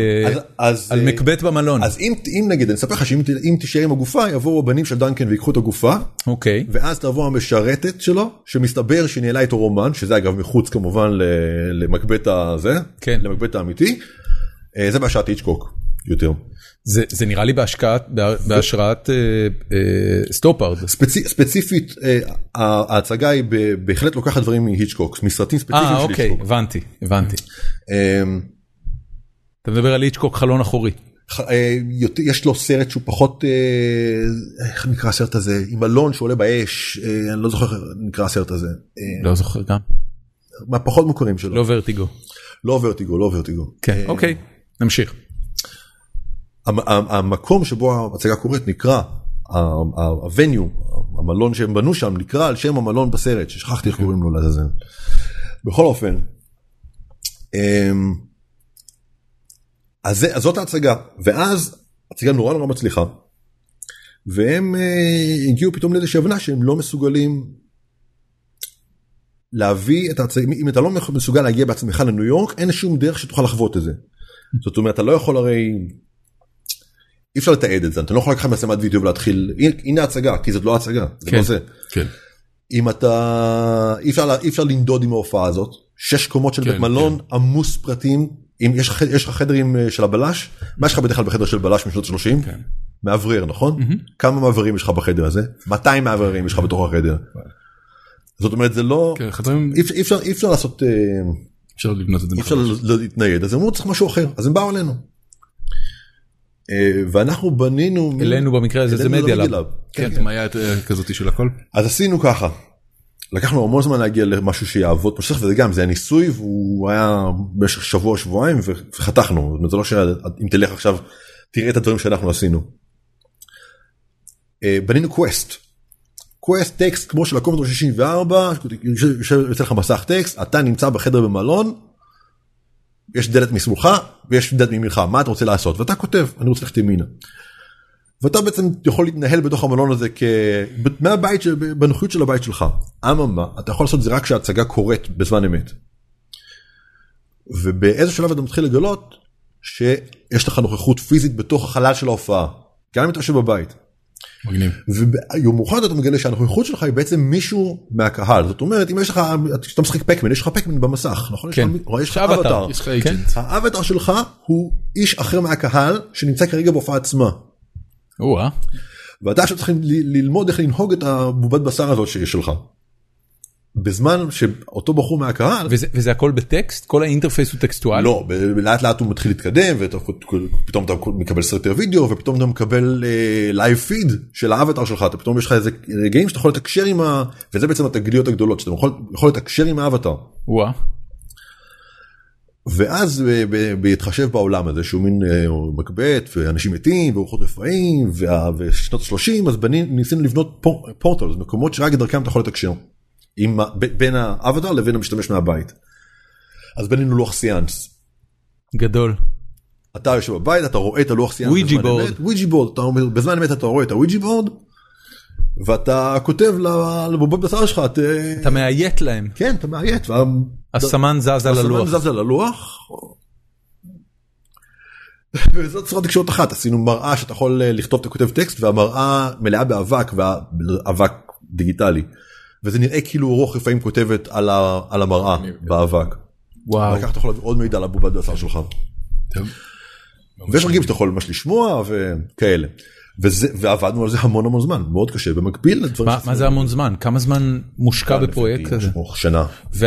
על מקבט במלון. אז אם נגיד, אני אספר לך שאם תישאר עם הגופה, יבואו הבנים של דנקן ויקחו את הגופה, ואז תבוא המשרתת שלו, שמסתבר שניהלה איתו רומן, שזה אגב מחוץ כמובן למקבט הזה, למקבט האמיתי, זה בהשעת היצ'קוק יותר. זה נראה לי בהשראת סטופארד. ספציפית, ההצגה היא בהחלט לוקחת דברים מהיצ'קוק, מסרטים ספציפיים של היצ'קוק. אוקיי, הבנתי, הבנתי. אתה מדבר על היצ'קוק חלון אחורי. יש לו סרט שהוא פחות, איך נקרא הסרט הזה? עם אלון שעולה באש, אני לא זוכר איך נקרא הסרט הזה. לא זוכר גם. מהפחות מוכרים שלו. לא ורטיגו. לא ורטיגו, לא ורטיגו. כן, אוקיי, נמשיך. המקום שבו ההצגה קורית נקרא, הווניו, המלון שהם בנו שם, נקרא על שם המלון בסרט, ששכחתי איך קוראים לו לזה. בכל אופן, אז זאת ההצגה, ואז ההצגה נורא נורא מצליחה, והם הגיעו פתאום לאיזושהי הבנה שהם לא מסוגלים להביא את ההצגה, אם אתה לא מסוגל להגיע בעצמך לניו יורק, אין שום דרך שתוכל לחוות את זה. זאת אומרת, אתה לא יכול הרי... אי אפשר לתעד את זה, אתה לא יכול לקחת מצלמת וידאו ולהתחיל, הנה ההצגה, כי זאת לא ההצגה, זה לא זה. אם אתה, אי אפשר לנדוד עם ההופעה הזאת, שש קומות של בית מלון, עמוס פרטים, יש לך חדרים של הבלש, מה יש לך בדרך כלל בחדר של בלש משנות שלושים? מעברר, נכון? כמה מעברים יש לך בחדר הזה? מאתיים מעברים יש לך בתוך החדר. זאת אומרת, זה לא, אי אפשר לעשות, אפשר לבנות את זה. אי אפשר להתנייד, אז הם צריך משהו אחר, אז הם באו אלינו. ואנחנו בנינו... אלינו במקרה הזה זה מדיה לאב. כן, מה היה כזאתי של הכל? אז עשינו ככה. לקחנו המון זמן להגיע למשהו שיעבוד פשוט, וזה גם, זה היה ניסוי, והוא היה במשך שבוע, שבועיים, וחתכנו. זה לא שאם תלך עכשיו, תראה את הדברים שאנחנו עשינו. בנינו קווסט. קווסט טקסט כמו של הקומודור שישים וארבע, יוצא לך מסך טקסט, אתה נמצא בחדר במלון, יש דלת מסמוך ויש דלת ממילך, מה אתה רוצה לעשות? ואתה כותב, אני רוצה ללכת ימינה. ואתה בעצם יכול להתנהל בתוך המלון הזה מהבית, בנוחות של הבית שלך. אממה, אתה יכול לעשות את זה רק כשההצגה קורית בזמן אמת. ובאיזה שלב אתה מתחיל לגלות שיש לך נוכחות פיזית בתוך החלל של ההופעה. גם אם אתה יושב בבית. מגניב. וביום מאוחד אתה מגלה שהנוכחות שלך היא בעצם מישהו מהקהל. זאת אומרת, אם יש לך, אתה משחק פקמן, יש לך פקמן במסך, נכון? כן. יש לך אבטר. כן. האבטר שלך הוא איש אחר מהקהל שנמצא כרגע בהופעה עצמה. וואה. ואתה עכשיו צריך ללמוד איך לנהוג את הבובת בשר הזאת שיש שלך. בזמן שאותו בחור מהקהל... וזה, וזה הכל בטקסט? כל האינטרפייס הוא טקסטואלי? לא, לאט לאט הוא מתחיל להתקדם, ופתאום אתה מקבל סרטי וידאו, ופתאום אתה מקבל לייב פיד של האבטר שלך, אתה פתאום יש לך איזה רגעים שאתה יכול לתקשר עם ה... וזה בעצם התגליות הגדולות, שאתה יכול, יכול לתקשר עם האבטר. וואה. ואז בהתחשב בעולם הזה, שהוא מין מקבט, ואנשים מתים, ואורחות רפאים, ושנות ה-שלושים, אז ניסינו לבנות פורטלס, מקומות שרק דרכם אתה יכול לתקשר, בין האבטר לבין המשתמש מהבית. אז בנינו לוח סיאנס. גדול. אתה יושב בבית, אתה רואה את הלוח סיאנס. וויג'י בורד. וויג'י בורד, בזמן אמת אתה רואה את הוויג'י בורד, ואתה כותב לבובות בשר שלך. אתה מאיית להם. כן, אתה מאיית. הסמן זז על הלוח. הסמן זז על הלוח. וזאת צורת תקשורת אחת. עשינו מראה שאתה יכול לכתוב, אתה כותב טקסט, והמראה מלאה באבק, והאבק דיגיטלי. וזה נראה כאילו רוח רפאים כותבת על המראה באבק. וואו. וכך אתה יכול להביא עוד מידע על הבובת בשר שלך. ויש רגעים שאתה יכול ממש לשמוע וכאלה. ועבדנו על זה המון המון זמן, מאוד קשה, במקביל לדברים... מה זה המון זמן? כמה זמן מושקע בפרויקט כזה? שנה.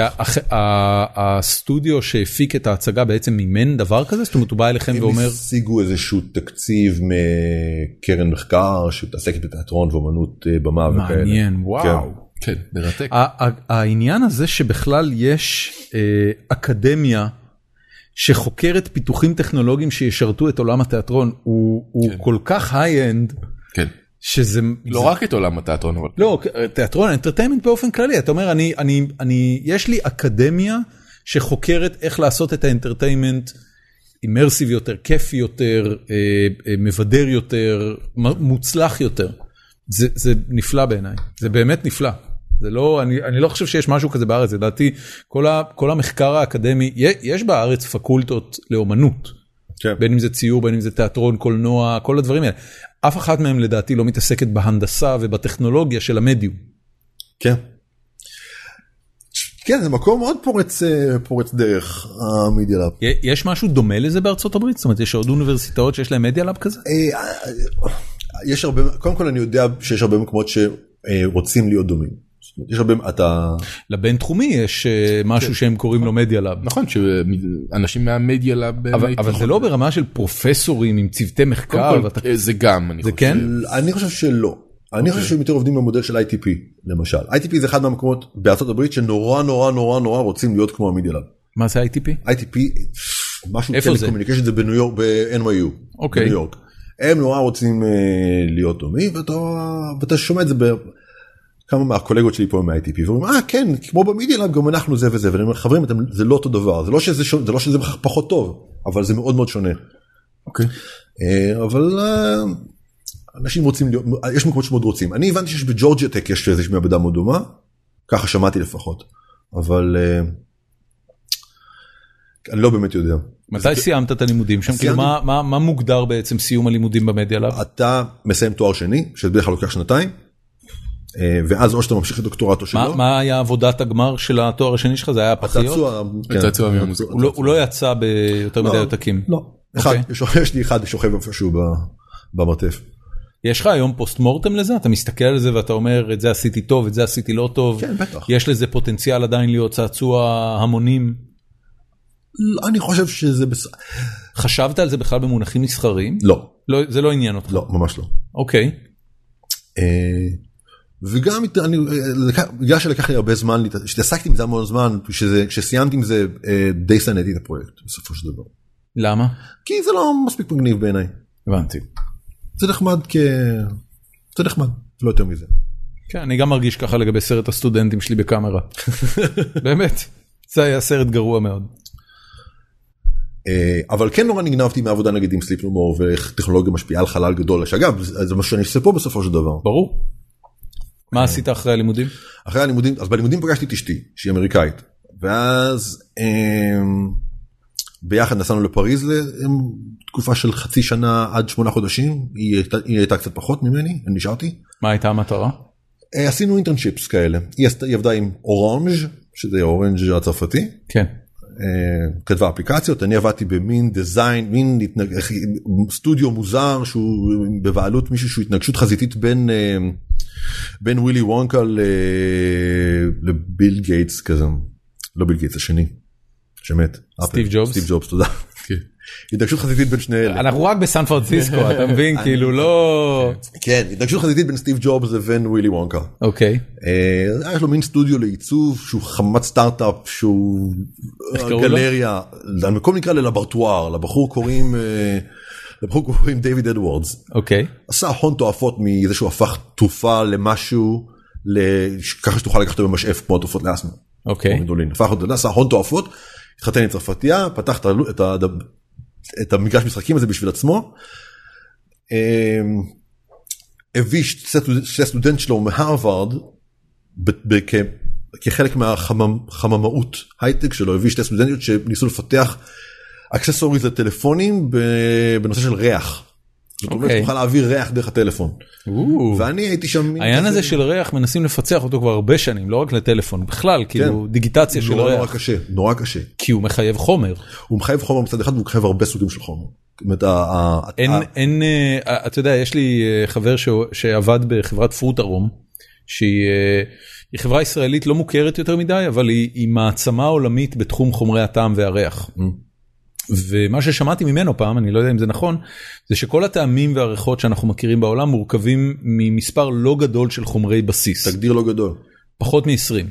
והסטודיו שהפיק את ההצגה בעצם מימן דבר כזה? זאת אומרת, הוא בא אליכם ואומר... הם השיגו איזשהו תקציב מקרן מחקר, שתעסקת בתיאטרון ואומנות במה וכאלה. מעניין, וואו. כן, מרתק. העניין הזה שבכלל יש אקדמיה, שחוקרת פיתוחים טכנולוגיים שישרתו את עולם התיאטרון, הוא כל כך היי-אנד, שזה... לא רק את עולם התיאטרון, אבל... לא, תיאטרון, אנטרטיימנט באופן כללי. אתה אומר, יש לי אקדמיה שחוקרת איך לעשות את האנטרטיימנט אימרסיב יותר, כיפי יותר, מבדר יותר, מוצלח יותר. זה נפלא בעיניי. זה באמת נפלא. זה לא, אני, אני לא חושב שיש משהו כזה בארץ, לדעתי, כל ה, כל המחקר האקדמי, יש בארץ פקולטות לאומנות, כן. בין אם זה ציור, בין אם זה תיאטרון, קולנוע, כל הדברים האלה. אף אחת מהם לדעתי לא מתעסקת בהנדסה ובטכנולוגיה של המדיום. כן. כן, זה מקום מאוד פורץ, פורץ דרך, המדיה לאב. יש משהו דומה לזה בארצות הברית? זאת אומרת, יש עוד אוניברסיטאות שיש להם מדיה לאב כזה? יש הרבה, קודם כל אני יודע שיש הרבה מקומות שרוצים להיות דומים. יש הרבה, אתה... לבן תחומי יש משהו שהם קוראים לו מדיה לאב. נכון, שאנשים מהמדיה לאב... אבל זה לא ברמה של פרופסורים עם צוותי מחקר. זה גם, אני חושב. זה כן? אני חושב שלא. אני חושב שהם יותר עובדים במודל של איי טי פי, למשל. איי טי פי זה אחד מהמקומות בארצות הברית שנורא נורא נורא נורא רוצים להיות כמו המדיה לאב. מה זה איי טי פי? איי טי פי, משהו איפה זה? טלקומוניקיישן, זה בניו יורק, ב-אן וואי יו. אוקיי. בניו יורק. הם נורא רוצים להיות דומי, ואתה שומע את זה בכמה מהקולגות שלי פה מ-איי טי פי, ואומרים, אה, כן, כמו במדיה לאב, גם אנחנו זה וזה, ואני אומר, חברים, זה לא אותו דבר, זה לא שזה, זה לא שזה פחות טוב, אבל זה מאוד מאוד שונה. אוקיי. אבל אנשים רוצים להיות, יש מקומות שמאוד רוצים. אני הבנתי שיש בג'ורג'יה טק יש איזושהי מעבדה מאוד דומה, ככה שמעתי לפחות, אבל אני לא באמת יודע. מתי סיימת את הלימודים שם? כאילו מה מוגדר בעצם סיום הלימודים במדיה לאב? אתה מסיים תואר שני, שבדרך כלל לוקח שנתיים, ואז או שאתה ממשיך את דוקטורט או שלא. מה היה עבודת הגמר של התואר השני שלך? זה היה פחיות? הצעצוע מהמוזיקה. הוא לא יצא ביותר מדי עותקים? לא. יש לי אחד ששוכב איפשהו במרתף. יש לך היום פוסט מורטם לזה? אתה מסתכל על זה ואתה אומר, את זה עשיתי טוב, את זה עשיתי לא טוב. כן, בטח. יש לזה פוטנציאל עדיין להיות צעצוע המונים? אני חושב שזה... חשבת על זה בכלל במונחים מסחריים? לא. זה לא עניין אותך? לא, ממש לא. אוקיי. וגם, בגלל שלקח לי הרבה זמן, שתעסקתי עם זה המון זמן, כשסיימתי עם זה, די שנאתי את הפרויקט, בסופו של דבר. למה? כי זה לא מספיק מגניב בעיניי. הבנתי. זה נחמד כ... זה נחמד, לא יותר מזה. כן, אני גם מרגיש ככה לגבי סרט הסטודנטים שלי בקאמרה. באמת, זה היה סרט גרוע מאוד. אבל כן נורא נגנבתי מהעבודה נגיד עם סליפ נו מור, ואיך טכנולוגיה משפיעה על חלל גדול, שאגב, זה מה שאני עושה פה בסופו של דבר. ברור. מה עשית אחרי הלימודים? אחרי הלימודים, אז בלימודים פגשתי את אשתי, שהיא אמריקאית, ואז ביחד נסענו לפריז לתקופה של חצי שנה עד שמונה חודשים, היא הייתה, היא הייתה קצת פחות ממני, אני נשארתי. מה הייתה המטרה? עשינו אינטרנשיפס כאלה, היא עבדה עם אורנג', שזה אורנג' הצרפתי. כן. כתבה אפליקציות, אני עבדתי במין דיזיין, מין סטודיו מוזר, שהוא בבעלות מישהו שהוא התנגשות חזיתית בין, בין ווילי וונקה לביל גייטס כזה, לא ביל גייטס, השני, שמת. סטיב ג'ובס. סטיב ג'ובס, תודה. התנגשות חזיתית בין שני אלה. אנחנו רק בסן פרנסיסקו, אתה מבין? כאילו לא... כן, התנגשות חזיתית בין סטיב ג'ובס לבין ווילי וונקה. אוקיי. יש לו מין סטודיו לעיצוב, שהוא חמת סטארט-אפ, שהוא גלריה, במקום נקרא ללברטואר, לבחור קוראים... לבחור קוראים דיוויד אדוורדס. אוקיי. עשה הון תועפות מזה שהוא הפך תרופה למשהו, ככה שתוכל לקחת אותו במשאף כמו התרופות לאסמה. אוקיי. הפך אותו, עשה הון תועפות, התחתן עם צרפתייה, פתח את המגרש משחקים הזה בשביל עצמו, הביא שתי סטודנט שלו מהרווארד, כחלק מהחממאות הייטק שלו, הביא שתי סטודנטיות שניסו לפתח אקססוריז לטלפונים בנושא של ריח. זאת אומרת, תוכל להעביר ריח דרך הטלפון. ואני הייתי שם... העניין הזה של ריח מנסים לפצח אותו כבר הרבה שנים, לא רק לטלפון, בכלל, כאילו דיגיטציה של ריח. נורא קשה, נורא קשה. כי הוא מחייב חומר. הוא מחייב חומר מצד אחד, והוא מחייב הרבה סוגים של חומר. אין, אתה יודע, יש לי חבר שעבד בחברת פרוטרום, שהיא חברה ישראלית לא מוכרת יותר מדי, אבל היא מעצמה עולמית בתחום חומרי הטעם והריח. ומה ששמעתי ממנו פעם, אני לא יודע אם זה נכון, זה שכל הטעמים והריחות שאנחנו מכירים בעולם מורכבים ממספר לא גדול של חומרי בסיס. תגדיר לא גדול. פחות מ-עשרים.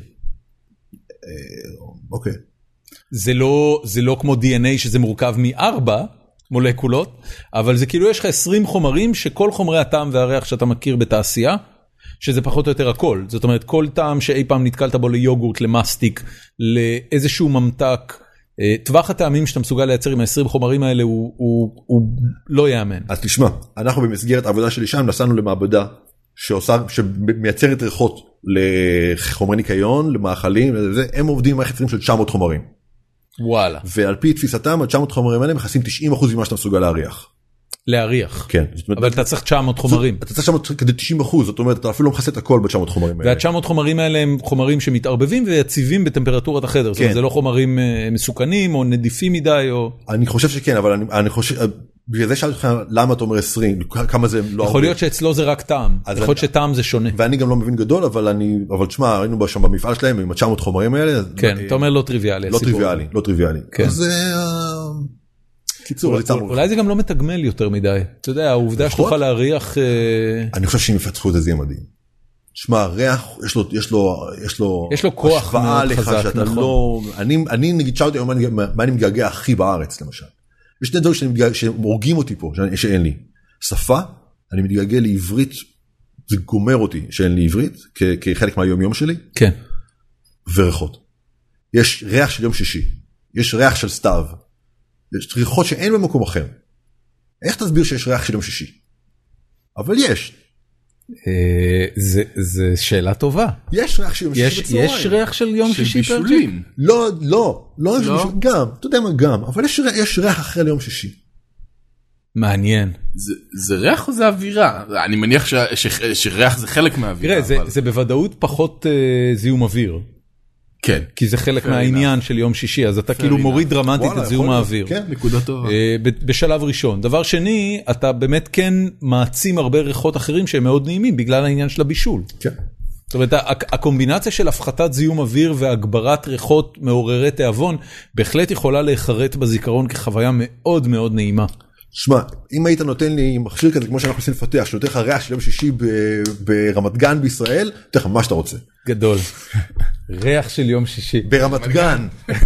אוקיי. זה לא, זה לא כמו די אן איי שזה מורכב מארבע מולקולות, אבל זה כאילו יש לך עשרים חומרים שכל חומרי הטעם והריח שאתה מכיר בתעשייה, שזה פחות או יותר הכל. זאת אומרת, כל טעם שאי פעם נתקלת בו ליוגורט, למסטיק, לאיזשהו ממתק, טווח הטעמים שאתה מסוגל לייצר עם ה-עשרים חומרים האלה הוא, הוא, הוא לא יאמן. אז תשמע, אנחנו במסגרת העבודה שלי שם נסענו למעבדה שעושה, שמייצרת ריחות לחומרי ניקיון, למאכלים, וזה, הם עובדים עם מערכת של תשע מאות חומרים. וואלה. ועל פי תפיסתם, ה-תשע מאות חומרים האלה מכסים תשעים אחוז ממה שאתה מסוגל להריח. להריח. כן. אבל אתה צריך תשע מאות חומרים. אתה צריך תשע מאות כדי תשעים אחוז, זאת אומרת, אתה אפילו לא מכסה את הכל ב-תשע מאות חומרים האלה. וה-תשע מאות חומרים האלה הם חומרים שמתערבבים ויציבים בטמפרטורת החדר. זאת אומרת, זה לא חומרים מסוכנים או נדיפים מדי או... אני חושב שכן, אבל אני חושב... בגלל זה שאלתי לך למה אתה אומר עשרים, כמה זה לא... יכול להיות שאצלו זה רק טעם, יכול להיות שטעם זה שונה. ואני גם לא מבין גדול, אבל אני, אבל תשמע, היינו שם במפעל שלהם עם ה-תשע מאות חומרים האלה. כן, אתה אומר לא טריוויאלי. לא טריוויאלי, לא טריוויאלי. אז קיצור, אולי זה גם לא מתגמל יותר מדי. אתה יודע, העובדה שתוכל להריח... אני חושב שאם יפתחו את זה, זה יהיה מדהים. תשמע, ריח, יש לו, יש לו, יש לו... יש לו כוח מאוד חזק, נכון. אני נגיד שאלתי, מה אני מגעגע הכי בארץ, למשל. יש שני דברים שמורגים אותי פה, שאין לי. שפה, אני מתגעגע לעברית, זה גומר אותי שאין לי עברית, כחלק מהיום יום שלי. כן. וריחות. יש ריח של יום שישי, יש ריח של סתיו, יש ריחות שאין במקום אחר. איך תסביר שיש ריח של יום שישי? אבל יש. זה שאלה טובה. יש ריח של יום שישי בצהריים. יש ריח של יום שישי בישולים. לא, לא, לא, גם, אתה יודע מה גם, אבל יש ריח אחר ליום שישי. מעניין. זה ריח או זה אווירה? אני מניח שריח זה חלק מהאווירה. תראה, זה בוודאות פחות זיהום אוויר. כן. כי זה חלק מהעניין של יום שישי, אז אתה כאילו מוריד דרמטית את זיהום האוויר. כן, נקודה טובה. בשלב ראשון. דבר שני, אתה באמת כן מעצים הרבה ריחות אחרים שהם מאוד נעימים, בגלל העניין של הבישול. כן. זאת אומרת, הקומבינציה של הפחתת זיהום אוויר והגברת ריחות מעוררי תיאבון, בהחלט יכולה להיחרט בזיכרון כחוויה מאוד מאוד נעימה. שמע, אם היית נותן לי מכשיר כזה כמו שאנחנו עושים לפתח, שנותן לך ריח של יום שישי ברמת גן בישראל, נותן לך מה שאתה רוצה. גדול. ריח של יום שישי. ברמת גן.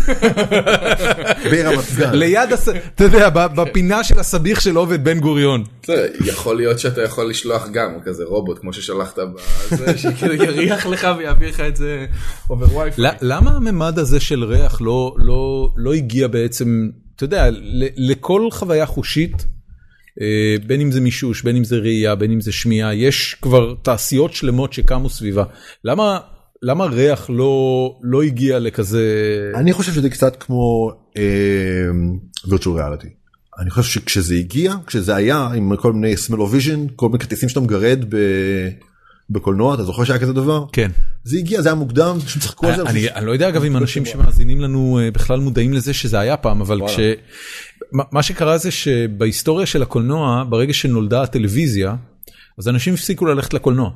ברמת גן. ליד, אתה יודע, בפינה של הסביך של עובד בן גוריון. יכול להיות שאתה יכול לשלוח גם כזה רובוט, כמו ששלחת בזה, שכאילו יריח לך ויעביר לך את זה עובר וי-פיי. למה הממד הזה של ריח לא הגיע בעצם... אתה יודע, לכל חוויה חושית, בין אם זה מישוש, בין אם זה ראייה, בין אם זה שמיעה, יש כבר תעשיות שלמות שקמו סביבה. למה, למה ריח לא, לא הגיע לכזה... אני חושב שזה קצת כמו virtual reality. אני חושב שכשזה הגיע, כשזה היה עם כל מיני smell of vision, כל מיני כרטיסים שאתה מגרד ב... בקולנוע, אתה זוכר שהיה כזה דבר? כן. זה הגיע, זה היה מוקדם, שצחקו על זה. אני, אני לא יודע אגב אם אנשים שמאזינים לנו בכלל מודעים לזה שזה היה פעם, אבל כש... מה שקרה זה שבהיסטוריה של הקולנוע, ברגע שנולדה הטלוויזיה, אז אנשים הפסיקו ללכת לקולנוע.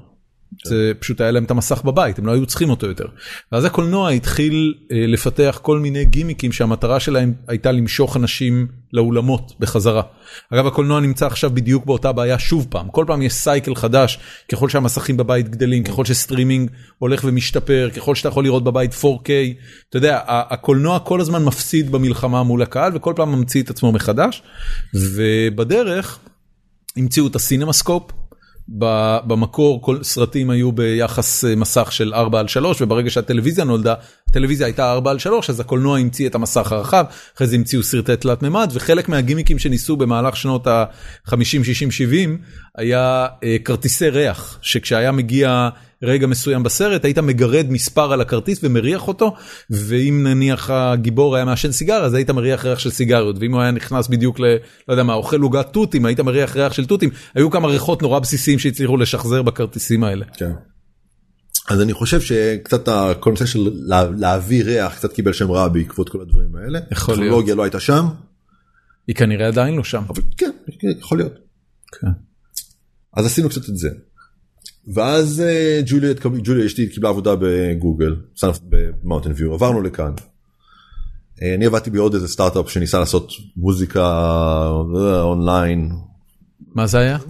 זה פשוט היה להם את המסך בבית, הם לא היו צריכים אותו יותר. ואז הקולנוע התחיל לפתח כל מיני גימיקים שהמטרה שלהם הייתה למשוך אנשים לאולמות בחזרה. אגב, הקולנוע נמצא עכשיו בדיוק באותה בעיה שוב פעם. כל פעם יש סייקל חדש, ככל שהמסכים בבית גדלים, ככל שסטרימינג הולך ומשתפר, ככל שאתה יכול לראות בבית פור קיי. אתה יודע, הקולנוע כל הזמן מפסיד במלחמה מול הקהל, וכל פעם ממציא את עצמו מחדש. ובדרך המציאו את הסינמסקופ, במקור כל סרטים היו ביחס מסך של ארבע על שלוש, וברגע שהטלוויזיה נולדה, הטלוויזיה הייתה ארבע על שלוש, אז הקולנוע המציא את המסך הרחב, אחרי זה המציאו סרטי תלת ממד, וחלק מהגימיקים שניסו במהלך שנות ה-חמישים, שישים, שבעים, היה כרטיסי ריח, שכשהיה מגיע רגע מסוים בסרט, היית מגרד מספר על הכרטיס ומריח אותו, ואם נניח הגיבור היה מעשן סיגר, אז היית מריח ריח של סיגריות, ואם הוא היה נכנס בדיוק ל, לא יודע מה, אוכל עוגת תותים, היית מריח ריח של תותים, היו כמה ריחות נורא בסיסיים שהצליחו לשחזר בכרטיסים האלה. כן. אז אני חושב שקצת הקונספט של להביא ריח, קצת קיבל שם רע בעקבות כל הדברים האלה. טכנולוגיה לא הייתה שם. היא כנראה עדיין לא שם. אבל כן, יכול להיות. כן. אז עשינו קצת את זה. ואז ג'וליה, ג'וליה אשתי קיבלה עבודה בגוגל, במאונטן ויו, עברנו לכאן. אני עבדתי בעוד איזה סטארט-אפ שניסה לעשות מוזיקה אונליין. מה זה היה?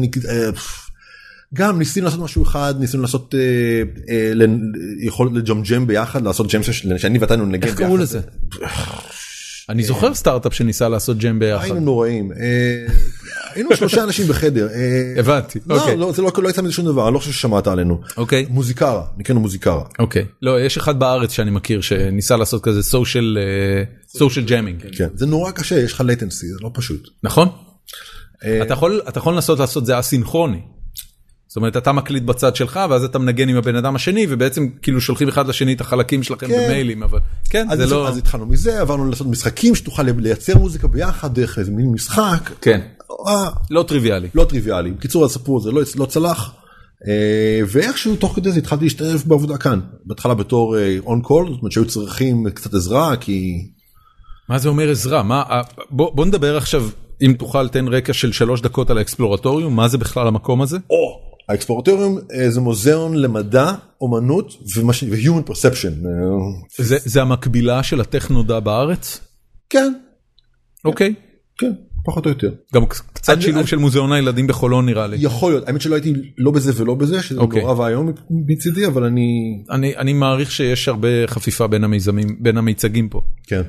גם ניסינו לעשות משהו אחד, ניסינו לעשות, יכול לג'מג'ם ביחד, לעשות ג'ם שאני ואתה נגן ביחד. איך קראו לזה? אני זוכר סטארט-אפ שניסה לעשות ג'ם ביחד. היינו נוראים. היינו שלושה אנשים בחדר. הבנתי. לא, זה לא יצא מזה שום דבר, אני לא חושב ששמעת עלינו. אוקיי. מוזיקרה, נקראנו מוזיקרה. אוקיי. לא, יש אחד בארץ שאני מכיר שניסה לעשות כזה סושיאל, סושיאל ג'אמינג. כן, זה נורא קשה, יש לך latency, זה לא פשוט. נכון? אתה יכול, אתה יכול לנסות לעשות זה אסינכרוני. זאת אומרת, אתה מקליט בצד שלך, ואז אתה מנגן עם הבן אדם השני, ובעצם כאילו שולחים אחד לשני את החלקים שלכם במיילים, אבל כן, זה לא... אז התחלנו מזה, עברנו לעשות משחקים, שתוכל לייצר מוזיקה ביחד, דרך איזה מין משחק. כן, לא טריוויאלי. לא טריוויאלי. בקיצור, הסיפור הזה לא צלח, ואיכשהו תוך כדי זה התחלתי להשתתף בעבודה כאן. בהתחלה בתור on call, זאת אומרת שהיו צריכים קצת עזרה, כי... מה זה אומר עזרה? בוא נדבר עכשיו, אם תוכל, תן רקע של שלוש דקות על האקספלורטוריום, מה זה בכלל המקום הזה? או! האקספלורטוריום זה מוזיאון למדע, אומנות ו-human perception. זה המקבילה של הטכנודע בארץ? כן. אוקיי. כן, פחות או יותר. גם קצת שילוב של מוזיאון הילדים בחולון נראה לי. יכול להיות, האמת שלא הייתי לא בזה ולא בזה, שזה נורא והיום מצידי, אבל אני... אני מעריך שיש הרבה חפיפה בין המיזמים, בין המיצגים פה. כן.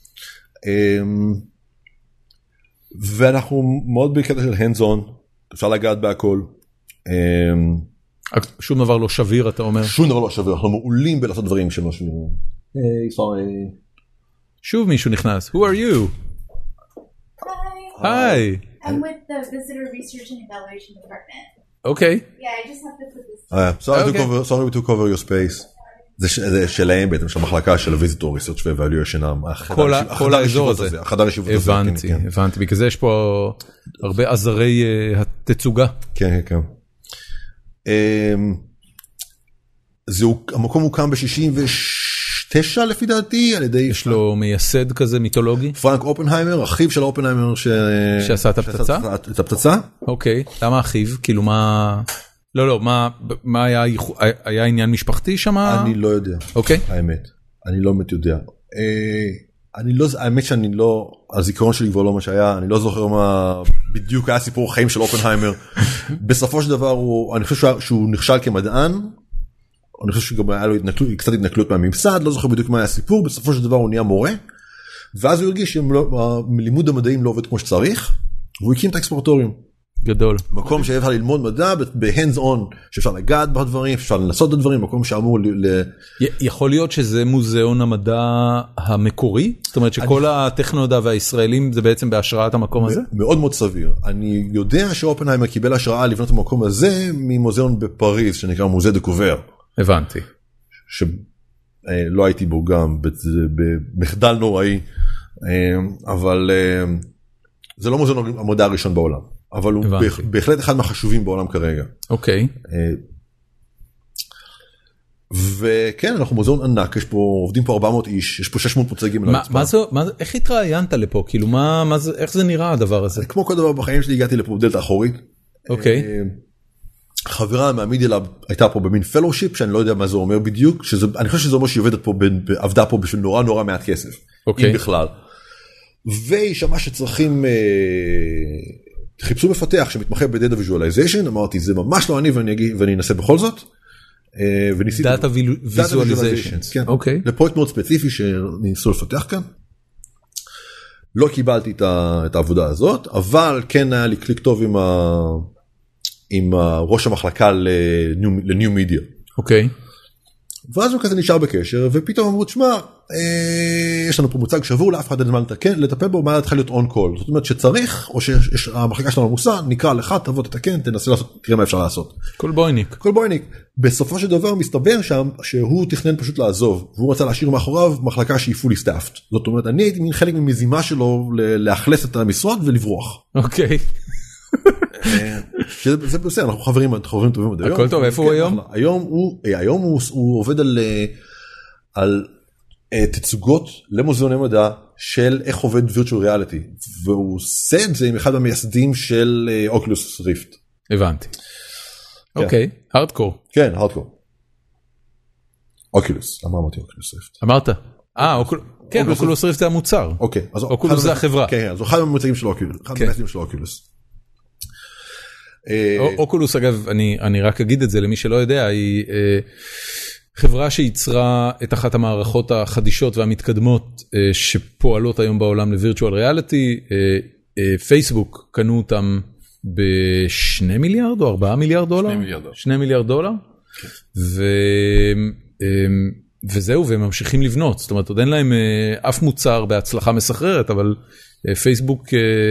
ואנחנו מאוד בקטע של hands on, אפשר לגעת בהכל. שום דבר לא שביר, אתה אומר? שום דבר לא שביר, אנחנו מעולים בלעשות דברים שלא שבירים. היי, סורי. שוב מישהו נכנס. Who are you? Hi. Hi. I'm with the Visitor Research and Evaluation Department. Okay. Yeah, I just have to put this... Sorry to cover, sorry to cover your space. זה שלהם בעצם, של המחלקה של ה-Visitor Research ו-Evaluation. כל האזור הזה. החדר ישיבות הזה. הבנתי, הבנתי. בגלל זה יש פה הרבה עזרי התצוגה. כן, כן. המקום הוקם ב-שישים ותשע לפי דעתי, על ידי... יש לו מייסד כזה מיתולוגי? פרנק אופנהיימר, אחיו של אופנהיימר שעשה את הפצצה? את הפצצה. אוקיי, למה אחיו? כאילו מה... לא, לא, מה היה, היה עניין משפחתי שם? אני לא יודע. אוקיי. האמת, אני לא באמת יודע. אני לא, האמת שאני לא, הזיכרון שלי כבר לא מה שהיה, אני לא זוכר מה בדיוק היה סיפור החיים של אופנהיימר. בסופו של דבר הוא, אני חושב שהוא נכשל כמדען, אני חושב שגם היה לו התנכלות, קצת התנכלות מהממסד, לא זוכר בדיוק מה היה הסיפור, בסופו של דבר הוא נהיה מורה, ואז הוא הרגיש שלימוד המדעים לא עובד כמו שצריך, והוא הקים את האקספלורטוריום. גדול. מקום שאפשר ללמוד מדע ב-hands on, שאפשר לגעת בדברים, אפשר לנסות את הדברים, מקום שאמור ל... יכול להיות שזה מוזיאון המדע המקורי? זאת אומרת שכל הטכנודע והישראלים זה בעצם בהשראת המקום הזה? מאוד מאוד סביר. אני יודע שאופנהיימר קיבל השראה לבנות את המקום הזה ממוזיאון בפריז, שנקרא מוזה דה קובר. הבנתי. שלא הייתי בו גם, במחדל נוראי, אבל זה לא מוזיאון המדע הראשון בעולם. אבל הוא בהחלט אחד מהחשובים בעולם כרגע. אוקיי. וכן, אנחנו מוזיאון ענק, יש פה, עובדים פה ארבע מאות איש, יש פה שש מאות מוצגים. מה זה, איך התראיינת לפה? כאילו, מה זה, איך זה נראה הדבר הזה? כמו כל דבר בחיים שלי, הגעתי לפה בדלת האחורית. אוקיי. חברה מהמידיה לאב הייתה פה במין פלושיפ, שאני לא יודע מה זה אומר בדיוק, שזה, אני חושב שזה אומר שהיא עובדת פה, עבדה פה בשביל נורא נורא מעט כסף, okay. אם בכלל. והיא שמעה שצריכים, אה, חיפשו מפתח שמתמחה בדאטה ויז'ואליזיישן, אמרתי זה ממש לא אני ואני, ואני אנסה בכל זאת. דאטה ויז'ואליזיישן, כן, okay. לפרויקט מאוד ספציפי שניסו לפתח כאן. לא קיבלתי את העבודה הזאת, אבל כן היה לי קליק טוב עם ה... עם ראש המחלקה לניו מדיה. אוקיי. ואז הוא כזה נשאר בקשר, ופתאום אמרו, תשמע, יש לנו פה מוצג שבור, לאף אחד אין זמן לטפל בו, מה צריכה להיות און קול. זאת אומרת שצריך, או שהמחלקה שלנו עמוסה, נקרא לך, תבוא תתקן, תנסה לעשות, תראה מה אפשר לעשות. כל בויניק. כל בויניק. בסופו של דבר מסתבר שם, שהוא תכנן פשוט לעזוב, והוא רצה להשאיר מאחוריו מחלקה שהיא fully staffed. זאת אומרת, אני הייתי מין חלק ממזימה שלו, לאכלס את המשרד ולברוח. אוקיי. זה בסדר, אנחנו חברים, אנחנו חברים טובים עד היום. הכל טוב, איפה הוא היום? היום הוא, היום הוא עובד על, על תצוגות למוזיאוני מדע של איך עובד virtual reality, והוא עושה את זה עם אחד המייסדים של אוקולוס ריפט. הבנתי. אוקיי, הארדקור. כן, הארדקור. אוקולוס, למה אמרתי אוקולוס ריפט? אמרת. אה, כן, אוקולוס ריפט זה המוצר. אוקיי. אוקולוס זה החברה. כן, אז הוא אחד המוצגים של אוקולוס, אחד המייסדים של אוקולוס. אוקולוס אגב, אני רק אגיד את זה למי שלא יודע, היא חברה שייצרה את אחת המערכות החדישות והמתקדמות שפועלות היום בעולם לווירטואל ריאליטי. פייסבוק קנו אותם בשני מיליארד או ארבעה מיליארד דולר? שני מיליארד דולר. שני מיליארד דולר? וזהו, והם ממשיכים לבנות. זאת אומרת, עוד אין להם אף מוצר בהצלחה מסחררת, אבל פייסבוק,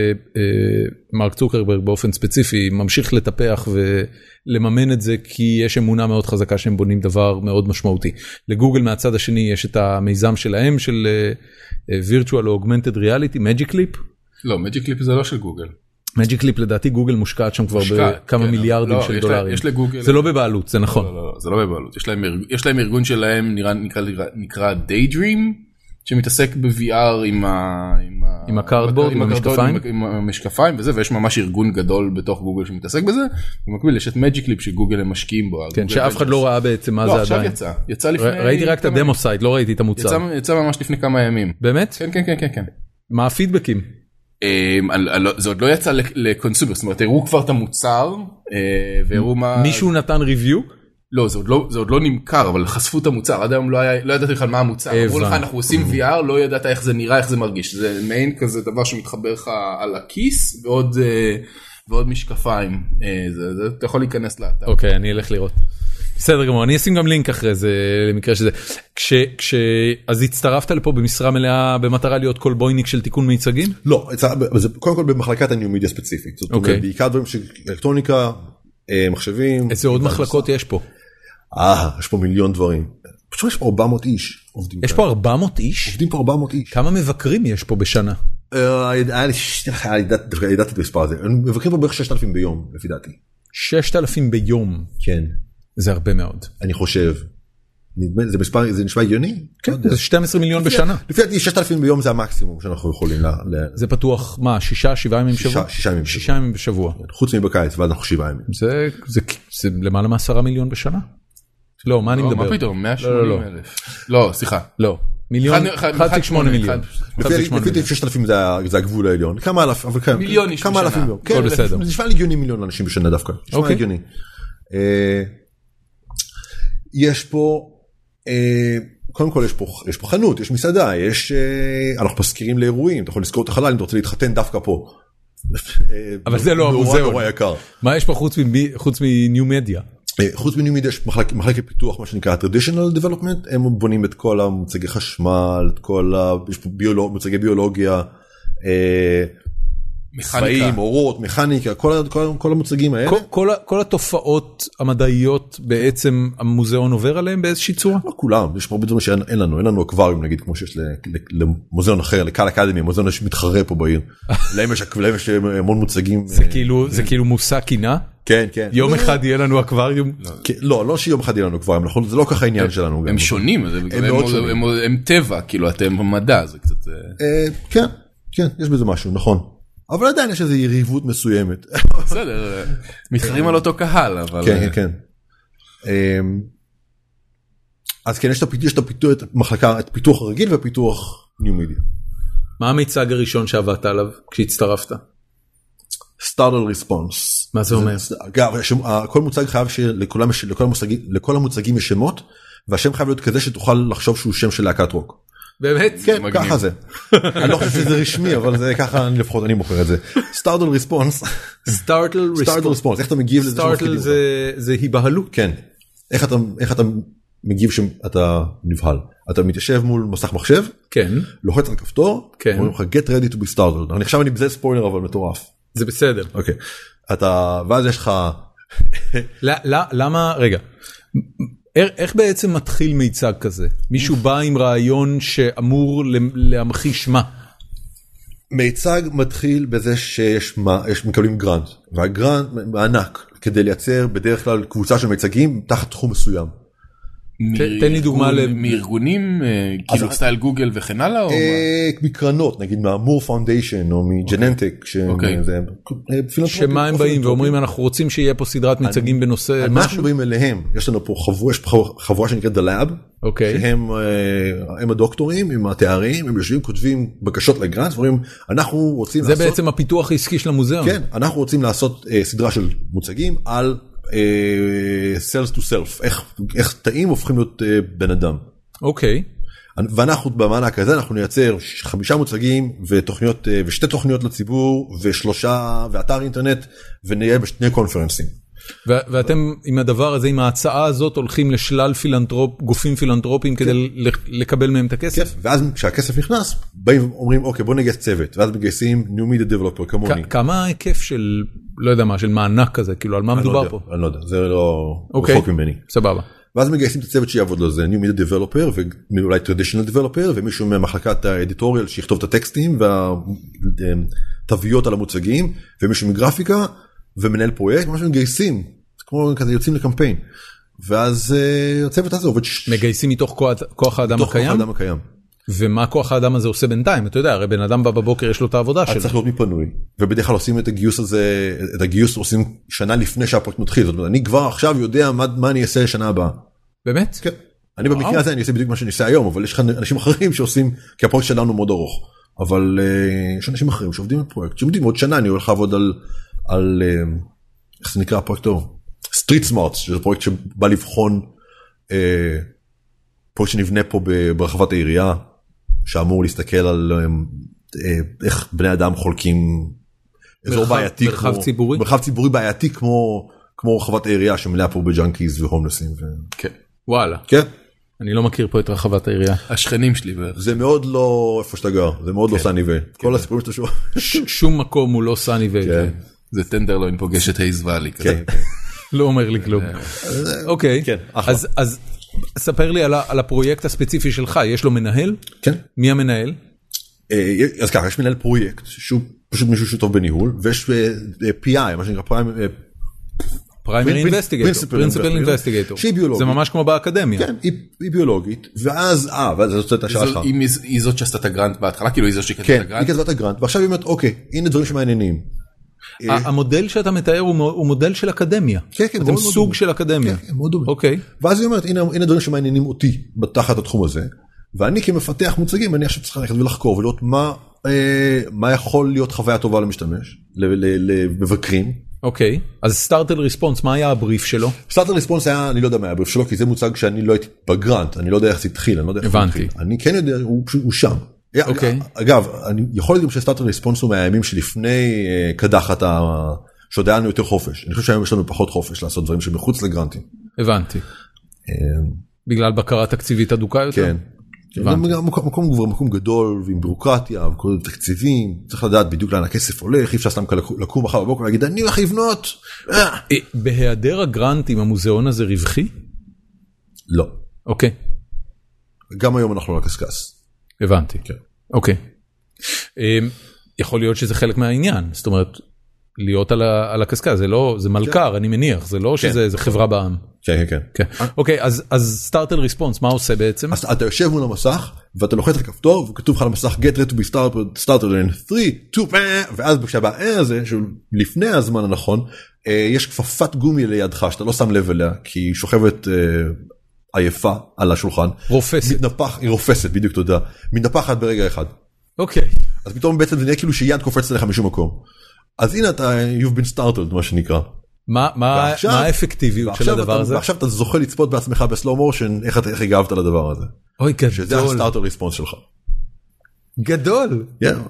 מרק צוקרברג באופן ספציפי, ממשיך לטפח ולממן את זה, כי יש אמונה מאוד חזקה שהם בונים דבר מאוד משמעותי. לגוגל מהצד השני יש את המיזם שלהם, של Virtual או Augmented Reality, Magic Leap. לא, Magic Leap זה לא של גוגל. Magic Leap לדעתי גוגל מושקעת שם כבר בכמה מיליארדים של דולרים. זה לא בבעלות, זה נכון. לא, לא, זה לא בבעלות. יש להם ארגון שלהם, נקרא Daydream, שמתעסק ב-וי אר עם עם הקארדבורד, עם המשקפיים, עם המשקפיים וזה, ויש ממש ארגון גדול בתוך גוגל שמתעסק בזה. במקביל יש את Magic Leap שגוגל הם משקיעים בו. כן, שאף אחד לא ראה בעצם מה זה עדיין. לא, עכשיו יצא. יצא לפני... ראיתי רק את הדמו סייט, לא ראיתי את המוצר. יצא ממש לפני כמה ימים. באמת? כן, כן, כן, כן. מה הפידבקים? זה עוד לא יצא לקונסומר, זאת אומרת, הראו כבר את המוצר, והראו מה... מישהו נתן ריוויו? לא, זה עוד לא, זה עוד לא נמכר, אבל חשפו את המוצר, עד היום לא היה, לא ידעתי בכלל מה המוצר, אמרו לך, אנחנו עושים וי אר, לא ידעת איך זה נראה, איך זה מרגיש, זה מעין כזה דבר שמתחבר לך על הכיס, ועוד, ועוד משקפיים, זה, זה, אתה יכול להיכנס לאתר. אוקיי, אני אלך לראות. בסדר גמור, אני אשים גם לינק אחרי זה, למקרה שזה. כש, כש, אז הצטרפת לפה במשרה מלאה, במטרה להיות כל בויניק של תיקון מיצגים? לא, זה קודם כל במחלקת הניו מדיה ספציפית, זאת אומרת, בעיקר דברים של אלקטרוניקה, מחשבים. איזה עוד מחלקות יש פה? אה, יש פה מיליון דברים. פשוט יש פה ארבע מאות איש עובדים. יש פה ארבע מאות איש? עובדים פה ארבע מאות איש. כמה מבקרים יש פה בשנה? היה לי, ידעתי את המספר הזה. הם מבקרים פה בערך ששת אלפים ביום, לפי דעתי. ששת אלפים ביום? כן. זה הרבה מאוד. אני חושב. זה מספר, זה נשמע הגיוני? כן, זה שנים עשר מיליון בשנה. לפי דעתי ששת אלפים ביום זה המקסימום שאנחנו יכולים. זה פתוח, מה, שישה, שבעה ימים בשבוע? שישה ימים בשבוע. שישה ימים בשבוע. חוץ מבקיץ, ואז אנחנו שבעה ימים. זה למעלה מעשרה מיליון בשנה? לא, מה אני מדבר? מה פתאום, מאה ושמונים אלף. לא, סליחה. לא, מיליון, אחד נקודה שמונה מיליון. לפי ששת אלפים זה הגבול העליון. כמה אלף, אבל כמה? מיליון איש בשנה. הכל בסדר. זה נשמע לי הגיוני מיליון אנשים בשנה דווקא. נשמע הגיוני. יש פה, קודם כל יש פה חנות, יש מסעדה, יש, אנחנו מזכירים לאירועים, אתה יכול לזכור את החלל אם אתה רוצה להתחתן דווקא פה. אבל זה לא המוזיאון. מה יש פה חוץ מניו מדיה? חוץ מניו מדיה יש מחלקת פיתוח, מה שנקרא traditional development, הם בונים את כל המוצגי חשמל, את כל מוצגי ביולוגיה, צבעים, אורות, מכניקה, כל המוצגים האלה. כל התופעות המדעיות בעצם המוזיאון עובר עליהם באיזושהי צורה? לא כולם, יש הרבה דברים שאין לנו, אין לנו אקווריום נגיד כמו שיש למוזיאון אחר, לקהל אקדמי, המוזיאון שמתחרה פה בעיר. להם יש המון מוצגים. זה כאילו מושא קינה? כן, כן. יום אחד יהיה לנו אקווריום? לא, לא שיום אחד יהיה לנו אקווריום, זה לא ככה העניין שלנו. הם שונים, הם טבע, כאילו אתם מדע, זה קצת... כן, כן, יש בזה משהו, נכון. אבל עדיין יש איזו יריבות מסוימת. בסדר, מתחרים על אותו קהל, אבל... כן, כן, כן. אז כן, יש את הפיתוח, את המחלקה, את הפיתוח הרגיל והפיתוח ניו מדיה. מה המיצג הראשון שעבדת עליו כשהצטרפת? Startle Response. מה זה אומר? אגב, כל מוצג חייב שלכל המוצגים יש שמות, והשם חייב להיות כזה שתוכל לחשוב שהוא שם של להקת רוק. באמת? כן, ככה זה. אני לא חושב שזה רשמי, אבל זה ככה, לפחות אני מוכר את זה. Startle Response. Startle Response. איך אתה מגיב לזה? Startle זה היבהלות. כן. איך אתה מגיב שאתה נבהל? אתה מתיישב מול מסך מחשב, כן. לוחץ על כפתור, אומרים לך get ready to be startled. אני חושב אני בזה ספוילר אבל מטורף. זה בסדר. אוקיי. אתה, ואז יש לך... למה, רגע, איך בעצם מתחיל מיצג כזה? מישהו בא עם רעיון שאמור להמחיש מה? מיצג מתחיל בזה שיש מקבלים גרנט, והגרנט מענק כדי לייצר בדרך כלל קבוצה של מיצגים תחת תחום מסוים. תן לי דוגמה מארגונים, כאילו סטייל גוגל וכן הלאה? מקרנות, נגיד מהמור פאונדיישן או מג'ננטק. שמה הם באים ואומרים אנחנו רוצים שיהיה פה סדרת מיצגים בנושא משהו? אנחנו באים אליהם, יש לנו פה חבורה שנקראת The Lab, שהם הדוקטורים עם התארים, הם יושבים, כותבים בקשות לגרנט, ואומרים אנחנו רוצים לעשות... זה בעצם הפיתוח העסקי של המוזיאון. כן, אנחנו רוצים לעשות סדרה של מוצגים על... sales to self, איך תאים הופכים להיות בן אדם. אוקיי. ואנחנו במענק הזה אנחנו נייצר חמישה מוצגים ותוכניות ושתי תוכניות לציבור ושלושה ואתר אינטרנט ונהיה בשני קונפרנסים. ואתם עם הדבר הזה, עם ההצעה הזאת הולכים לשלל פילנטרופ, גופים פילנטרופיים כדי לקבל מהם את הכסף? ואז כשהכסף נכנס, באים ואומרים אוקיי בוא נגייס צוות, ואז מגייסים New Media Developer כמוני. כמה ההיקף של, לא יודע מה, של מענק כזה, כאילו על מה מדובר פה? אני לא יודע, זה לא רחוק ממני. סבבה. ואז מגייסים את הצוות שיעבוד לזה, New Media Developer ואולי Traditional Developer, ומישהו ממחלקת האדיטוריאל שיכתוב את הטקסטים והתוויות על המוצגים, ומישהו מגרפיקה ומנהל פרויקט, משהו מגייסים, כמו כזה יוצאים לקמפיין, ואז הצוות הזה עובד... מגייסים מתוך כוח האדם הקיים? מתוך כוח האדם הקיים. ומה כוח האדם הזה עושה בינתיים? אתה יודע, הרי בן אדם בא בבוקר, יש לו את העבודה שלו. צריך להיות מפנוי, ובדרך כלל עושים את הגיוס הזה, את הגיוס עושים שנה לפני שהפרויקט מתחיל, זאת אומרת, אני כבר עכשיו יודע מה אני אעשה לשנה הבאה. באמת? כן. אני במקרה הזה, אני אעשה בדיוק מה שאני אעשה היום, אבל יש אנשים אחרים שעושים, כי הפרויקט שלנו מאוד ארוך, אבל יש אנשים אחרים שעובדים על פרויקט, שעובדים עוד שנה, אני הולך לעבוד על על, איך זה נקרא הפרויקטור? Street Smarts, שזה פרויקט שבא לבחון, אה, פרויקט שנבנה פה ברחבת העירייה, שאמור להסתכל על אה, איך בני אדם חולקים אזור מרחב, בעייתי. מרחב כמו, ציבורי? מרחב ציבורי בעייתי כמו, כמו רחבת העירייה שמלאה פה בג'אנקיז והומלסים. ו... כן. וואלה. כן. אני לא מכיר פה את רחבת העירייה. השכנים שלי בערך. זה מאוד לא איפה שאתה גר, זה מאוד לא סני וי. כל הסיפורים שאתה שומע. שום מקום הוא לא סני וי. זה טנדרלוין פוגש את הייז ואלי. לא אומר לי כלום. אוקיי, אז ספר לי על הפרויקט הספציפי שלך, יש לו מנהל? כן. מי המנהל? אז ככה, יש מנהל פרויקט, שהוא פשוט מישהו שטוב בניהול, ויש פי איי, מה שנקרא פריים... פריימרי אינבסטיגייטור, פרינסיפל אינבסטיגייטור. שהיא ביולוגית. זה ממש כמו באקדמיה. כן, היא ביולוגית, ואז, אה, ואז זאת את השאלה שלך. היא זאת שעשתה את הגרנט בהתחלה, כאילו היא זאת שכתבה את הגרנט? כן, היא כתבה את הגרנט, ועכשיו היא אומרת, אוקיי, הנה דברים שמעניינים. המודל שאתה מתאר הוא מודל של אקדמיה. כן, כן, אתם סוג של אקדמיה. כן, מאוד דומה. אוקיי. ואז היא אומרת, הנה דברים שמעניינים אותי בתחת התחום הזה, ואני כמפתח מוצגים, אני עכשיו צריך ללכת ולחקור ולראות מה יכול להיות חוויה טובה למשתמש, למבקרים. אוקיי, אז סטארטל ריספונס, מה היה הבריף שלו? סטארטל ריספונס היה, אני לא יודע מה היה הבריף שלו, כי זה מוצג שאני לא הייתי בגרנט, אני לא יודע איך זה התחיל, אני לא יודע איך זה התחיל. אני כן יודע, הוא שם. אגב, אני יכול להיות גם שסטארטל ריספונס הוא מהימים שלפני קדחת, שעוד היה לנו יותר חופש. אני חושב שהיום יש לנו פחות חופש לעשות דברים שמחוץ לגרנטים. הבנתי. בגלל בקרה תקציבית אדוקה יותר? כן. מקום מקום גדול ועם בירוקרטיה וכל תקציבים, צריך לדעת בדיוק לאן הכסף הולך, אי אפשר סתם לקום מחר בבוקר ולהגיד אני הולך לבנות. בהיעדר הגרנטים המוזיאון הזה רווחי? לא. אוקיי. גם היום אנחנו לא קסקס. הבנתי. אוקיי. יכול להיות שזה חלק מהעניין, זאת אומרת להיות על הקסקס, זה לא, זה מלכר, אני מניח, זה לא שזה חברה בעם. כן, כן, כן. אוקיי, אז סטארט אנד ריספונס, מה עושה בעצם? אז אתה יושב מול המסך, ואתה לוחץ על כפתור, וכתוב לך על המסך, get ready to be started, started in שלוש, שתיים, ואז כשבא הזה, שלפני הזמן הנכון, יש כפפת גומי לידך, שאתה לא שם לב אליה, כי היא שוכבת עייפה על השולחן. רופסת. מתנפח, היא רופסת, בדיוק תודה. מתנפחת ברגע אחד. אוקיי. אז פתאום בעצם זה נהיה כאילו שיד קופצת עליך משום מקום. אז הנה אתה, you've been started, מה שנקרא. מה, מה, מה האפקטיביות של הדבר הזה? ועכשיו אתה זוכה לצפות בעצמך בסלואו מושן, איך אתה, איך הגבת לדבר הזה. אוי, גדול. שזה הסטארטר ריספונס שלך. גדול.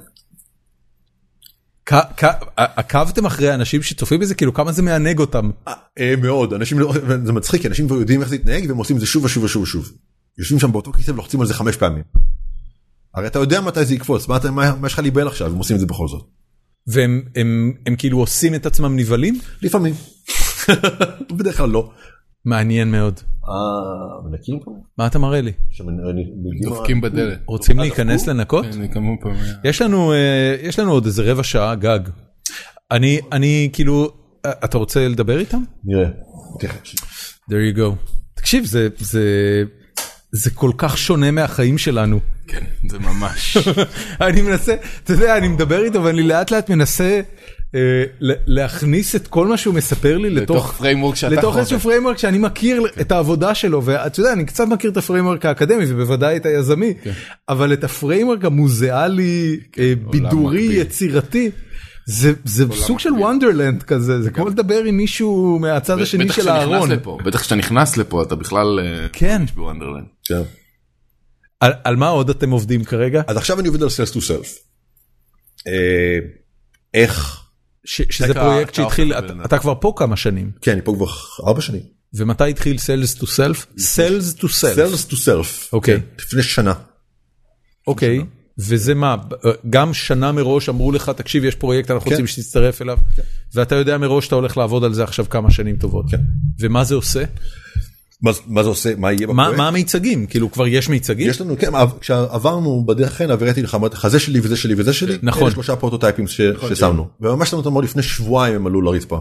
כן. עקבתם אחרי אנשים שצופים בזה, כאילו כמה זה מענג אותם? מאוד, אנשים, זה מצחיק, אנשים כבר יודעים איך זה יתנהג, והם עושים את זה שוב ושוב ושוב ושוב. יושבים שם באותו כיסא ולוחצים על זה חמש פעמים. הרי אתה יודע מתי זה יקפוץ, מה יש לך להיבהל עכשיו, הם עושים את זה בכל זאת. והם הם, הם כאילו עושים את עצמם נבלים? לפעמים. בדרך כלל לא. מעניין מאוד. אה, מנקים פה? מה אתה מראה לי? דופקים בדלת. רוצים להיכנס לנקות? יש לנו, יש לנו עוד איזה רבע שעה גג. אני, אני כאילו, אתה רוצה לדבר איתם? נראה. There you go. תקשיב, זה, זה, זה כל כך שונה מהחיים שלנו. כן, זה ממש. אני מנסה, אתה יודע, אני מדבר איתו ואני לאט לאט מנסה להכניס את כל מה שהוא מספר לי לתוך פריימוורק שאתה חווה. לתוך איזשהו פריימוורק שאני מכיר את העבודה שלו, ואתה יודע, אני קצת מכיר את הפריימוורק האקדמי ובוודאי את היזמי, אבל את הפריימוורק המוזיאלי, בידורי, יצירתי, זה סוג של וונדרלנד כזה, זה כמו לדבר עם מישהו מהצד השני של הארון. בטח כשאתה נכנס לפה, אתה בכלל כן. בוונדרלנד. כן. על, על מה עוד אתם עובדים כרגע? אז עכשיו אני עובד על Sales to Self. אה, איך? ש, שזה פרויקט שהתחיל, אתה, אתה כבר פה כמה שנים. כן, אני פה כבר ארבע שנים. ומתי התחיל Sales to Self? Sales to Self. Sales to Self. אוקיי. כן, לפני שנה. אוקיי. וזה מה? גם שנה מראש אמרו לך, תקשיב, יש פרויקט, אנחנו רוצים שתצטרף אליו. ואתה יודע מראש שאתה הולך לעבוד על זה עכשיו כמה שנים טובות. כן. ומה זה עושה? מה זה עושה? מה יהיה בפרויקט? מה המיצגים? כאילו כבר יש מיצגים? יש לנו, כן, כשעברנו בדרך כן, עברתי לך, אמרתי לך, זה שלי וזה שלי וזה שלי. נכון. אלה שלושה פרוטוטייפים ששמנו. וממש לנו אותם לפני שבועיים הם עלו לרצפה.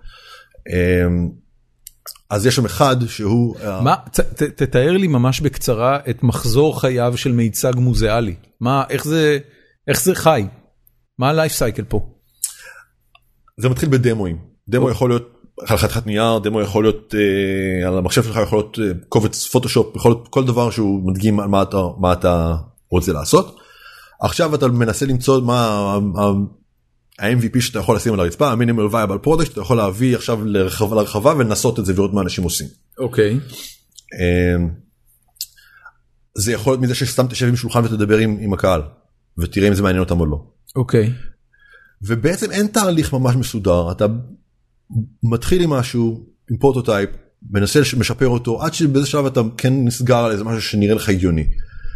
אז יש שם אחד שהוא... מה? תתאר לי ממש בקצרה את מחזור חייו של מיצג מוזיאלי. מה, איך זה, איך זה חי? מה הלייף סייקל פה? זה מתחיל בדמואים. דמו יכול להיות על חתיכת נייר, דמו יכול להיות, אה, על המחשב שלך יכול להיות אה, קובץ פוטושופ, יכול להיות כל דבר שהוא מדגים על מה אתה, מה אתה רוצה לעשות. עכשיו אתה מנסה למצוא מה ה-אם וי פי שאתה יכול לשים על הרצפה, ה-Minimal Viable Product, שאתה יכול להביא עכשיו לרחבה, לרחבה ולנסות את זה ולראות מה אנשים עושים. אוקיי. אה, זה יכול להיות מזה שסתם תשב עם שולחן ותדבר עם, עם הקהל, ותראה אם זה מעניין אותם או לא. אוקיי. ובעצם אין תהליך ממש מסודר, אתה מתחיל עם משהו, עם פרוטוטייפ, מנסה לשפר אותו, עד שבאיזה שלב אתה כן נסגר על איזה משהו שנראה לך הגיוני.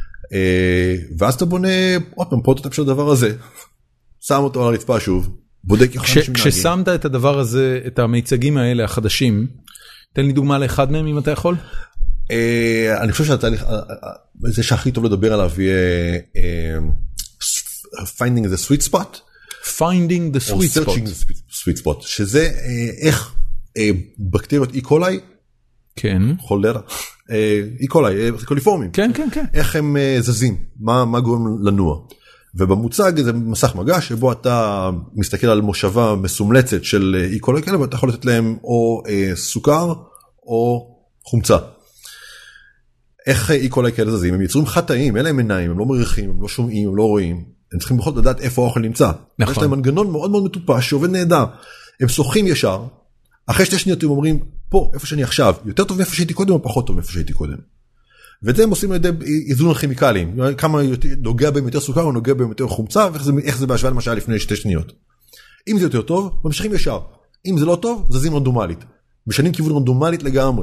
ואז אתה בונה עוד פעם פרוטוטייפ של הדבר הזה, שם אותו על הרצפה שוב, בודק איך אנשים נהגים. כששמת את הדבר הזה, את המיצגים האלה החדשים, תן לי דוגמה לאחד מהם אם אתה יכול. אני חושב שהתהליך, זה שהכי טוב לדבר עליו יהיה finding the sweet spot, finding the sweet spot. or searching the sweet spot, שזה איך בקטריות אי קולי, כן. חולרה, אי קולי, קוליפורמים, כן, כן, כן. איך הם זזים, מה, מה גורם לנוע. ובמוצג זה מסך מגש שבו אתה מסתכל על מושבה מסומלצת של אי קולי כאלה, ואתה יכול לתת להם או סוכר או חומצה. איך אי קולי כאלה זזים? הם יצורים חטאים, אין להם עיניים, הם לא מריחים, הם לא שומעים, הם לא רואים. הם צריכים בכל זאת לדעת איפה האוכל נמצא. נכון. יש להם מנגנון מאוד מאוד מטופש שעובד נהדר. הם שוחים ישר, אחרי שתי שניות הם אומרים, פה, איפה שאני עכשיו, יותר טוב מאיפה שהייתי קודם או פחות טוב מאיפה שהייתי קודם. ואת זה הם עושים על ידי איזון הכימיקליים. כמה נוגע בהם יותר סוכר או נוגע בהם יותר חומצה, ואיך זה, איך זה בהשוואה למה שהיה לפני שתי שניות. אם זה יותר טוב, ממשיכים ישר. אם זה לא טוב, זזים רנדומלית. משנים כיוון רנדומלית לגמרי.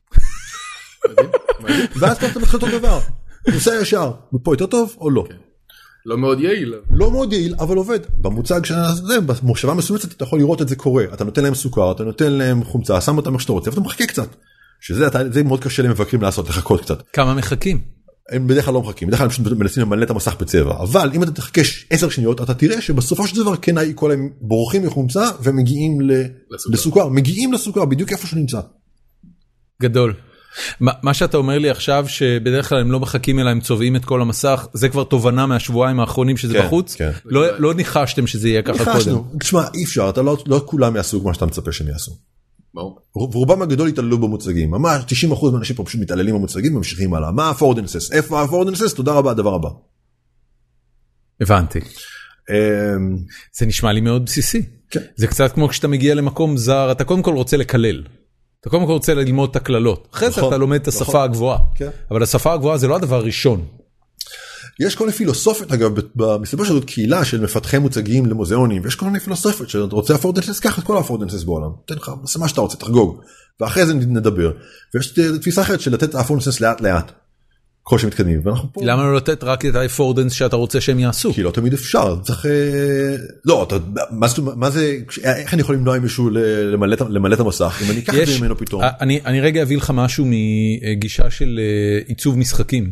ואז אתה מתחיל אותו דבר. נוסע ישר, ופה יותר טוב או לא? לא מאוד יעיל. לא מאוד יעיל, אבל עובד. במוצג שזה, במושבה מסומצת, אתה יכול לראות את זה קורה. אתה נותן להם סוכר, אתה נותן להם חומצה, שם אותם איך שאתה רוצה, ואתה מחכה קצת. שזה זה מאוד קשה למבקרים לעשות, לחכות קצת. כמה מחכים? הם בדרך כלל לא מחכים, בדרך כלל פשוט מנסים למלא את המסך בצבע. אבל אם אתה תחכש עשר שניות, אתה תראה שבסופו של דבר כן כל הם בורחים מחומצה ומגיעים לסוכר. מגיעים לסוכר, בדיוק איפה שנמצא. גדול. מה שאתה אומר לי עכשיו, שבדרך כלל הם לא מחכים אלא הם צובעים את כל המסך, זה כבר תובנה מהשבועיים האחרונים שזה בחוץ? לא ניחשתם שזה יהיה ככה קודם? ניחשנו. תשמע, אי אפשר, לא כולם יעשו כמו שאתה מצפה שהם יעשו. ורובם הגדול התעללו במוצגים. ממש תשעים אחוז מהאנשים פה פשוט מתעללים במוצגים וממשיכים הלאה. מה הפורדנסס? איפה הפורדנסס? תודה רבה, הדבר הבא. הבנתי. זה נשמע לי מאוד בסיסי. זה קצת כמו כשאתה מגיע למקום זר, אתה קודם כל רוצה לקלל. אתה קודם כל רוצה ללמוד את הכללות. אחרי זה אתה לומד את השפה הגבוהה. אבל השפה הגבוהה זה לא הדבר הראשון. יש כל מיני פילוסופיות, אגב, במסתבר שזאת קהילה של מפתחי מוצגים למוזיאונים, ויש כל מיני פילוסופיות שאתה רוצה אפורדנסס, קח את כל האפורדנסס בעולם. תן לך, עושה מה שאתה רוצה, תחגוג. ואחרי זה נדבר. ויש תפיסה אחרת של לתת האפורדנסס לאט לאט. כל שמתקדמים. למה לא לתת רק את האפורדנס שאתה רוצה שהם יעשו? כי לא תמיד אפשר. צריך... לא, מה זה... איך אני יכול למנוע מישהו למלא את המסך? אם אני אקח את זה ממנו פתאום. אני רגע אביא לך משהו מגישה של עיצוב משחקים.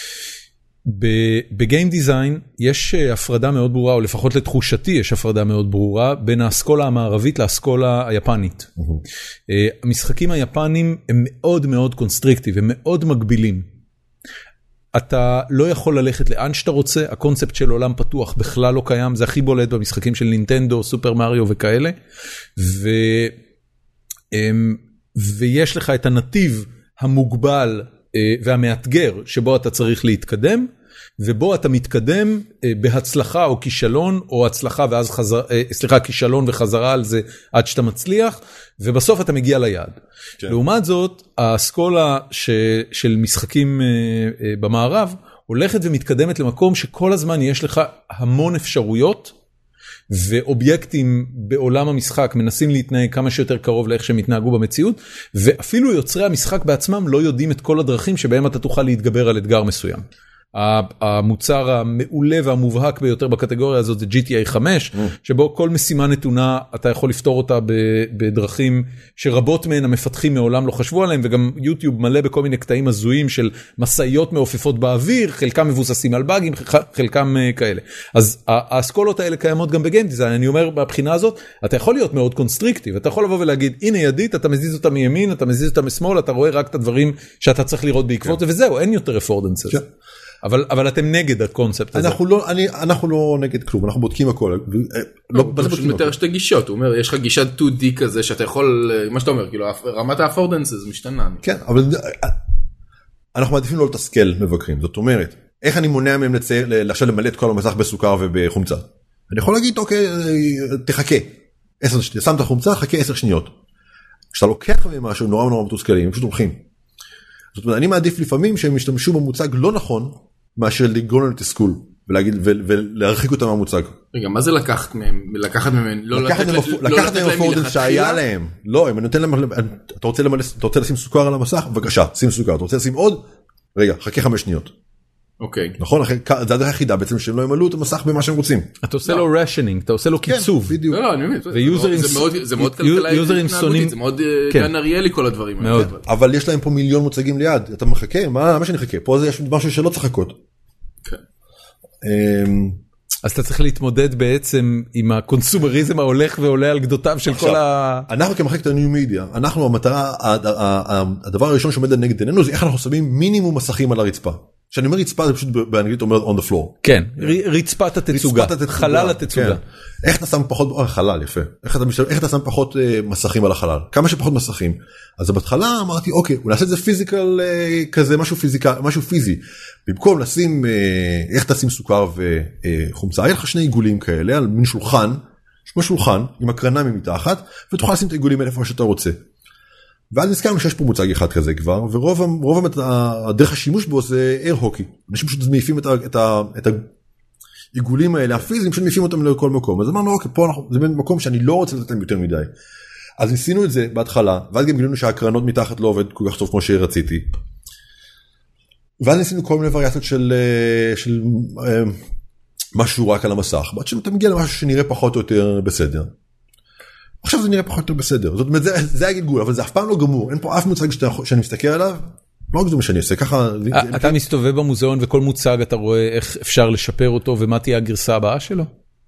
בגיים דיזיין יש הפרדה מאוד ברורה, או לפחות לתחושתי יש הפרדה מאוד ברורה, בין האסכולה המערבית לאסכולה היפנית. המשחקים היפנים הם מאוד מאוד קונסטריקטיב, הם מאוד מגבילים. אתה לא יכול ללכת לאן שאתה רוצה, הקונספט של עולם פתוח בכלל לא קיים, זה הכי בולט במשחקים של נינטנדו, סופר מריו וכאלה, ו... ויש לך את הנתיב המוגבל והמאתגר שבו אתה צריך להתקדם, ובו אתה מתקדם בהצלחה או כישלון, או הצלחה ואז חזר, סליחה, כישלון וחזרה על זה עד שאתה מצליח, ובסוף אתה מגיע ליעד. כן. לעומת זאת, האסכולה ש, של משחקים במערב, הולכת ומתקדמת למקום שכל הזמן יש לך המון אפשרויות, ואובייקטים בעולם המשחק מנסים להתנהג כמה שיותר קרוב לאיך שהם התנהגו במציאות, ואפילו יוצרי המשחק בעצמם לא יודעים את כל הדרכים שבהם אתה תוכל להתגבר על אתגר מסוים. המוצר המעולה והמובהק ביותר בקטגוריה הזאת זה ג'י טי איי חמש, שבו כל משימה נתונה אתה יכול לפתור אותה בדרכים שרבות מהן המפתחים מעולם לא חשבו עליהם, וגם יוטיוב מלא בכל מיני קטעים הזויים של מסעיות מעופפות באוויר, חלקם מבוססים על באגים, חלקם כאלה. אז האסכולות האלה קיימות גם בגיים דיזיין. אני אומר בבחינה הזאת, אתה יכול להיות מאוד קונסטריקטיב, אתה יכול לבוא ולהגיד, הנה ידית, אתה מזיז אותה מימין, אתה מזיז אותה משמאל, אתה רואה רק את הדברים שאתה צריך לראות בעקבות זה, וזהו, אין יותר אפורדנסס. אבל אבל אתם נגד הקונספט הזה. אנחנו לא אני אנחנו לא נגד כלום, אנחנו בודקים הכל. לא פשוט מתאר שתי גישות, הוא אומר יש לך גישה טו די כזה שאתה יכול, מה שאתה אומר, כאילו רמת האפורדנס זה משתנה. כן, אבל אנחנו מעדיפים לא לתסכל מבקרים. זאת אומרת, איך אני מונע מהם עכשיו למלא את כל המסך בסוכר ובחומצה? אני יכול להגיד אוקיי, תחכה עשר שניות, שם את החומצה, חכה עשר שניות. כשאתה לוקח מהם משהו נורא נורא מתוסכלים, הם פשוט הולכים. זאת אומרת, אני מעדיף לפעמים שהם ישתמשו במוצג לא נכון, מאשר לגרום לתסכול, ולהגיד, ולהרחיק אותם מהמוצג. רגע, מה זה לקחת מהם? לקחת מהם, לא לתת להם מלכתחילה? לקחת מהם הפורדנס שהיה להם. לא, אם אני נותן להם, אתה רוצה לשים סוכר על המסך? בבקשה, שים סוכר. אתה רוצה לשים עוד? רגע, חכה חמש שניות. אוקיי. נכון? זה הדרך היחידה בעצם שהם לא ימלאו את המסך במה שהם רוצים. אתה עושה לו רשנינג, אתה עושה לו קיצוב. כן, בדיוק. לא, אני מבין. זה מאוד כלכלה התנהגותית, זה מאוד גן אריאלי כל הדברים. אבל יש להם פה מיליון מוצגים ליד. אתה מחכה? מה שאני חכה? פה יש משהו שלא צריך לחכות. כן. אז אתה צריך להתמודד בעצם עם הקונסומריזם ההולך ועולה על גדותיו של כל ה... אנחנו כמחלקת הניו מדיה, אנחנו המטרה, הדבר הראשון שעומד נגד עינינו זה איך אנחנו שמים מינימום מסכים על הרצפה. כשאני אומר רצפה זה פשוט באנגלית אומר on the floor. כן, רצפת התצוגה, חלל התצוגה. איך אתה שם פחות, חלל יפה, איך אתה שם פחות מסכים על החלל, כמה שפחות מסכים. אז בהתחלה אמרתי אוקיי, אולי נעשה את זה פיזיקל כזה, משהו פיזיקה, משהו פיזי. במקום לשים, איך תשים סוכר וחומצה, היה לך שני עיגולים כאלה על מין שולחן, כמו שולחן עם הקרנה ממתחת, ותוכל לשים את העיגולים האלה איפה שאתה רוצה. ואז נזכרנו שיש פה מוצג אחד כזה כבר, ורוב הדרך השימוש בו זה אייר הוקי. אנשים פשוט מעיפים את העיגולים האלה, הפיזיים, פשוט מעיפים אותם לכל מקום. אז אמרנו, אוקיי, פה זה מקום שאני לא רוצה לתת להם יותר מדי. אז ניסינו את זה בהתחלה, ואז גם גילינו שהקרנות מתחת לא עובד כל כך טוב כמו שרציתי. ואז ניסינו כל מיני וריאציות של, של משהו רק על המסך. בעד שאתה מגיע למשהו שנראה פחות או יותר בסדר. עכשיו זה נראה פחות או יותר בסדר. זאת אומרת, זה, זה הגלגול, אבל זה אף פעם לא גמור. אין פה אף מוצג שאתה, שאני מסתכל עליו. לא זה מה שאני עושה, ככה... אתה מסתובב במוזיאון וכל מוצג אתה רואה איך אפשר לשפר אותו ומה תהיה הגרסה הבאה שלו?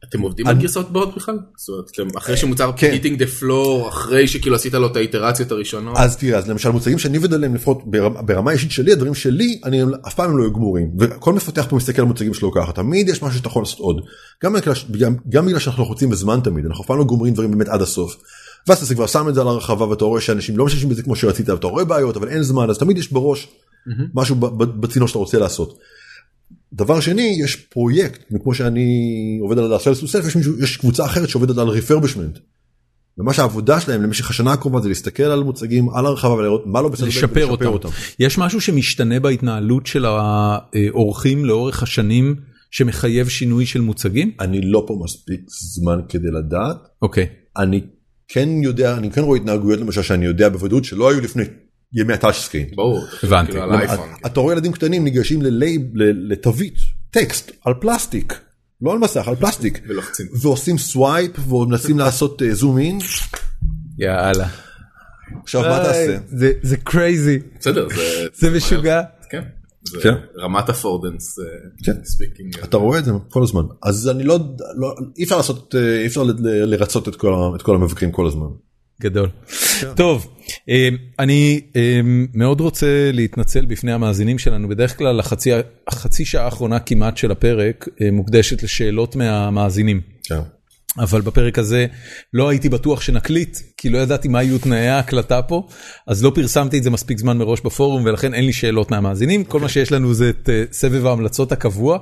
אתם עובדים על גרסאות באות בכלל? זאת אומרת, אחרי שמוצר hitting the floor, אחרי שכאילו עשית לו את האיטרציות הראשונות? אז תראה, אז למשל מוצגים שאני עובד עליהם לפחות ברמה אישית שלי, הדברים שלי, אני אף פעם הם לא יהיו גמורים, וכל מפתח פה מסתכל על מוצגים שלו ככה, תמיד יש משהו שאתה יכול לעשות עוד, גם בגלל שאנחנו לחוצים בזמן תמיד, אנחנו אף פעם לא גומרים דברים באמת עד הסוף, ואז אתה כבר שם את זה על הרחבה, ואתה רואה שאנשים לא משתמשים בזה כמו שרצית, ואתה רואה בעיות, אבל אין זמן, אז תמיד יש בראש משהו בצינור שאתה רוצה לעשות. דבר שני, יש פרויקט, כמו שאני עובד על הסלס טו סלף, יש מישהו, יש קבוצה אחרת שעובדת על ריפרבשמנט. ומה שהעבודה שלהם למשך השנה הקרובה זה להסתכל על מוצגים, על הרחבה ולראות מה לא בסדר, לשפר אותם. אותם. יש משהו שמשתנה בהתנהלות של האורחים לאורך השנים, שמחייב שינוי של מוצגים? אני לא פה מספיק זמן כדי לדעת. אוקיי. אני כן יודע, אני כן רואה התנהגויות למשל שאני יודע בוודאות שלא היו לפני ימי הטאצ' סקרין. ברור. הבנתי. אתה רואה ילדים קטנים ניגשים ללייב, לתווית, טקסט, על פלסטיק. לא על מסך, על פלסטיק. ולוחצים. ועושים סווייפ, ומנסים לעשות זום אין. יאללה. עכשיו מה תעשה? זה קרייזי. בסדר. זה משוגע. כן. זה רמת הפורדנס. אתה רואה את זה כל הזמן. אז אני לא, אי אפשר לעשות, אי אפשר לרצות את כל המבקרים כל הזמן. גדול. טוב, אני מאוד רוצה להתנצל בפני המאזינים שלנו. בדרך כלל החצי, החצי שעה האחרונה כמעט של הפרק מוקדשת לשאלות מהמאזינים. כן. אבל בפרק הזה לא הייתי בטוח שנקליט, כי לא ידעתי מה יהיו תנאי ההקלטה פה, אז לא פרסמתי את זה מספיק זמן מראש בפורום, ולכן אין לי שאלות מהמאזינים. כל מה שיש לנו זה את סבב ההמלצות הקבוע.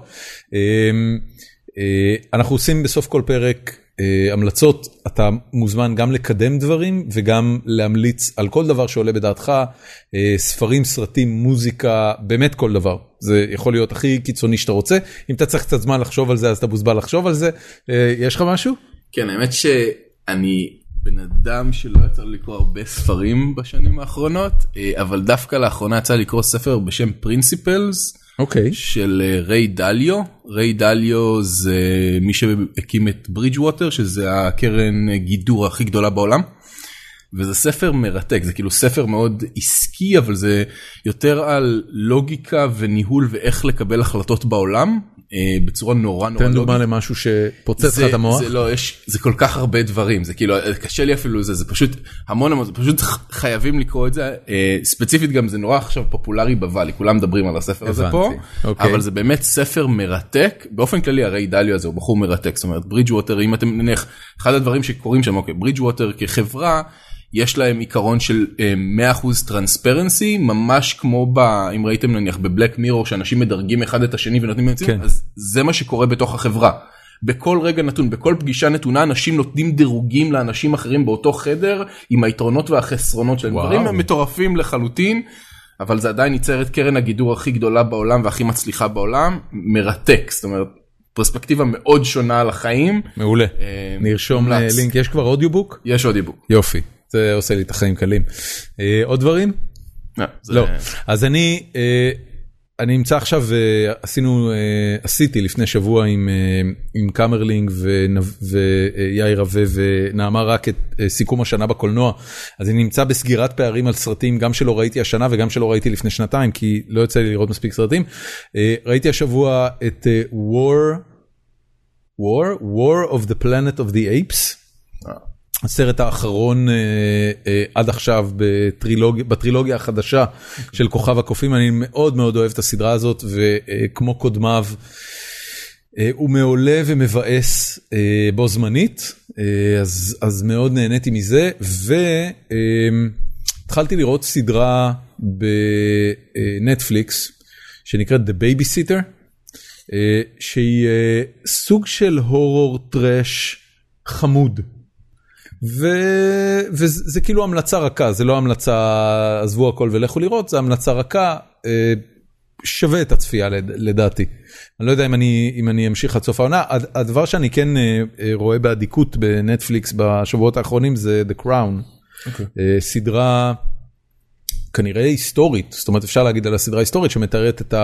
אנחנו עושים בסוף כל פרק המלצות, אתה מוזמן גם לקדם דברים וגם להמליץ על כל דבר שעולה בדעתך, ספרים, סרטים, מוזיקה, באמת כל דבר. זה יכול להיות הכי קיצוני שאתה רוצה. אם אתה צריך קצת זמן לחשוב על זה, אז אתה מוזמן לחשוב על זה. יש לך משהו? כן, האמת שאני בן אדם שלא יצא לקרוא הרבה ספרים בשנים האחרונות, אבל דווקא לאחרונה יצא לקרוא ספר בשם Principles, אוקיי. של ריי דליו. ריי דליו זה מי שהקים את ברידג'ווטר, שזה הקרן גידור הכי גדולה בעולם. וזה ספר מרתק, זה כאילו ספר מאוד עסקי, אבל זה יותר על לוגיקה וניהול ואיך לקבל החלטות בעולם, בצורה נורא נורא לוגית. תן דוגמה למשהו שפוצץ לך את המוח. זה לא, יש, זה כל כך הרבה דברים, זה כאילו, קשה לי אפילו זה, זה פשוט המון המון, זה פשוט חייבים לקרוא את זה, ספציפית גם זה נורא עכשיו פופולרי בוואלי, כולם מדברים על הספר הזה פה, אבל זה באמת ספר מרתק, באופן כללי הרי דליו הזה הוא בחור מרתק, זאת אומרת, ברידג'ווטר, אם אתם נניח, אחד הדברים שקורים שם, אוקיי, ברידג'ווטר כחברה, יש להם עיקרון של מאה אחוז טרנספרנסי, ממש כמו ב, אם ראיתם נניח בבלק מירור, שאנשים מדרגים אחד את השני ונותנים ממצאים, כן. אז זה מה שקורה בתוך החברה. בכל רגע נתון, בכל פגישה נתונה, אנשים נותנים דירוגים לאנשים אחרים באותו חדר, עם היתרונות והחסרונות שלהם. דברים מטורפים לחלוטין, אבל זה עדיין ייצר את קרן הגידור הכי גדולה בעולם, והכי מצליחה בעולם, מרתק, זאת אומרת, פרספקטיבה מאוד שונה על החיים. מעולה. נרשום לינק, יש כבר אודיובוק? יש אודיובוק. יופי. זה עושה לי את החיים קלים. עוד דברים? לא. אז אני, אני נמצא עכשיו, עשינו, עשיתי לפני שבוע עם קאמרלינג ויאיר רווה ונעמה רק את סיכום השנה בקולנוע, אז אני נמצא בסגירת פערים על סרטים, גם שלא ראיתי השנה וגם שלא ראיתי לפני שנתיים, כי לא יוצא לי לראות מספיק סרטים. ראיתי השבוע את War, War, War of the Planet of the Apes, הסרט האחרון אה, אה, עד עכשיו בטרילוג... בטרילוגיה החדשה okay. של כוכב הקופים. אני מאוד מאוד אוהב את הסדרה הזאת, וכמו קודמיו, אה, הוא מעולה ומבאס אה, בו זמנית, אה, אז, אז מאוד נהניתי מזה, והתחלתי אה, לראות סדרה בנטפליקס, שנקראת The Babysitter, אה, שהיא אה, סוג של הורור טרש חמוד. וזה כאילו המלצה רכה, זה לא המלצה עזבו הכל ולכו לראות, זה המלצה רכה, שווה את הצפייה לדעתי. אני לא יודע אם אני, אם אני אמשיך עד סוף העונה. הדבר שאני כן רואה בעדיקות בנטפליקס בשבועות האחרונים זה The Crown, סדרה כנראה היסטורית, זאת אומרת אפשר להגיד על הסדרה היסטורית שמתארת את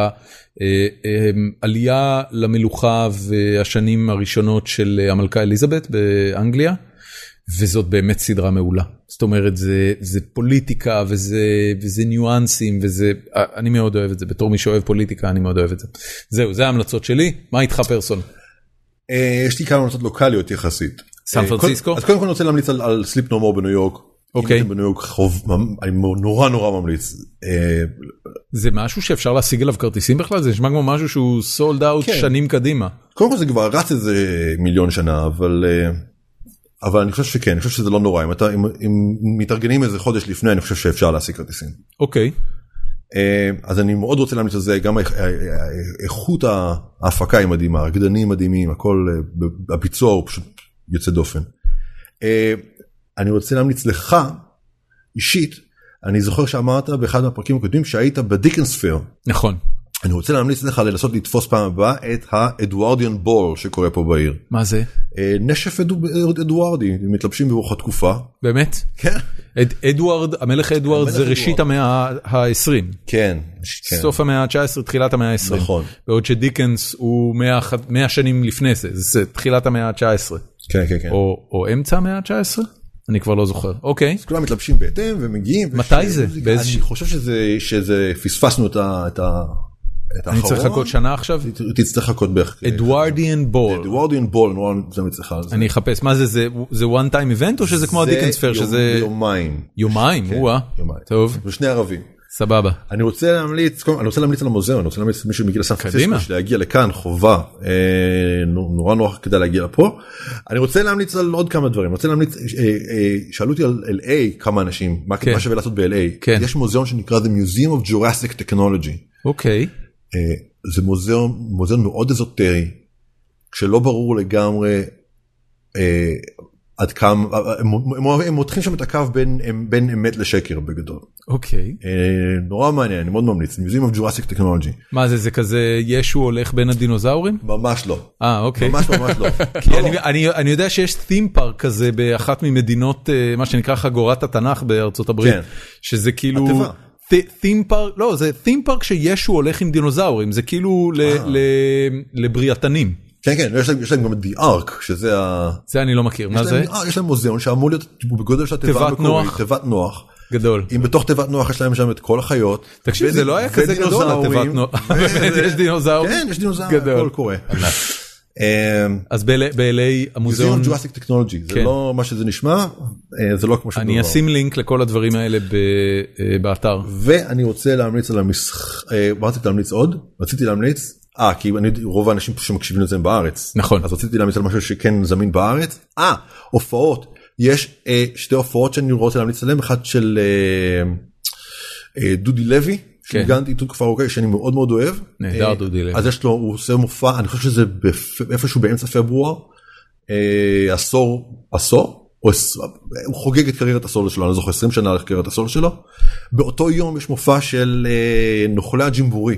העלייה למלוכה והשנים הראשונות של המלכה אליזבת באנגליה, וזאת באמת סדרה מעולה. זאת אומרת, זה, זה פוליטיקה, וזה, וזה ניואנסים, וזה, אני מאוד אוהב את זה. בתור מי שאוהב פוליטיקה, אני מאוד אוהב את זה. זהו, זה ההמלצות שלי. מה איתך פרסון? יש לי כמה המלצות לוקליות יחסית. סן פרנסיסקו? אז קודם כל אני רוצה להמליץ על Sleep No More בניו יורק. אוקיי. בניו יורק חוב, אני נורא נורא ממליץ. זה משהו שאפשר להשיג עליו כרטיסים בכלל? זה נשמע כמו משהו שהוא סולד אאוט שנים קדימה. קודם כל זה כבר רץ איזה מיליון שנה, אבל אבל אני חושב שכן, אני חושב שזה לא נורא. אם מתארגנים איזה חודש לפני, אני חושב שאפשר להשיג כרטיסים. אוקיי. אז אני מאוד רוצה להמליץ על זה, גם איכות ההפקה היא מדהימה, הרקדנים מדהימים, הכל, הביצוע הוא פשוט יוצא דופן. אני רוצה להמליץ לך, אישית, אני זוכר שאמרת באחד מהפרקים הקודמים שהיית בדיקנספיר. נכון. אני רוצה להמליץ לך לנסות לתפוס פעם הבאה את האדוארדיאן בול שקורה פה בעיר. מה זה? נשף אדוארדי, מתלבשים ברוח התקופה. באמת? כן. אדוארד, המלך אדוארד זה ראשית המאה ה-עשרים. כן. סוף המאה ה-תשע עשרה, תחילת המאה ה-עשרים. נכון. בעוד שדיקנס הוא מאה שנים לפני זה, זה תחילת המאה ה-תשע עשרה. כן, כן, כן. או אמצע המאה ה-תשע עשרה? אני כבר לא זוכר. אוקיי. אז כולם מתלבשים בהתאם ומגיעים. מתי זה? אני חושב שזה, פספסנו את ה... אני צריך לחכות שנה עכשיו? תצטרך לחכות בערך. אדוארדיאן בול. אדוארדיאן בול, נורא זה מצליחה. אני אחפש, מה זה, זה one time event או שזה כמו הדיקנספר? זה יומיים. יומיים, וואה. טוב. ושני ערבים. סבבה. אני רוצה להמליץ, אני רוצה להמליץ על המוזיאון, אני רוצה להמליץ מישהו מגיע לסן פרנסיסקו, להגיע לכאן, חובה, נורא נורא כדאי להגיע לפה. אני רוצה להמליץ על עוד כמה דברים, אני רוצה להמליץ, שאלו אותי על אל איי כמה אנשים, מה שווה לעשות ב-אל איי. יש מוזיאון שנקרא The Museum of Jurassic Technology. אוקיי. זה מוזיאון, מוזיאון מאוד אזוטרי, שלא ברור לגמרי עד כמה, הם מותחים שם את הקו בין אמת לשקר בגדול. אוקיי. נורא מעניין, אני מאוד ממליץ, Museum of Jurassic Technology. מה זה, זה כזה ישו הולך בין הדינוזאורים? ממש לא. אה, אוקיי. ממש ממש לא. כי אני יודע שיש theme park כזה באחת ממדינות, מה שנקרא חגורת התנ"ך בארצות הברית, שזה כאילו... הטבע. theme park, לא, זה theme park שישו הולך עם דינוזאורים, זה כאילו לבריאתנים. כן, כן, יש להם גם את The Ark, שזה ה... זה אני לא מכיר, מה זה? יש להם מוזיאון שאמור להיות בגודל של התיבה המקורית, תיבת נוח. גדול. אם בתוך תיבת נוח יש להם שם את כל החיות. תקשיב, זה לא היה כזה גדול התיבת נוח. באמת יש דינוזאורים? כן, יש דינוזאורים, הכל קורה. אז ב-אל איי המוזיאון... Museum of Jurassic Technology, זה לא מה שזה נשמע, זה לא כמו שזה דבר. אני אשים לינק לכל הדברים האלה באתר. ואני רוצה להמליץ על המשחק, מה רציתי להמליץ עוד? רציתי להמליץ, אה, כי רוב האנשים שמקשיבים לזה הם בארץ. נכון. אז רציתי להמליץ על משהו שכן זמין בארץ. אה, הופעות. יש שתי הופעות שאני רוצה להמליץ עליהן, אחת של דודי לוי, שניגנתי איתו כבר אוקיי, שאני מאוד מאוד אוהב. נהדר דודי לוי. אז יש לו, הוא עושה מופע, אני חושב שזה איפשהו באמצע פברואר, עשור, עשור, הוא חוגג את קריירת הסולו שלו, אני זוכר עשרים שנה על קריירת הסולו שלו. באותו יום יש מופע של נוכלי הג'ימבורי.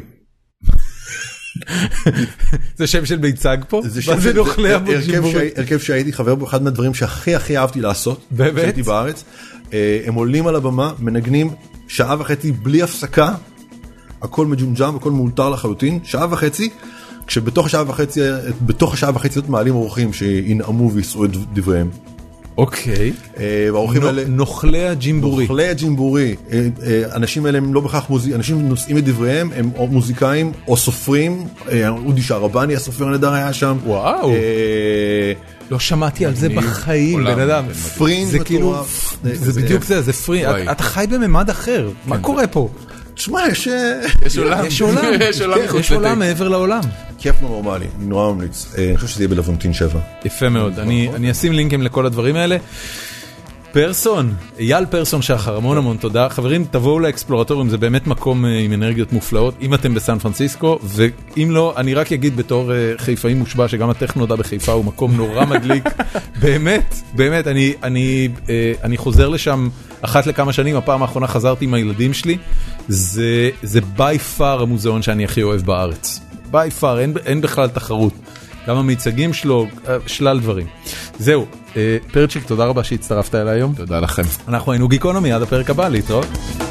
זה שם של מיצג פה? מה זה נוכלי הג'ימבורי? הרכב שהייתי חבר בו, אחד מהדברים שהכי הכי אהבתי לעשות, כשהייתי בארץ, הם עולים על הבמה, מנגנים שעה וחצי בלי הפסקה, הכל מג'ומג'ם, הכל מאולתר לחלוטין, שעה וחצי, כשבתוך השעה וחצי, בתוך השעה וחצי זאת מעלים אורחים שינעמו ויסעו את דבריהם. אוקיי. והאורחים האלה... נוכלי הג'ימבורי. נוכלי הג'ימבורי. אנשים האלה הם לא בכך מוזיקאים, אנשים נושאים את דבריהם, הם או מוזיקאים או סופרים, אודי שערבני הסופר הנהדר היה שם. וואו. לא שמעתי על זה בחיים, בן אדם. פרינג זה כאילו, זה בדיוק זה, זה פרינג. אתה חי בממד אחר. מה קורה פה? תשמע, יש... יש עולם. יש עולם. יש עולם מעבר לעולם. כיף נורמלי, אני נורא ממליץ. אני חושב שזה יהיה בלוונטין שבע. יפה מאוד. אני אשים לינקים לכל הדברים האלה. פרסון, אייל פרסון שחר, המון המון תודה. חברים, תבואו לאקספלורטוריום, זה באמת מקום עם אנרגיות מופלאות, אם אתם בסן פרנסיסקו, ואם לא, אני רק אגיד בתור חיפאי מושבע, שגם הטכנודע בחיפה הוא מקום נורא מדליק. באמת, באמת, אני, אני, אני חוזר לשם אחת לכמה שנים, הפעם האחרונה חזרתי עם הילדים שלי, זה, זה by far המוזיאון שאני הכי אוהב בארץ. by far, אין, אין בכלל תחרות. גם המיצגים שלו, שלל דברים. זהו, פרצ'יק, תודה רבה שהצטרפת אליי היום. תודה לכם. אנחנו היינו גיקונומי, עד הפרק הבא, להתראות.